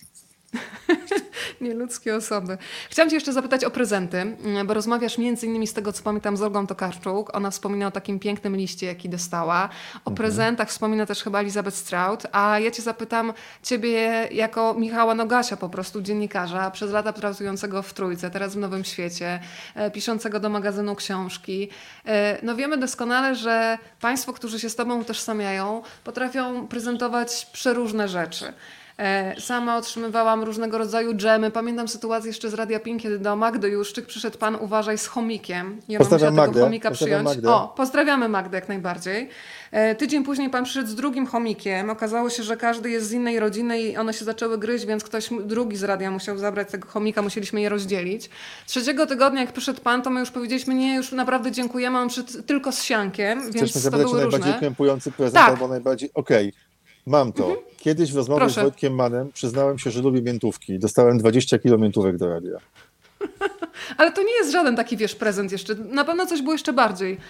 Nieludzkie osoby. Chciałam cię jeszcze zapytać o prezenty, bo rozmawiasz między innymi z tego, co pamiętam, z Olgą Tokarczuk. Ona wspomina o takim pięknym liście, jaki dostała. O prezentach wspomina też chyba Elizabeth Strout. A ja cię zapytam, ciebie jako Michała Nogasia, po prostu dziennikarza, przez lata pracującego w Trójce, teraz w Nowym Świecie, e, piszącego do magazynu książki. E, no wiemy doskonale, że państwo, którzy się z tobą utożsamiają, potrafią prezentować przeróżne rzeczy. E, Sama otrzymywałam różnego rodzaju dżemy. Pamiętam sytuację jeszcze z Radia Pink, kiedy do Magdy Juszczyk przyszedł pan, uważaj, z chomikiem. I ona Pozdrawiam musiała tego Magdę. chomika Pozdrawiam przyjąć. Magdę. O, pozdrawiamy Magdę jak najbardziej. E, Tydzień później pan przyszedł z drugim chomikiem. Okazało się, że każdy jest z innej rodziny i one się zaczęły gryźć, więc ktoś m- drugi z radia musiał zabrać tego chomika, musieliśmy je rozdzielić. Trzeciego tygodnia, jak przyszedł pan, to my już powiedzieliśmy, nie, już naprawdę dziękujemy, on przyszedł tylko z siankiem, Chcesz więc mnie to zapytać o były najbardziej różne. krępujący prezent, Tak. albo najbardziej... Okej, mam to. Kiedyś w rozmowie Proszę. z Wojtkiem Mannem przyznałem się, że lubię miętówki. Dostałem dwadzieścia kilo miętówek do radia. Ale to nie jest żaden taki, wiesz, prezent jeszcze. Na pewno coś było jeszcze bardziej.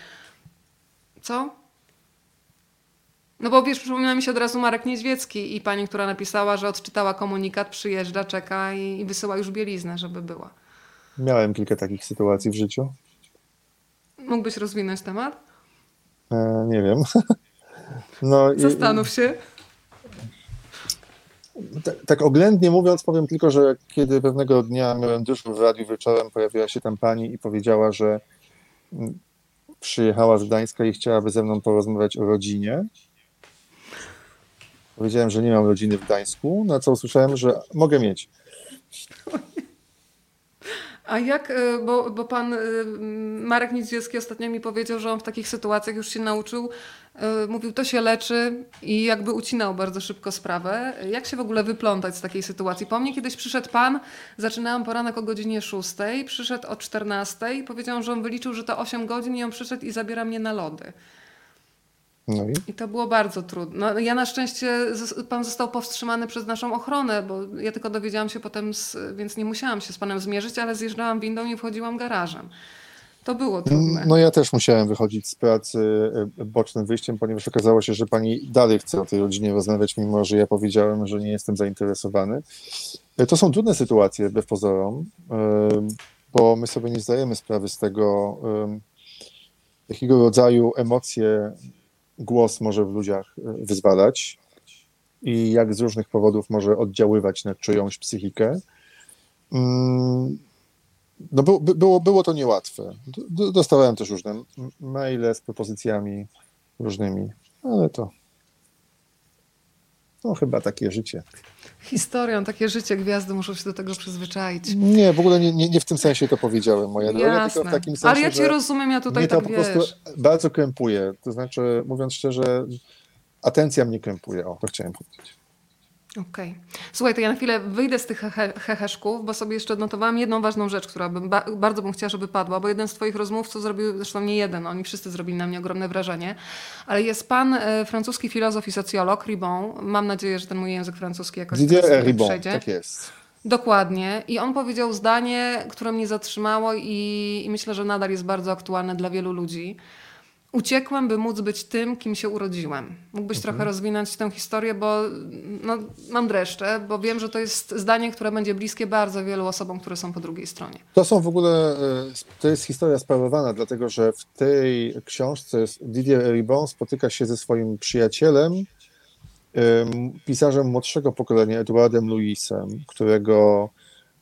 Co? No bo wiesz, przypomina mi się od razu Marek Niedźwiecki i pani, która napisała, że odczytała komunikat, przyjeżdża, czeka i, i wysyła już bieliznę, żeby była. Miałem kilka takich sytuacji w życiu. Mógłbyś rozwinąć temat? E, nie wiem. No, i, Zastanów się. tak, tak oględnie mówiąc, powiem tylko, że kiedy pewnego dnia miałem dyżur w radiu wieczorem, pojawiła się tam pani i powiedziała, że mm, przyjechała z Gdańska i chciałaby ze mną porozmawiać o rodzinie. Powiedziałem, że nie mam rodziny w Gdańsku, na co usłyszałem, że mogę mieć. A jak, y, bo, bo pan y, Marek Niedźwiecki ostatnio mi powiedział, że on w takich sytuacjach już się nauczył, y, mówił, to się leczy i jakby ucinał bardzo szybko sprawę. Jak się w ogóle wyplątać z takiej sytuacji? Po mnie kiedyś przyszedł pan, zaczynałam poranek o godzinie szóstej, przyszedł o czternastej i powiedział, że on wyliczył, że to osiem godzin i on przyszedł i zabiera mnie na lody. No i I to było bardzo trudne. No, ja na szczęście, zos- pan został powstrzymany przez naszą ochronę, bo ja tylko dowiedziałam się potem, z, więc nie musiałam się z panem zmierzyć, ale zjeżdżałam windą i wchodziłam garażem. To było trudne. no ja też musiałem wychodzić z pracy e, bocznym wyjściem, ponieważ okazało się, że pani dalej chce o tej rodzinie rozmawiać, mimo że ja powiedziałem, że nie jestem zainteresowany. E, To są trudne sytuacje, wbrew pozorom, e, bo my sobie nie zdajemy sprawy z tego, e, jakiego rodzaju emocje głos może w ludziach e, wyzwalać i jak z różnych powodów może oddziaływać na czyjąś psychikę. Mm, No by, by, było, było to niełatwe. D- Dostałem też różne m- maile z propozycjami różnymi, ale to no chyba takie życie. Historią, takie życie, gwiazdy muszą się do tego przyzwyczaić. Nie, w ogóle nie, nie, nie w tym sensie to powiedziałem, moja droga, tylko w Jasne. takim sensie, Ale ja cię że rozumiem, ja tutaj mnie to tak po wiesz. prostu bardzo krępuje. To znaczy, mówiąc szczerze, atencja mnie krępuje. O, to chciałem powiedzieć. Okej. Słuchaj, to ja na chwilę wyjdę z tych hehe, heheszków, bo sobie jeszcze odnotowałam jedną ważną rzecz, która bym ba- bardzo bym chciała, żeby padła, bo jeden z twoich rozmówców zrobił, zresztą nie jeden, oni wszyscy zrobili na mnie ogromne wrażenie, ale jest pan e, francuski filozof i socjolog, Ribon. Mam nadzieję, że ten mój język francuski jakoś Didier teraz Ribon, przejdzie. tak jest. Dokładnie. I on powiedział zdanie, które mnie zatrzymało i, i myślę, że nadal jest bardzo aktualne dla wielu ludzi. Uciekłem, by móc być tym, kim się urodziłem. Mógłbyś trochę rozwinąć tę historię, bo no, mam dreszcze, bo wiem, że to jest zdanie, które będzie bliskie bardzo wielu osobom, które są po drugiej stronie. To są w ogóle, e, to jest historia sprawowana, dlatego że w tej książce Didier Ribon spotyka się ze swoim przyjacielem, em, pisarzem młodszego pokolenia, Edouardem Louisem, którego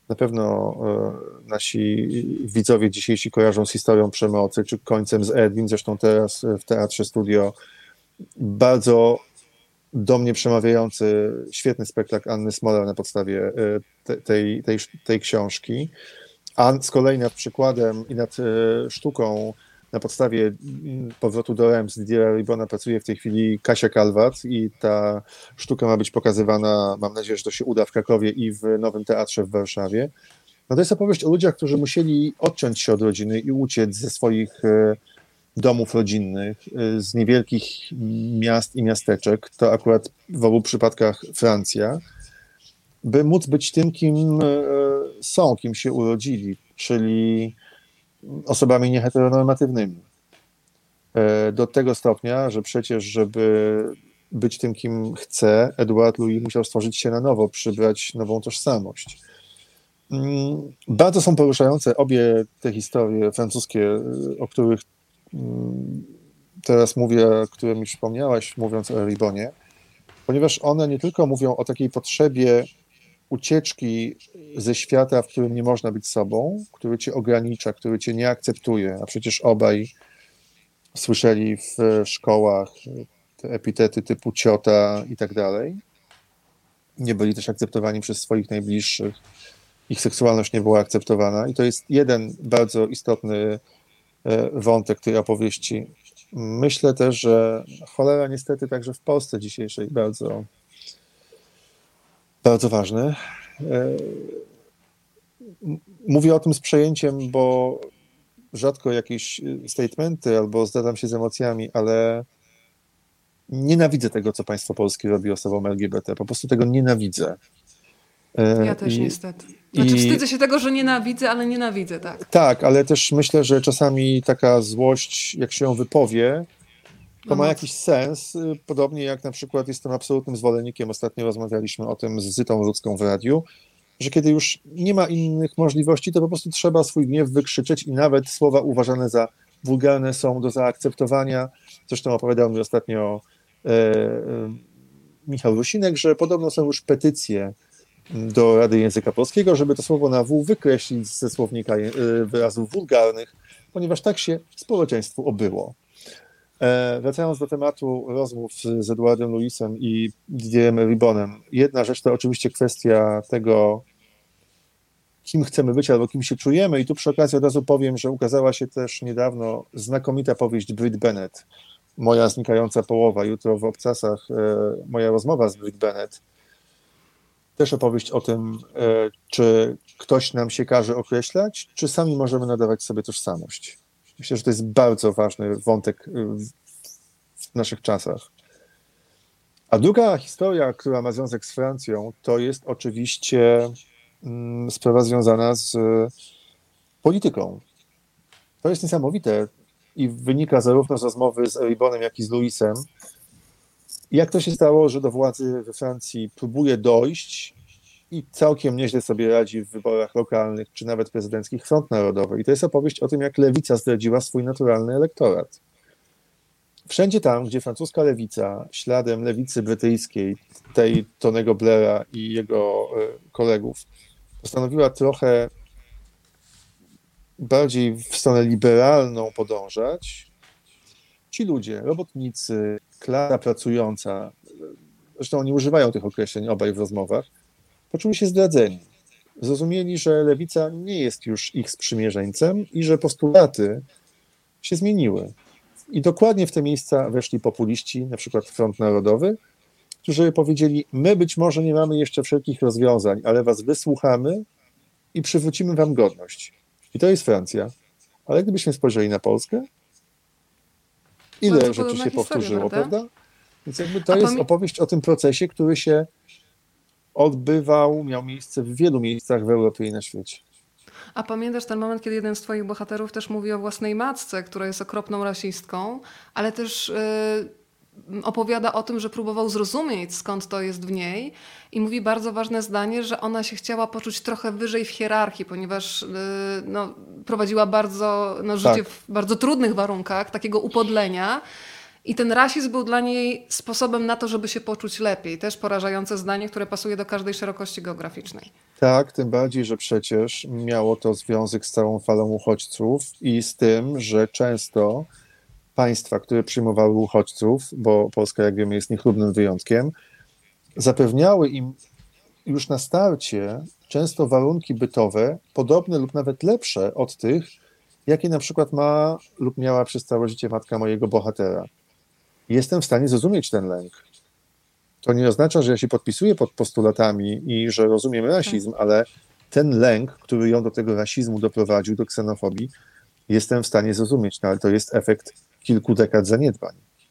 na pewno e, nasi widzowie dzisiejsi kojarzą z historią przemocy, czy końcem z Edwin, zresztą teraz w Teatrze Studio bardzo do mnie przemawiający, świetny spektakl Anny Smolar na podstawie e, te, tej, tej, tej książki. A z kolei nad przykładem i nad e, sztuką na podstawie Powrotu do Rems Didiera Ribona pracuje w tej chwili Kasia Kalwat i ta sztuka ma być pokazywana, mam nadzieję, że to się uda, w Krakowie i w Nowym Teatrze w Warszawie. No to jest opowieść o ludziach, którzy musieli odciąć się od rodziny i uciec ze swoich e, domów rodzinnych, e, z niewielkich miast i miasteczek, to akurat w obu przypadkach Francja, by móc być tym, kim e, są, kim się urodzili, czyli osobami nieheteronormatywnymi. E, Do tego stopnia, że przecież, żeby być tym, kim chce, Edouard Louis musiał stworzyć się na nowo, przybrać nową tożsamość. Mm, Bardzo są poruszające obie te historie francuskie, o których mm, teraz mówię, które mi wspomniałaś, mówiąc o Ribonie, ponieważ one nie tylko mówią o takiej potrzebie ucieczki ze świata, w którym nie można być sobą, który cię ogranicza, który cię nie akceptuje, a przecież obaj słyszeli w szkołach te epitety typu ciota i tak dalej. Nie byli też akceptowani przez swoich najbliższych. Ich seksualność nie była akceptowana i to jest jeden bardzo istotny e, wątek tej opowieści. Myślę też, że cholera niestety także w Polsce dzisiejszej bardzo bardzo ważny. E, Mówię o tym z przejęciem, bo rzadko jakieś statementy albo zgadzam się z emocjami, ale nienawidzę tego, co państwo polskie robi osobom L G B T. Po prostu tego nienawidzę. E, Ja też I, niestety. Znaczy i wstydzę się tego, że nienawidzę, ale nienawidzę, tak. tak, ale też myślę, że czasami taka złość, jak się ją wypowie, to Ma ma moc. jakiś sens, y, podobnie jak na przykład jestem absolutnym zwolennikiem, ostatnio rozmawialiśmy o tym z Zytą Rudzką w radiu, że kiedy już nie ma innych możliwości, to po prostu trzeba swój gniew wykrzyczeć i nawet słowa uważane za wulgarne są do zaakceptowania. Zresztą opowiadał mi ostatnio e, e, Michał Rusinek, że podobno są już petycje do Rady Języka Polskiego, żeby to słowo na W wykreślić ze słownika e, wyrazów wulgarnych, ponieważ tak się społeczeństwu obyło. E, Wracając do tematu rozmów z Edouardem Louisem i Didierem Ribonem, jedna rzecz to oczywiście kwestia tego, kim chcemy być albo kim się czujemy. I tu przy okazji od razu powiem, że ukazała się też niedawno znakomita powieść Brit Bennett, Moja znikająca połowa. Jutro w Obcasach e, moja rozmowa z Brit Bennett. Też opowieść o tym, e, czy ktoś nam się każe określać, czy sami możemy nadawać sobie tożsamość. Myślę, że to jest bardzo ważny wątek w, w naszych czasach. A druga historia, która ma związek z Francją, to jest oczywiście mm, sprawa związana z polityką. To jest niesamowite i wynika zarówno z rozmowy z Ribonem, jak i z Louisem. Jak to się stało, że do władzy we Francji próbuje dojść i całkiem nieźle sobie radzi w wyborach lokalnych, czy nawet prezydenckich Front Narodowy. I to jest opowieść o tym, jak lewica zdradziła swój naturalny elektorat. Wszędzie tam, gdzie francuska lewica, śladem lewicy brytyjskiej, tej Tonego Blaira i jego kolegów, postanowiła trochę bardziej w stronę liberalną podążać, ci ludzie, robotnicy, klasa pracująca, zresztą oni używają tych określeń obaj w rozmowach, poczuli się zdradzeni. Zrozumieli, że lewica nie jest już ich sprzymierzeńcem i że postulaty się zmieniły. I dokładnie w te miejsca weszli populiści, na przykład Front Narodowy, którzy powiedzieli, my być może nie mamy jeszcze wszelkich rozwiązań, ale was wysłuchamy i przywrócimy wam godność. I to jest Francja. Ale gdybyśmy spojrzeli na Polskę, ile Bardzo rzeczy podobna się historia, powtórzyło, prawda? prawda? Więc jakby to A jest pamię- opowieść o tym procesie, który się odbywał, miał miejsce w wielu miejscach w Europie i na świecie. A pamiętasz ten moment, kiedy jeden z twoich bohaterów też mówi o własnej matce, która jest okropną rasistką, ale też yy, opowiada o tym, że próbował zrozumieć, skąd to jest w niej i mówi bardzo ważne zdanie, że ona się chciała poczuć trochę wyżej w hierarchii, ponieważ yy, no, prowadziła bardzo, no, życie Tak. w bardzo trudnych warunkach, takiego upodlenia. I ten rasizm był dla niej sposobem na to, żeby się poczuć lepiej. Też porażające zdanie, które pasuje do każdej szerokości geograficznej. Tak, tym bardziej, że przecież miało to związek z całą falą uchodźców i z tym, że często państwa, które przyjmowały uchodźców, bo Polska, jak wiemy, jest niechlubnym wyjątkiem, zapewniały im już na starcie często warunki bytowe podobne lub nawet lepsze od tych, jakie na przykład ma lub miała przez całe życie matka mojego bohatera. Jestem w stanie zrozumieć ten lęk. To nie oznacza, że ja się podpisuję pod postulatami i że rozumiem rasizm, ale ten lęk, który ją do tego rasizmu doprowadził, do ksenofobii, jestem w stanie zrozumieć, no ale to jest efekt kilku dekad zaniedbań.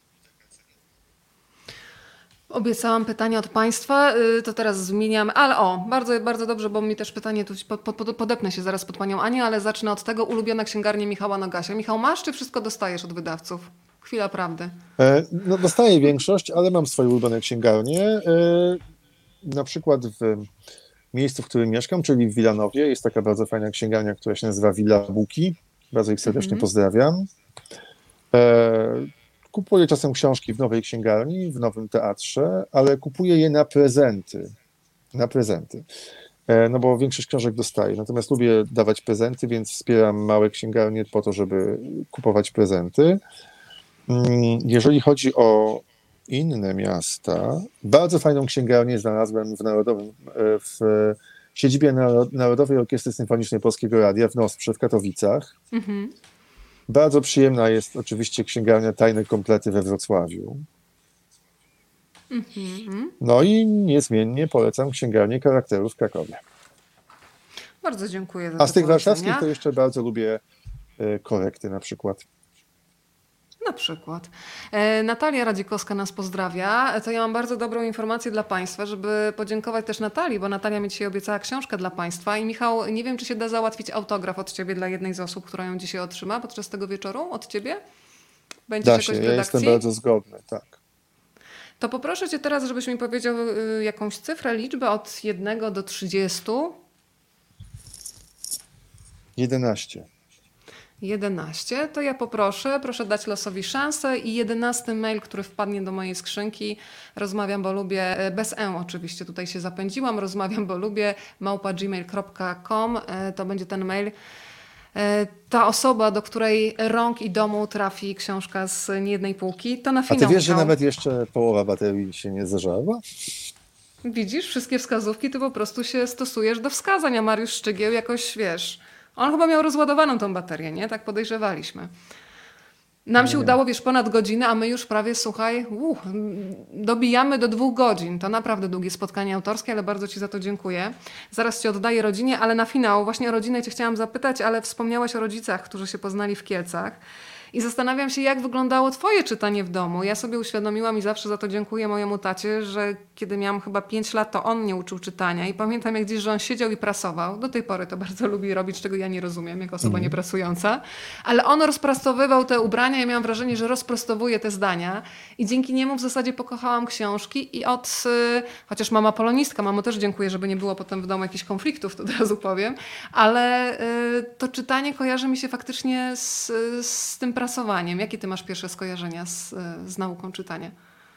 Obiecałam pytanie od Państwa, y, to teraz zmieniam, ale o, bardzo, bardzo dobrze, bo mi też pytanie, tu po, po, podepnę się zaraz pod Panią Anię, ale zacznę od tego, ulubiona księgarnia Michała Nogasia. Michał, masz czy wszystko dostajesz od wydawców? Chwila prawdy. E, no, dostaję większość, ale mam swoje ulubione księgarnie. E, na przykład w miejscu, w którym mieszkam, czyli w Wilanowie, jest taka bardzo fajna księgarnia, która się nazywa Villa Buki. Bardzo ich serdecznie Mhm. pozdrawiam. E, kupuję czasem książki w nowej księgarni, w nowym teatrze, ale kupuję je na prezenty. Na prezenty. E, no bo większość książek dostaję. Natomiast lubię dawać prezenty, więc wspieram małe księgarnie po to, żeby kupować prezenty. Jeżeli chodzi o inne miasta, bardzo fajną księgarnię znalazłem w Narodowym, w siedzibie Narodowej Orkiestry Symfonicznej Polskiego Radia w Nosprze w Katowicach. Mhm. Bardzo przyjemna jest oczywiście księgarnia Tajne Komplety we Wrocławiu. Mhm. No i niezmiennie polecam księgarnię Charakterów w Krakowie. Bardzo dziękuję za A z te tych polecenia. warszawskich to jeszcze bardzo lubię Korekty na przykład. Na przykład. E, Natalia Radzikowska nas pozdrawia. To ja mam bardzo dobrą informację dla Państwa, żeby podziękować też Natalii, bo Natalia mi dzisiaj obiecała książkę dla Państwa. I Michał, nie wiem, czy się da załatwić autograf od Ciebie dla jednej z osób, która ją dzisiaj otrzyma podczas tego wieczoru od Ciebie? Będziesz Da jakoś się, w ja redakcji? jestem bardzo zgodny, tak. To poproszę Cię teraz, żebyś mi powiedział y, jakąś cyfrę, liczbę od jednego do trzydziestu. jedenaście. jedenaście, to ja poproszę, proszę dać losowi szansę i jedenasty mail, który wpadnie do mojej skrzynki, rozmawiam, bo lubię, bez e oczywiście, tutaj się zapędziłam, rozmawiam, bo lubię, małpa gmail kropka com, to będzie ten mail. Ta osoba, do której rąk i domu trafi książka z niejednej półki, to na finał. A ty wiesz, Michał. że nawet jeszcze połowa baterii się nie zażarła? Widzisz, wszystkie wskazówki ty po prostu się stosujesz do wskazań, a Mariusz Szczygieł jakoś, wiesz, on chyba miał rozładowaną tą baterię, nie? Tak podejrzewaliśmy. Nam się Nie. udało, wiesz, ponad godzinę, a my już prawie, słuchaj, uh, dobijamy do dwóch godzin. To naprawdę długie spotkanie autorskie, ale bardzo Ci za to dziękuję. Zaraz Ci oddaję rodzinie, ale na finał właśnie o rodzinę Cię chciałam zapytać, ale wspomniałaś o rodzicach, którzy się poznali w Kielcach. I zastanawiam się, jak wyglądało Twoje czytanie w domu. Ja sobie uświadomiłam i zawsze za to dziękuję mojemu tacie, że kiedy miałam chyba pięć lat, to on mnie uczył czytania. I pamiętam, jak gdzieś, że on siedział i prasował. Do tej pory to bardzo lubi robić, czego ja nie rozumiem, jako osoba Mhm. niepracująca. Ale on rozprostowywał te ubrania i miałam wrażenie, że rozprostowuje te zdania. I dzięki niemu w zasadzie pokochałam książki. I od, y, chociaż mama polonistka, mamo też dziękuję, żeby nie było potem w domu jakichś konfliktów, to od razu powiem. Ale y, to czytanie kojarzy mi się faktycznie z, z tym prasowaniem. Jakie ty masz pierwsze skojarzenia z, z nauką czytania?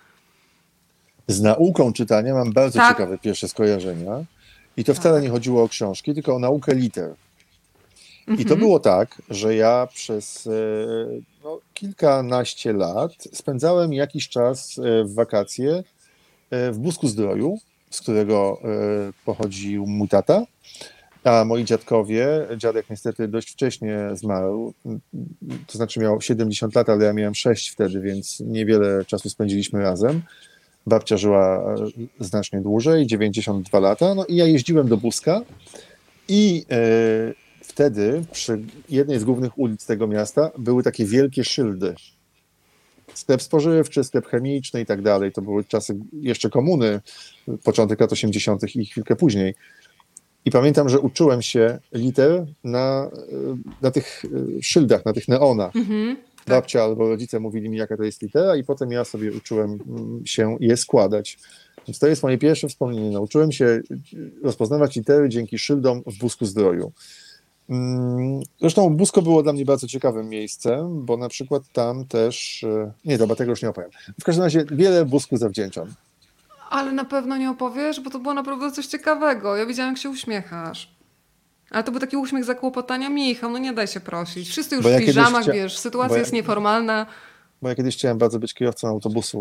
Z nauką czytania mam bardzo Tak. ciekawe pierwsze skojarzenia. I to wcale Tak. nie chodziło o książki, tylko o naukę liter. I to Mhm. było tak, że ja przez e, no, kilkanaście lat spędzałem jakiś czas e, w wakacje e, w Busku-Zdroju, z którego e, pochodził mój tata, a moi dziadkowie, dziadek niestety dość wcześnie zmarł, to znaczy miał siedemdziesiąt lat, ale ja miałem sześć wtedy, więc niewiele czasu spędziliśmy razem. Babcia żyła znacznie dłużej, dziewięćdziesiąt dwa lata, no i ja jeździłem do Buska i e, wtedy przy jednej z głównych ulic tego miasta były takie wielkie szyldy. Sklep spożywczy, sklep chemiczny i tak dalej. To były czasy jeszcze komuny, początek lat osiemdziesiątych i chwilkę później. I pamiętam, że uczyłem się liter na, na tych szyldach, na tych neonach. Mhm. Babcia albo rodzice mówili mi, jaka to jest litera, i potem ja sobie uczyłem się je składać. Więc to jest moje pierwsze wspomnienie. Nauczyłem się rozpoznawać litery dzięki szyldom w Busku-Zdroju. Mm, Zresztą Busko było dla mnie bardzo ciekawym miejscem, bo na przykład tam też... e, Nie, dobra, tego już nie opowiem. W każdym razie wiele Busku zawdzięczam. Ale na pewno nie opowiesz, bo to było naprawdę coś ciekawego. Ja widziałam, jak się uśmiechasz. Ale to był taki uśmiech zakłopotania. Michał, no nie daj się prosić. Wszyscy już Bo w ja kiedyś piżamach, chcia... wiesz, bo sytuacja ja... jest nieformalna. bo ja kiedyś chciałem bardzo być kierowcą autobusów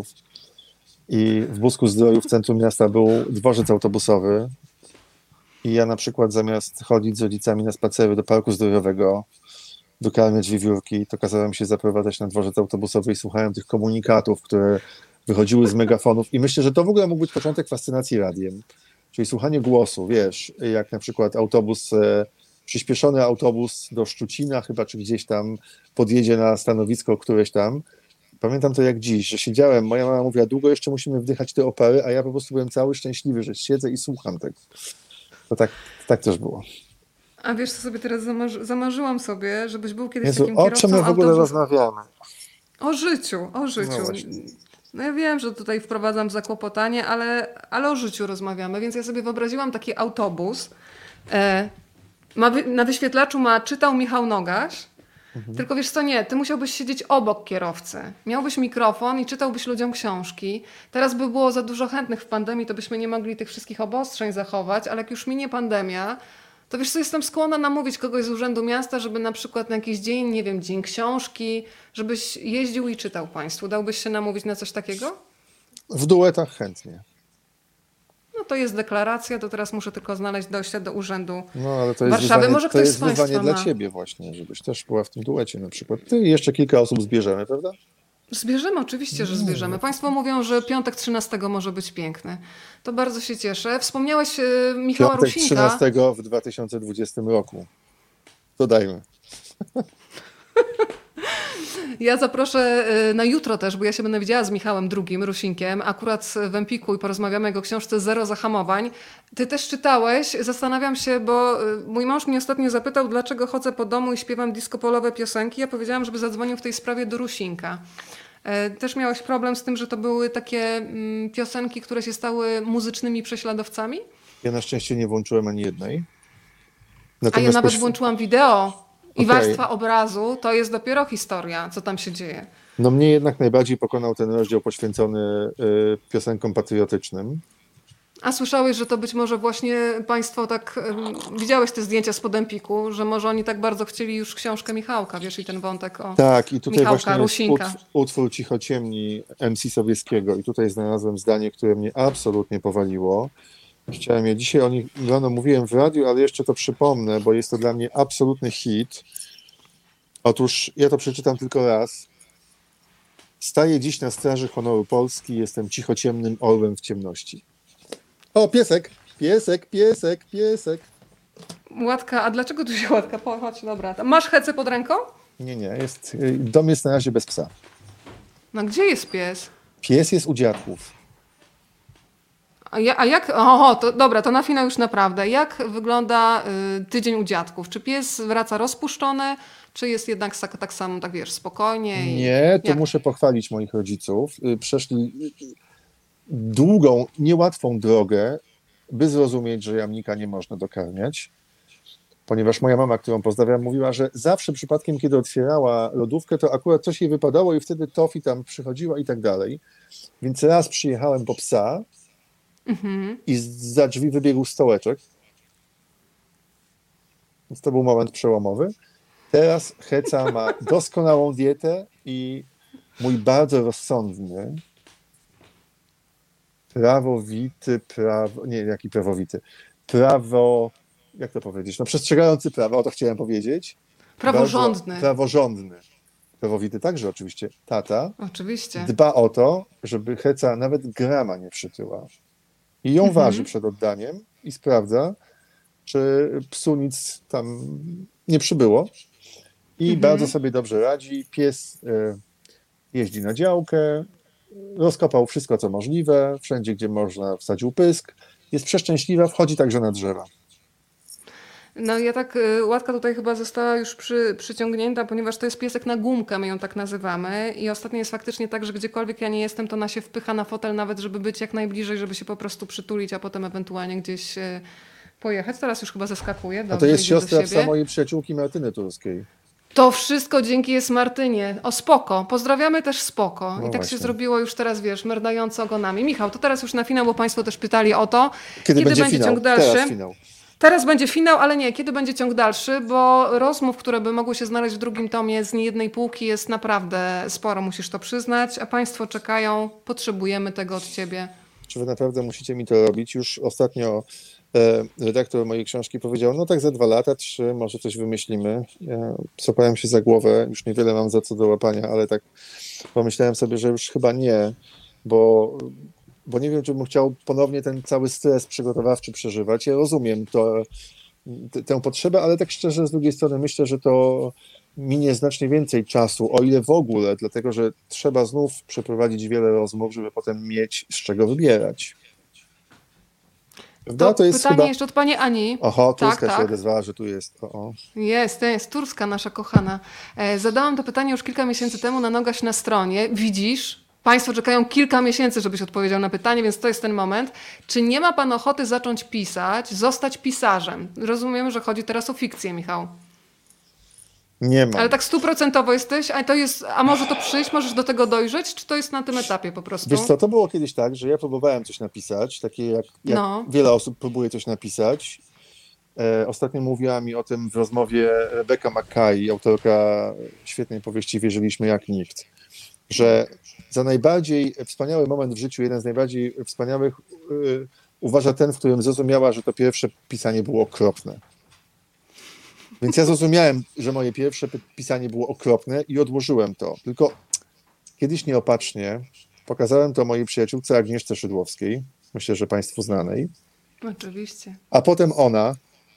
i w Busku Zdroju w centrum miasta był dworzec autobusowy i ja na przykład zamiast chodzić z rodzicami na spacery do parku zdrojowego, dokarmiać wiewiórki, to kazałem się zaprowadzać na dworzec autobusowy i słuchałem tych komunikatów, które wychodziły z megafonów i myślę, że to w ogóle mógł być początek fascynacji radiem, czyli słuchanie głosu, wiesz, jak na przykład autobus, e, przyspieszony autobus do Szczucina chyba, czy gdzieś tam podjedzie na stanowisko któreś tam. Pamiętam to jak dziś, że siedziałem, moja mama mówiła, długo jeszcze musimy wdychać te opery, a ja po prostu byłem cały szczęśliwy, że siedzę i słucham tego. To tak, tak też było. A wiesz, co sobie teraz zamarzy- zamarzyłam sobie, żebyś był kiedyś Jezu, takim o czym kierowcą my w ogóle autobusu. rozmawiamy? O życiu, o No życiu. właśnie. No ja wiem, że tutaj wprowadzam zakłopotanie, ale, ale o życiu rozmawiamy, więc ja sobie wyobraziłam taki autobus. E, ma wy, na wyświetlaczu ma czytał Michał Nogaś, tylko wiesz co, nie, ty musiałbyś siedzieć obok kierowcy. Miałbyś mikrofon i czytałbyś ludziom książki. Teraz by było za dużo chętnych w pandemii, to byśmy nie mogli tych wszystkich obostrzeń zachować, ale jak już minie pandemia, to wiesz co, jestem skłonna namówić kogoś z Urzędu Miasta, żeby na przykład na jakiś dzień, nie wiem, dzień książki, żebyś jeździł i czytał państwu. Dałbyś się namówić na coś takiego? W duetach chętnie. No to jest deklaracja, to teraz muszę tylko znaleźć dojście do Urzędu No, ale to jest Warszawy. wyzwanie, Może to ktoś jest z państwa wyzwanie dla ma. ciebie właśnie, żebyś też była w tym duecie na przykład. Ty i jeszcze kilka osób zbierzemy, prawda? Zbierzemy, oczywiście, że zbierzemy. Państwo mówią, że piątek trzynastego może być piękny. To bardzo się cieszę. Wspomniałeś e, Michała Piątek Rusinka. trzynastego w dwa tysiące dwudziestym roku. Dodajmy. Ja zaproszę y, na jutro też, bo ja się będę widziała z Michałem drugim, Rusinkiem, akurat w Empiku i porozmawiamy o jego książce Zero zahamowań. Ty też czytałeś, zastanawiam się, bo y, mój mąż mnie ostatnio zapytał, dlaczego chodzę po domu i śpiewam disco-polowe piosenki. Ja powiedziałam, żeby zadzwonił w tej sprawie do Rusinka. Y, Też miałeś problem z tym, że to były takie mm, piosenki, które się stały muzycznymi prześladowcami? Ja na szczęście nie włączyłem ani jednej. A ja Natomiast nawet poś... włączyłam wideo i Okej. warstwa obrazu, to jest dopiero historia, co tam się dzieje. No mnie jednak najbardziej pokonał ten rozdział poświęcony y, piosenkom patriotycznym. A słyszałeś, że to być może właśnie państwo tak, em, widziałeś te zdjęcia z Podempiku, że może oni tak bardzo chcieli już książkę Michałka, wiesz, i ten wątek o Tak, i tutaj Michałka właśnie jest Rusinka. utw- utwór Cichociemni M C Sobieskiego i tutaj znalazłem zdanie, które mnie absolutnie powaliło. Chciałem je dzisiaj o nich rano mówiłem w radiu, ale jeszcze to przypomnę, bo jest to dla mnie absolutny hit. Otóż ja to przeczytam tylko raz. Staję dziś na straży honoru Polski, jestem cichociemnym orłem w ciemności. O, piesek, piesek, piesek, piesek. Łatka, a dlaczego tu się łatka? Po- Chodź, dobra. Tam masz hecę pod ręką? Nie, nie, jest, dom jest na razie bez psa. No gdzie jest pies? Pies jest u dziadków. A, ja, a jak, oho, to dobra, to na finał już naprawdę. Jak wygląda y, tydzień u dziadków? Czy pies wraca rozpuszczony, czy jest jednak tak, tak samo, tak wiesz, spokojnie? I Nie, to jak? muszę pochwalić moich rodziców. Y, Przeszli długą, niełatwą drogę, by zrozumieć, że jamnika nie można dokarmiać. Ponieważ moja mama, którą pozdrawiam, mówiła, że zawsze przypadkiem, kiedy otwierała lodówkę, to akurat coś jej wypadało i wtedy Tofi tam przychodziła i tak dalej. Więc raz przyjechałem po psa Mhm. i za drzwi wybiegł stołeczek. Więc to był moment przełomowy. Teraz Heca ma doskonałą dietę i mój bardzo rozsądny, prawowity, prawo, nie, jaki prawowity, prawo, jak to powiedzieć, no przestrzegający prawa, o to chciałem powiedzieć. Praworządny. Bardzo praworządny. Prawowity także oczywiście. Tata Oczywiście. dba o to, żeby Heca nawet grama nie przytyła. I ją Mhm. waży przed oddaniem i sprawdza, czy psu nic tam nie przybyło. I Mhm. bardzo sobie dobrze radzi. Pies y, jeździ na działkę, rozkopał wszystko, co możliwe, wszędzie, gdzie można, wsadził pysk. Jest przeszczęśliwa, wchodzi także na drzewa. No ja tak, y, Łatka tutaj chyba została już przy, przyciągnięta, ponieważ to jest piesek na gumkę, my ją tak nazywamy. I ostatnio jest faktycznie tak, że gdziekolwiek ja nie jestem, to ona się wpycha na fotel nawet, żeby być jak najbliżej, żeby się po prostu przytulić, a potem ewentualnie gdzieś y, pojechać. Teraz już chyba zeskakuje. Dobrze, A to jest idzie do siostra siebie. psa mojej przyjaciółki Martyny Turskiej. To wszystko dzięki jest Martynie. O, Spoko. Pozdrawiamy też Spoko. No I tak właśnie. się zrobiło już teraz, wiesz, merdająco ogonami. Michał, to teraz już na finał, bo Państwo też pytali o to. Kiedy, będzie, będzie finał? ciąg dalszy? Teraz finał. Teraz będzie finał, ale nie, kiedy będzie ciąg dalszy, bo rozmów, które by mogły się znaleźć w drugim tomie z niejednej półki jest naprawdę sporo, musisz to przyznać, a Państwo czekają, potrzebujemy tego od Ciebie. Czy wy naprawdę musicie mi to robić? Już ostatnio e, redaktor mojej książki powiedział, no tak za dwa lata, trzy, może coś wymyślimy. Ja złapałem się za głowę, już niewiele mam za co do łapania, ale tak pomyślałem sobie, że już chyba nie, bo, bo nie wiem, czy bym chciał ponownie ten cały stres przygotowawczy przeżywać. Ja rozumiem to, t- tę potrzebę, ale tak szczerze z drugiej strony myślę, że to minie znacznie więcej czasu, o ile w ogóle, dlatego że trzeba znów przeprowadzić wiele rozmów, żeby potem mieć z czego wybierać. Prawda? To, To jest pytanie chyba... jeszcze od Pani Ani. Oho, Turska Tak, się tak. odezwała, że tu jest. O, o. Jest, to jest Turska, nasza kochana. E, zadałam to pytanie już kilka miesięcy temu na Nogaś na stronie. Widzisz? Państwo czekają kilka miesięcy, żebyś odpowiedział na pytanie, więc to jest ten moment. Czy nie ma Pan ochoty zacząć pisać, zostać pisarzem? Rozumiem, że chodzi teraz o fikcję, Michał. Nie mam. Ale tak stuprocentowo jesteś, a to jest, a może to przyjść, możesz do tego dojrzeć, czy to jest na tym etapie po prostu? Wiesz co, to było kiedyś tak, że ja próbowałem coś napisać, takie jak, jak No. wiele osób próbuje coś napisać. E, ostatnio mówiła mi o tym w rozmowie Rebecca Mackay, autorka świetnej powieści Wierzyliśmy jak nikt, że za najbardziej wspaniały moment w życiu, jeden z najbardziej wspaniałych y, uważa ten, w którym zrozumiała, że to pierwsze pisanie było okropne. Więc ja zrozumiałem, że moje pierwsze pisanie było okropne i odłożyłem to. Tylko kiedyś nieopatrznie pokazałem to mojej przyjaciółce Agnieszce Szydłowskiej, myślę, że Państwu znanej, Oczywiście. a potem ona,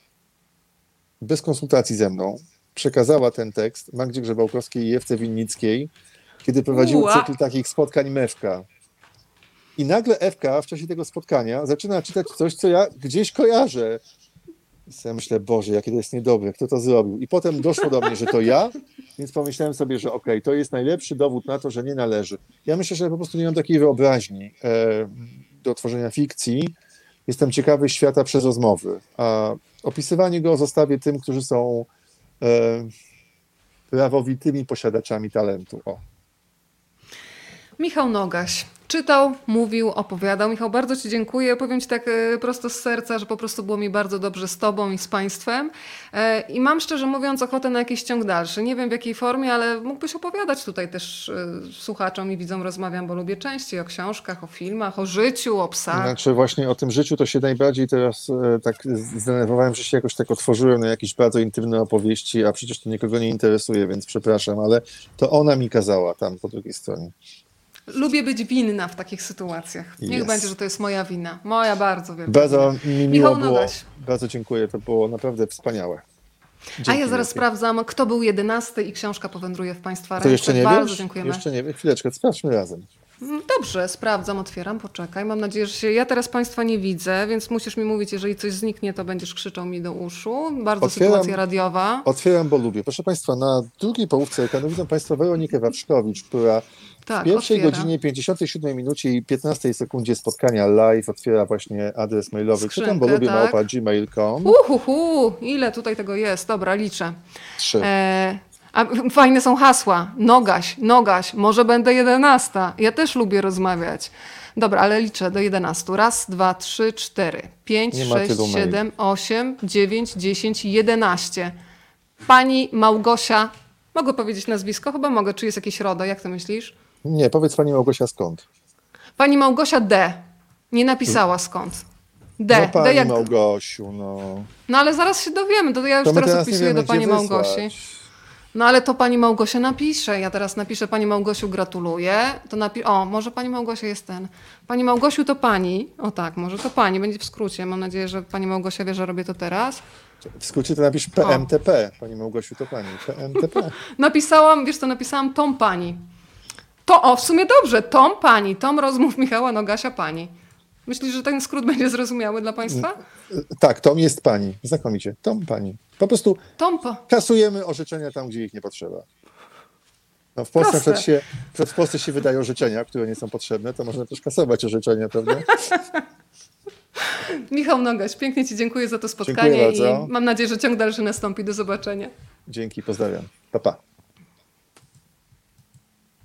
bez konsultacji ze mną, przekazała ten tekst Magdzie Grzebałkowskiej i Ewce Winnickiej, kiedy prowadziły Ua. cykl takich spotkań Mewka. I nagle Ewka w czasie tego spotkania zaczyna czytać coś, co ja gdzieś kojarzę. I sobie myślę, Boże, jakie to jest niedobre, kto to zrobił. I potem doszło do mnie, że to ja, więc pomyślałem sobie, że okej, okay, to jest najlepszy dowód na to, że nie należy. Ja myślę, że po prostu nie mam takiej wyobraźni e, do tworzenia fikcji. Jestem ciekawy świata przez rozmowy, a opisywanie go zostawię tym, którzy są e, prawowitymi posiadaczami talentu. O. Michał Nogaś. Czytał, mówił, opowiadał. Michał, bardzo Ci dziękuję. Powiem Ci tak e, prosto z serca, że po prostu było mi bardzo dobrze z Tobą i z Państwem. E, I mam szczerze mówiąc ochotę na jakiś ciąg dalszy. Nie wiem w jakiej formie, ale mógłbyś opowiadać tutaj też e, słuchaczom i widzom. Rozmawiam, bo lubię częściej o książkach, o filmach, o życiu, o psach. Znaczy właśnie o tym życiu to się najbardziej teraz e, tak zdenerwowałem, że się jakoś tak otworzyłem na jakieś bardzo intymne opowieści, a przecież to nikogo nie interesuje, więc przepraszam, ale to ona mi kazała tam po drugiej stronie. Lubię być winna w takich sytuacjach. Niech Jest. będzie, że to jest moja wina. Moja bardzo wielka Bardzo wina. mi Michał miło było. Nogaś. Bardzo dziękuję, to było naprawdę wspaniałe. A Dzięki ja zaraz wielkie. sprawdzam, kto był jedenasty i książka powędruje w Państwa ręce. To jeszcze nie Bardzo wiesz? dziękujemy. Jeszcze nie wiem. Chwileczkę, sprawdźmy razem. Dobrze, sprawdzam, otwieram, poczekaj. Mam nadzieję, że się... Ja teraz Państwa nie widzę, więc musisz mi mówić, jeżeli coś zniknie, to będziesz krzyczał mi do uszu. Bardzo Otwieram- sytuacja radiowa. Otwieram, bo lubię. Proszę Państwa, na drugiej połówce ekranu widzą Państwo Weronikę Wawrzkowicz, która Tak, w pierwszej otwiera. godzinie pięćdziesiątej siódmej minucie i piętnastej sekundzie spotkania live otwiera właśnie adres mailowy Skrzynkę, czytam, bo lubię tak. małpa gmail kropka com. Uhuhu, ile tutaj tego jest? Dobra, liczę. Trzy. E, a fajne są hasła. Nogaś, Nogaś, może będę jedenasta. Ja też lubię rozmawiać. Dobra, ale liczę do jedenastu. Raz, dwa, trzy, cztery, pięć, Nie ma sześć, tylu maili. siedem, osiem, dziewięć, dziesięć, jedenaście. Pani Małgosia, mogę powiedzieć nazwisko? Chyba mogę. Czy jest jakieś RODO? Jak to myślisz? Nie, powiedz Pani Małgosia skąd? Pani Małgosia D. Nie napisała skąd. D. No Pani D jak... Małgosiu, no. No ale zaraz się dowiemy. To ja już To my teraz teraz nie odpisuję wiemy, do Pani gdzie wysłać. Małgosi. No ale to Pani Małgosia napisze. Ja teraz napiszę Pani Małgosiu gratuluję. To napi- o, może Pani Małgosia jest ten. Pani Małgosiu to Pani. O tak, może to Pani. Będzie w skrócie. Mam nadzieję, że Pani Małgosia wie, że robię to teraz. W skrócie to napisz P M T P. Pani Małgosiu to Pani. P M T P. Napisałam, wiesz co, napisałam Tom Pani. To, o, w sumie dobrze. Tom Pani. Tom rozmów Michała Nogasia Pani. Myślisz, że ten skrót będzie zrozumiały dla Państwa? Tak, Tom jest Pani. Znakomicie. Tom Pani. Po prostu Tom pa. kasujemy orzeczenia tam, gdzie ich nie potrzeba. No, w Polsce na Proste. przykład się, na przykład w Polsce się wydają orzeczenia, które nie są potrzebne, to można też kasować orzeczenia, prawda? Michał Nogaś, pięknie Ci dziękuję za to Dziękuję spotkanie bardzo. i mam nadzieję, że ciąg dalszy nastąpi. Do zobaczenia. Dzięki, pozdrawiam. Pa, pa.